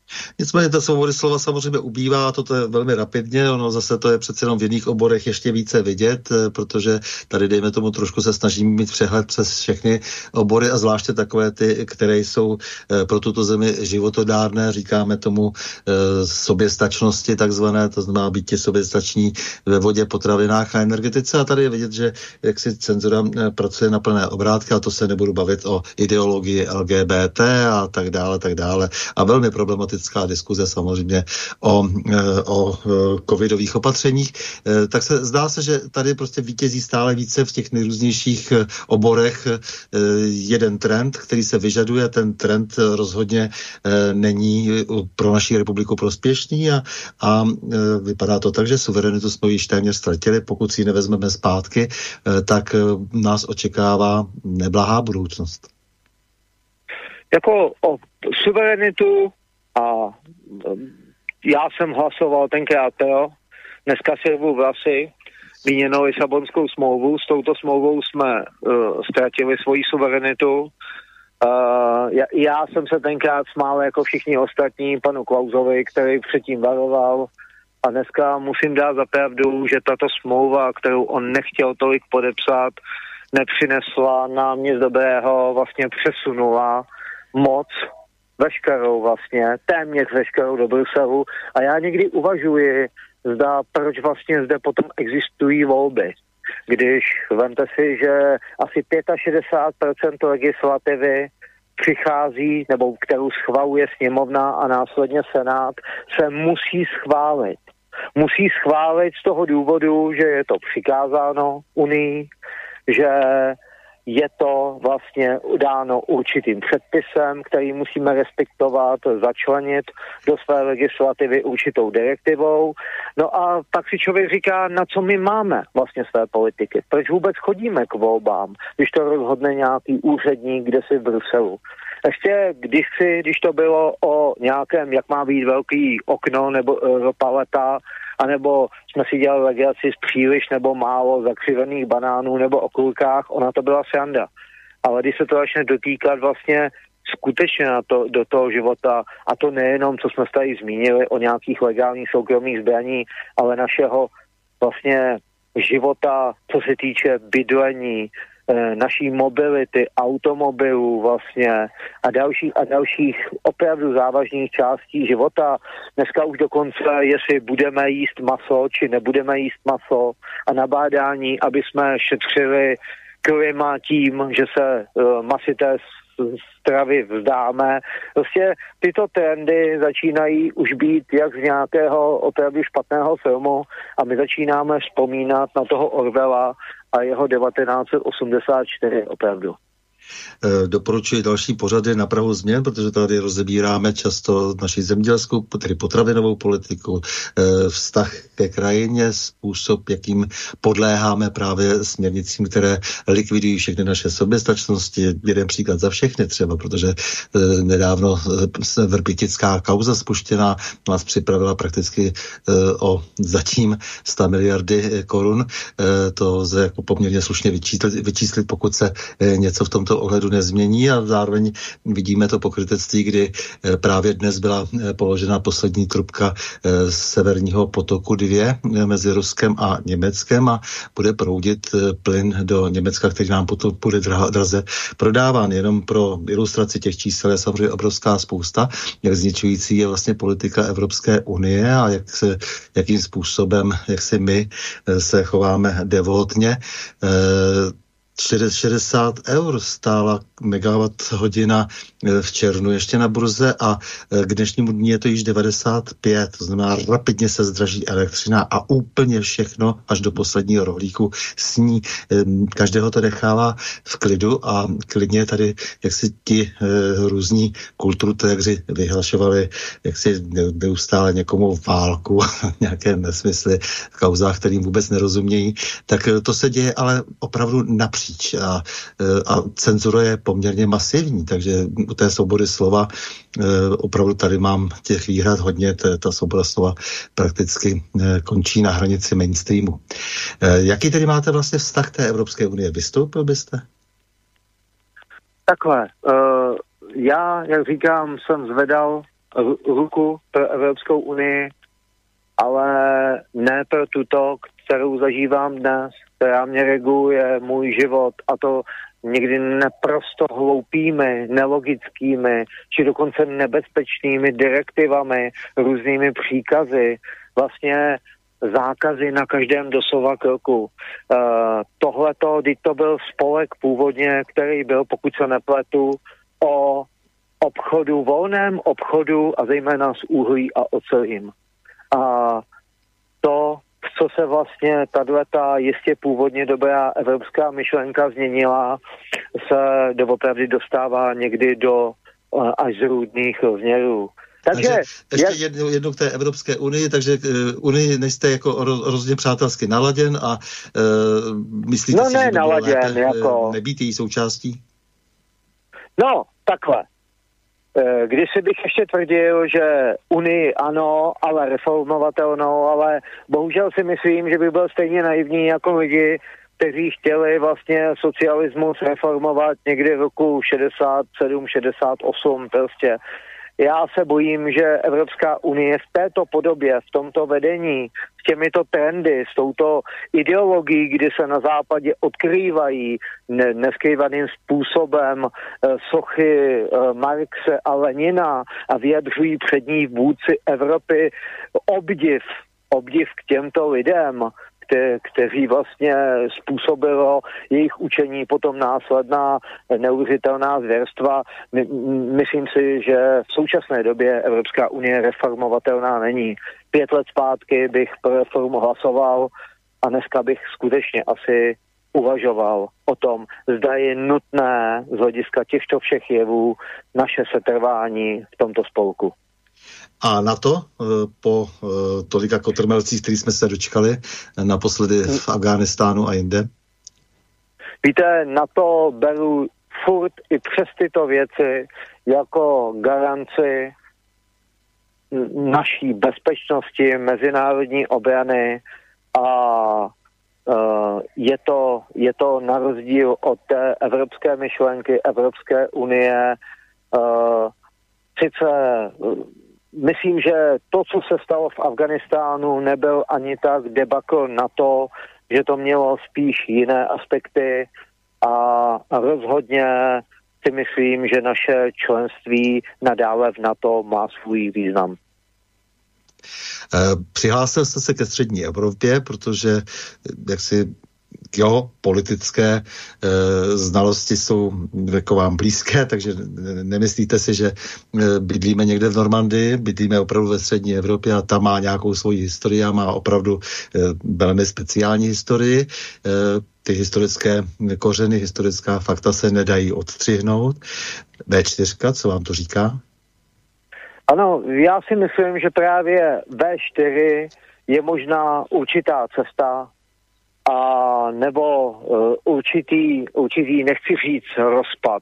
B: Nicméně ta svobody slova samozřejmě ubývá, toto je velmi rapidně, ono zase to je přece jenom v jiných oborech ještě více vidět, protože tady, dejme tomu, trošku se snažíme mít přehled přes všechny obory a zvláště takové ty, které jsou pro tuto zemi životodárné, říkáme tomu soběstačnosti takzvané, to znamená být soběstační ve vodě, potravinách a energetice, a tady je vidět, že jaksi cenzura pracuje na plné obrátky, a to se nebudu bavit o ideologii LGBT a tak dále a velmi problematická diskuze samozřejmě o covidových opatřeních, tak se zdá se, že tady prostě vítězí stále více v těch nejrůznějších oborech jeden trend, který se vyžaduje. Ten trend rozhodně není pro naši republiku prospěšný a vypadá to tak, že suverenitu jsme již téměř ztratili. Pokud si ji nevezmeme zpátky, tak nás očekává neblahá budoucnost.
C: Jako o suverenitu a já jsem hlasoval tenkrát pro, dneska si rvu vlasy, míněno Lisabonskou smlouvu, s touto smlouvou jsme ztratili svoji suverenitu. Já jsem se tenkrát smál jako všichni ostatní panu Klausovi, který předtím varoval, a dneska musím dát za pravdu, že tato smlouva, kterou on nechtěl tolik podepsat, nepřinesla nám nic dobrého, vlastně přesunula moc veškerou vlastně, téměř veškerou do Bruselu, a já někdy uvažuji, zda proč vlastně zde potom existují volby. Když vemte si, že asi 65% legislativy přichází, nebo kterou schvaluje sněmovna a následně senát, se musí schválit. Musí schválit z toho důvodu, že je to přikázáno Unii, že je to vlastně dáno určitým předpisem, který musíme respektovat, začlenit do své legislativy určitou direktivou. No a pak si člověk říká, na co my máme vlastně své politiky. Proč vůbec chodíme k volbám, když to rozhodne nějaký úředník kdesi v Bruselu. Ještě když to bylo o nějakém, jak má být velký okno nebo paleta, anebo jsme si dělali legraci z příliš nebo málo zakřivených banánů nebo o kulkách, ona to byla sranda. Ale když se to začne dotýkat vlastně skutečně do toho života, a to nejenom, co jsme tady zmínili o nějakých legálních soukromých zbraní, ale našeho vlastně života, co se týče bydlení, naší mobility, automobilů vlastně a dalších opravdu závažných částí života. Dneska už dokonce, jestli budeme jíst maso, či nebudeme jíst maso, a nabádání, aby jsme šetřili klima tím, že se masité stravy vzdáme. Prostě tyto trendy začínají už být jak z nějakého opravdu špatného filmu, a my začínáme vzpomínat na toho Orwella a jeho 1984 opravdu.
B: Doporučuji další pořady na prahu změn, protože tady rozebíráme často naši zemědělskou, tedy potravinovou politiku, vztah ke krajině, způsob, jakým podléháme právě směrnicím, které likvidují všechny naše soběstačnosti. Jeden příklad za všechny třeba, protože nedávno vrbětická kauza spuštěná nás připravila prakticky o zatím 100 miliardy korun. To lze jako poměrně slušně vyčíslit, pokud se něco v tomto ohledu nezmění, a zároveň vidíme to pokrytectví, kdy právě dnes byla položena poslední trubka severního potoku 2 mezi Ruskem a Německem a bude proudit plyn do Německa, který nám potom bude draze prodáván. Jenom pro ilustraci těch čísel je samozřejmě obrovská spousta, jak zničující je vlastně politika Evropské unie a jakým způsobem, jak si my se chováme devotně. 60 eur stála megawatt hodina v červnu ještě na burze a k dnešnímu dní je to již 95, to znamená rapidně se zdraží elektřina a úplně všechno až do posledního rohlíku sní. Každého to nechává v klidu a klidně tady, jak si ti různí kulturutégři vyhlašovali, jak si neustále někomu válku, nějaké nesmysly v kauzách, kterým vůbec nerozumějí, tak to se děje ale opravdu napříč a cenzura je poměrně masivní, takže u té svobody slova opravdu tady mám těch výhrad hodně, ta svoboda slova prakticky končí na hranici mainstreamu. Jaký tedy máte vlastně vztah té Evropské unie? Vystoupil byste?
C: Takhle, já, jak říkám, jsem zvedal ruku pro Evropskou unii, ale ne pro tuto, kterou zažívám dnes, která mě reguluje můj život, a to někdy naprosto hloupými, nelogickými, či dokonce nebezpečnými direktivami, různými příkazy, vlastně zákazy na každém doslova kroku. Tohleto, když to byl spolek původně, který byl, pokud se nepletu, o obchodu, volném obchodu a zejména s uhlí a ocelím. A to, co se vlastně tato jistě původně dobrá evropská myšlenka změnila, se doopravdy dostává někdy do až zrůdných rozměrů. Takže
B: ještě jednou k té Evropské unii, takže unii nejste jako hrozně přátelsky naladěn a myslíte si, že by bylo lépe nebýt její součástí?
C: No, takhle. Kdysi bych ještě tvrdil, že unii ano, ale reformovatelnou, ale bohužel si myslím, že by byl stejně naivní jako lidi, kteří chtěli vlastně socialismus reformovat někdy v roku 67, 68 prostě. Já se bojím, že Evropská unie v této podobě, v tomto vedení, s těmito trendy, s touto ideologií, kdy se na západě odkrývají neskrývaným způsobem sochy Marxe a Lenina a vyjadřují přední vůdci Evropy obdiv k těmto lidem, kteří vlastně způsobilo jejich učení potom následná neuvěřitelná zvěrstva. Myslím si, že v současné době Evropská unie reformovatelná není. 5 let zpátky bych pro reformu hlasoval a dneska bych skutečně asi uvažoval o tom, zda je nutné z hlediska těchto všech jevů naše setrvání v tomto spolku.
B: A NATO po tolika kotrmelcích, který jsme se dočkali naposledy v Afghánistánu a jinde?
C: Víte, NATO beru furt i přes tyto věci jako garanci naší bezpečnosti, mezinárodní obrany a je to na rozdíl od té evropské myšlenky, Evropské unie. Sice myslím, že to, co se stalo v Afghánistánu, nebyl ani tak debakl na to, že to mělo spíš jiné aspekty a rozhodně si myslím, že naše členství nadále v NATO má svůj význam.
B: Přihlásil jste se ke střední Evropě, protože jaksi politické znalosti jsou jako vám blízké, takže nemyslíte si, že bydlíme někde v Normandii, bydlíme opravdu ve střední Evropě a tam má nějakou svoji historii a má opravdu velmi speciální historii. Ty historické kořeny, historická fakta se nedají odstřihnout. V4, co vám to říká?
C: Ano, já si myslím, že právě V4 je možná určitá cesta a nebo určitý, nechci říct rozpad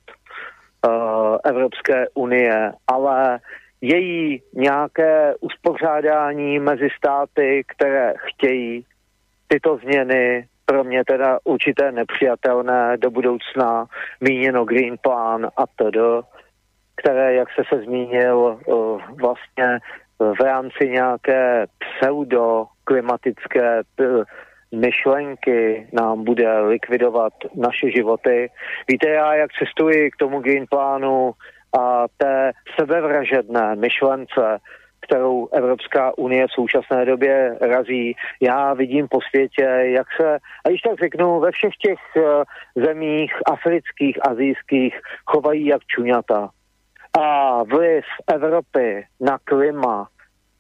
C: Evropské unie, ale její nějaké uspořádání mezi státy, které chtějí tyto změny, pro mě teda určité nepřijatelné do budoucna, míněno Green Plan a td., které, jak se zmínil, vlastně v rámci nějaké pseudoklimatické myšlenky nám bude likvidovat naše životy. Víte, já jak cestuji k tomu Green Plánu a té sebevražedné myšlence, kterou Evropská unie v současné době razí, já vidím po světě, jak se, a když tak řeknu, ve všech těch zemích afrických, asijských chovají jak čuňata. A vliv Evropy na klima,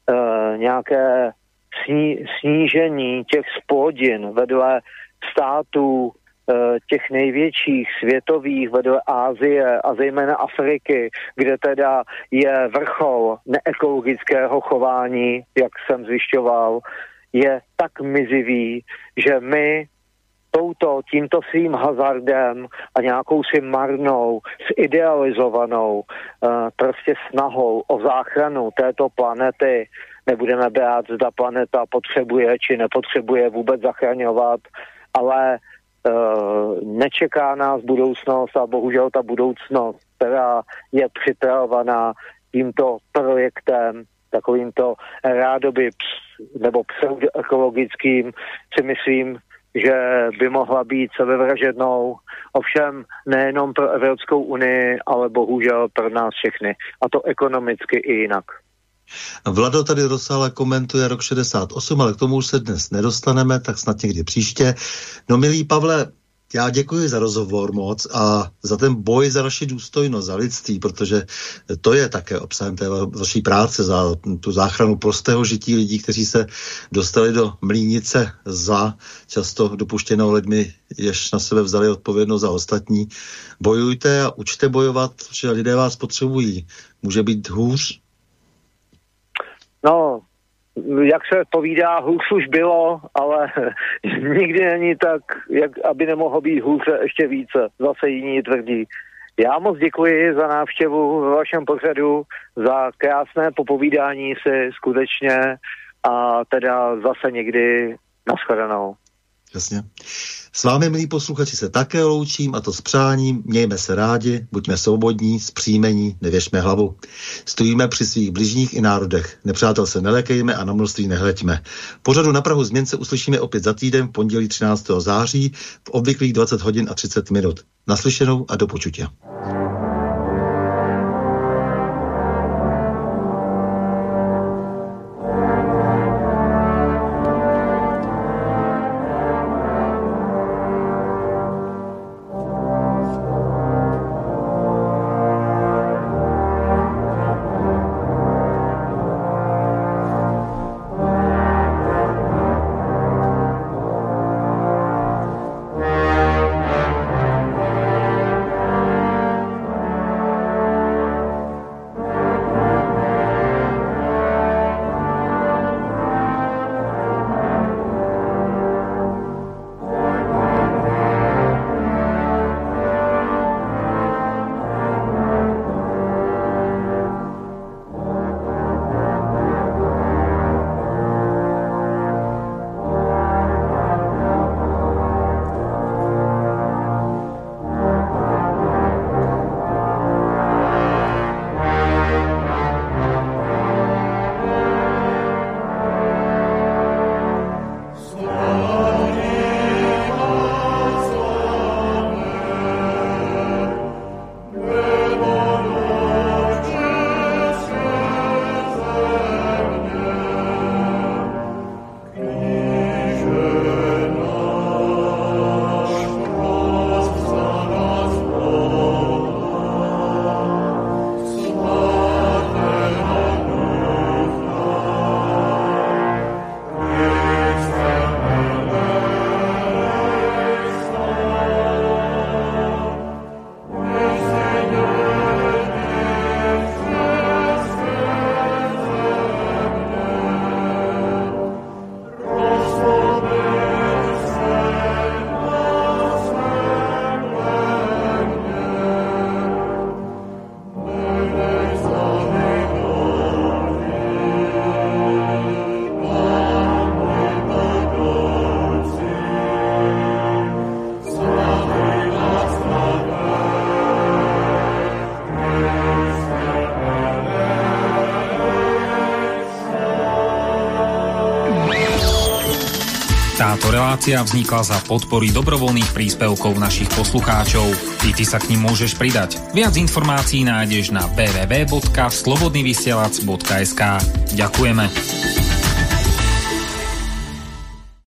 C: nějaké snížení těch splodin vedle států těch největších světových, vedle Asie a zejména Afriky, kde teda je vrchol neekologického chování, jak jsem zjišťoval, je tak mizivý, že my tímto svým hazardem a nějakou si marnou, zidealizovanou prostě snahou o záchranu této planety nebudeme brát, zda planeta potřebuje či nepotřebuje vůbec zachraňovat, ale nečeká nás budoucnost a bohužel ta budoucnost, která je připravovaná, tímto projektem, takovýmto rádoby nebo pseudoekologickým, si myslím, že by mohla být sebevražednou, ovšem nejenom pro Evropskou unii, ale bohužel pro nás všechny. A to ekonomicky i jinak.
B: Vlado tady rozsáhle komentuje rok 68, ale k tomu už se dnes nedostaneme, tak snad někdy příště. No milý Pavle, já děkuji za rozhovor moc a za ten boj za naši důstojnost, za lidství, protože to je také obsahem té vaší práce, za tu záchranu prostého žití lidí, kteří se dostali do mlýnice za často dopuštěnou lidmi, jež na sebe vzali odpovědnost za ostatní. Bojujte a učte bojovat, že lidé vás potřebují. Může být hůř?
C: No, jak se povídá, hůř už bylo, ale nikdy není tak, aby nemohlo být hůře ještě více. Zase jiní tvrdí. Já moc děkuji za návštěvu ve vašem pořadu, za krásné popovídání si skutečně a teda zase někdy nashledanou.
B: Jasně. S vámi, milí posluchači, se také loučím, a to s přáním. Mějme se rádi, buďme svobodní, zpříjmení, nevěšme hlavu. Stojíme při svých bližních i národech. Nepřátel se nelekejme a na množství nehleďme. Pořadu Na prahu změn se uslyšíme opět za týden v pondělí 13. září v obvyklých 20 hodin a 30 minut. Naslyšenou a do počutě.
E: Táto relácia vznikla za podpory dobrovoľných príspevkov našich poslucháčov. I ty sa k nim môžeš pridať. Viac informácií nájdeš na www.slobodnyvysielac.sk. Ďakujeme.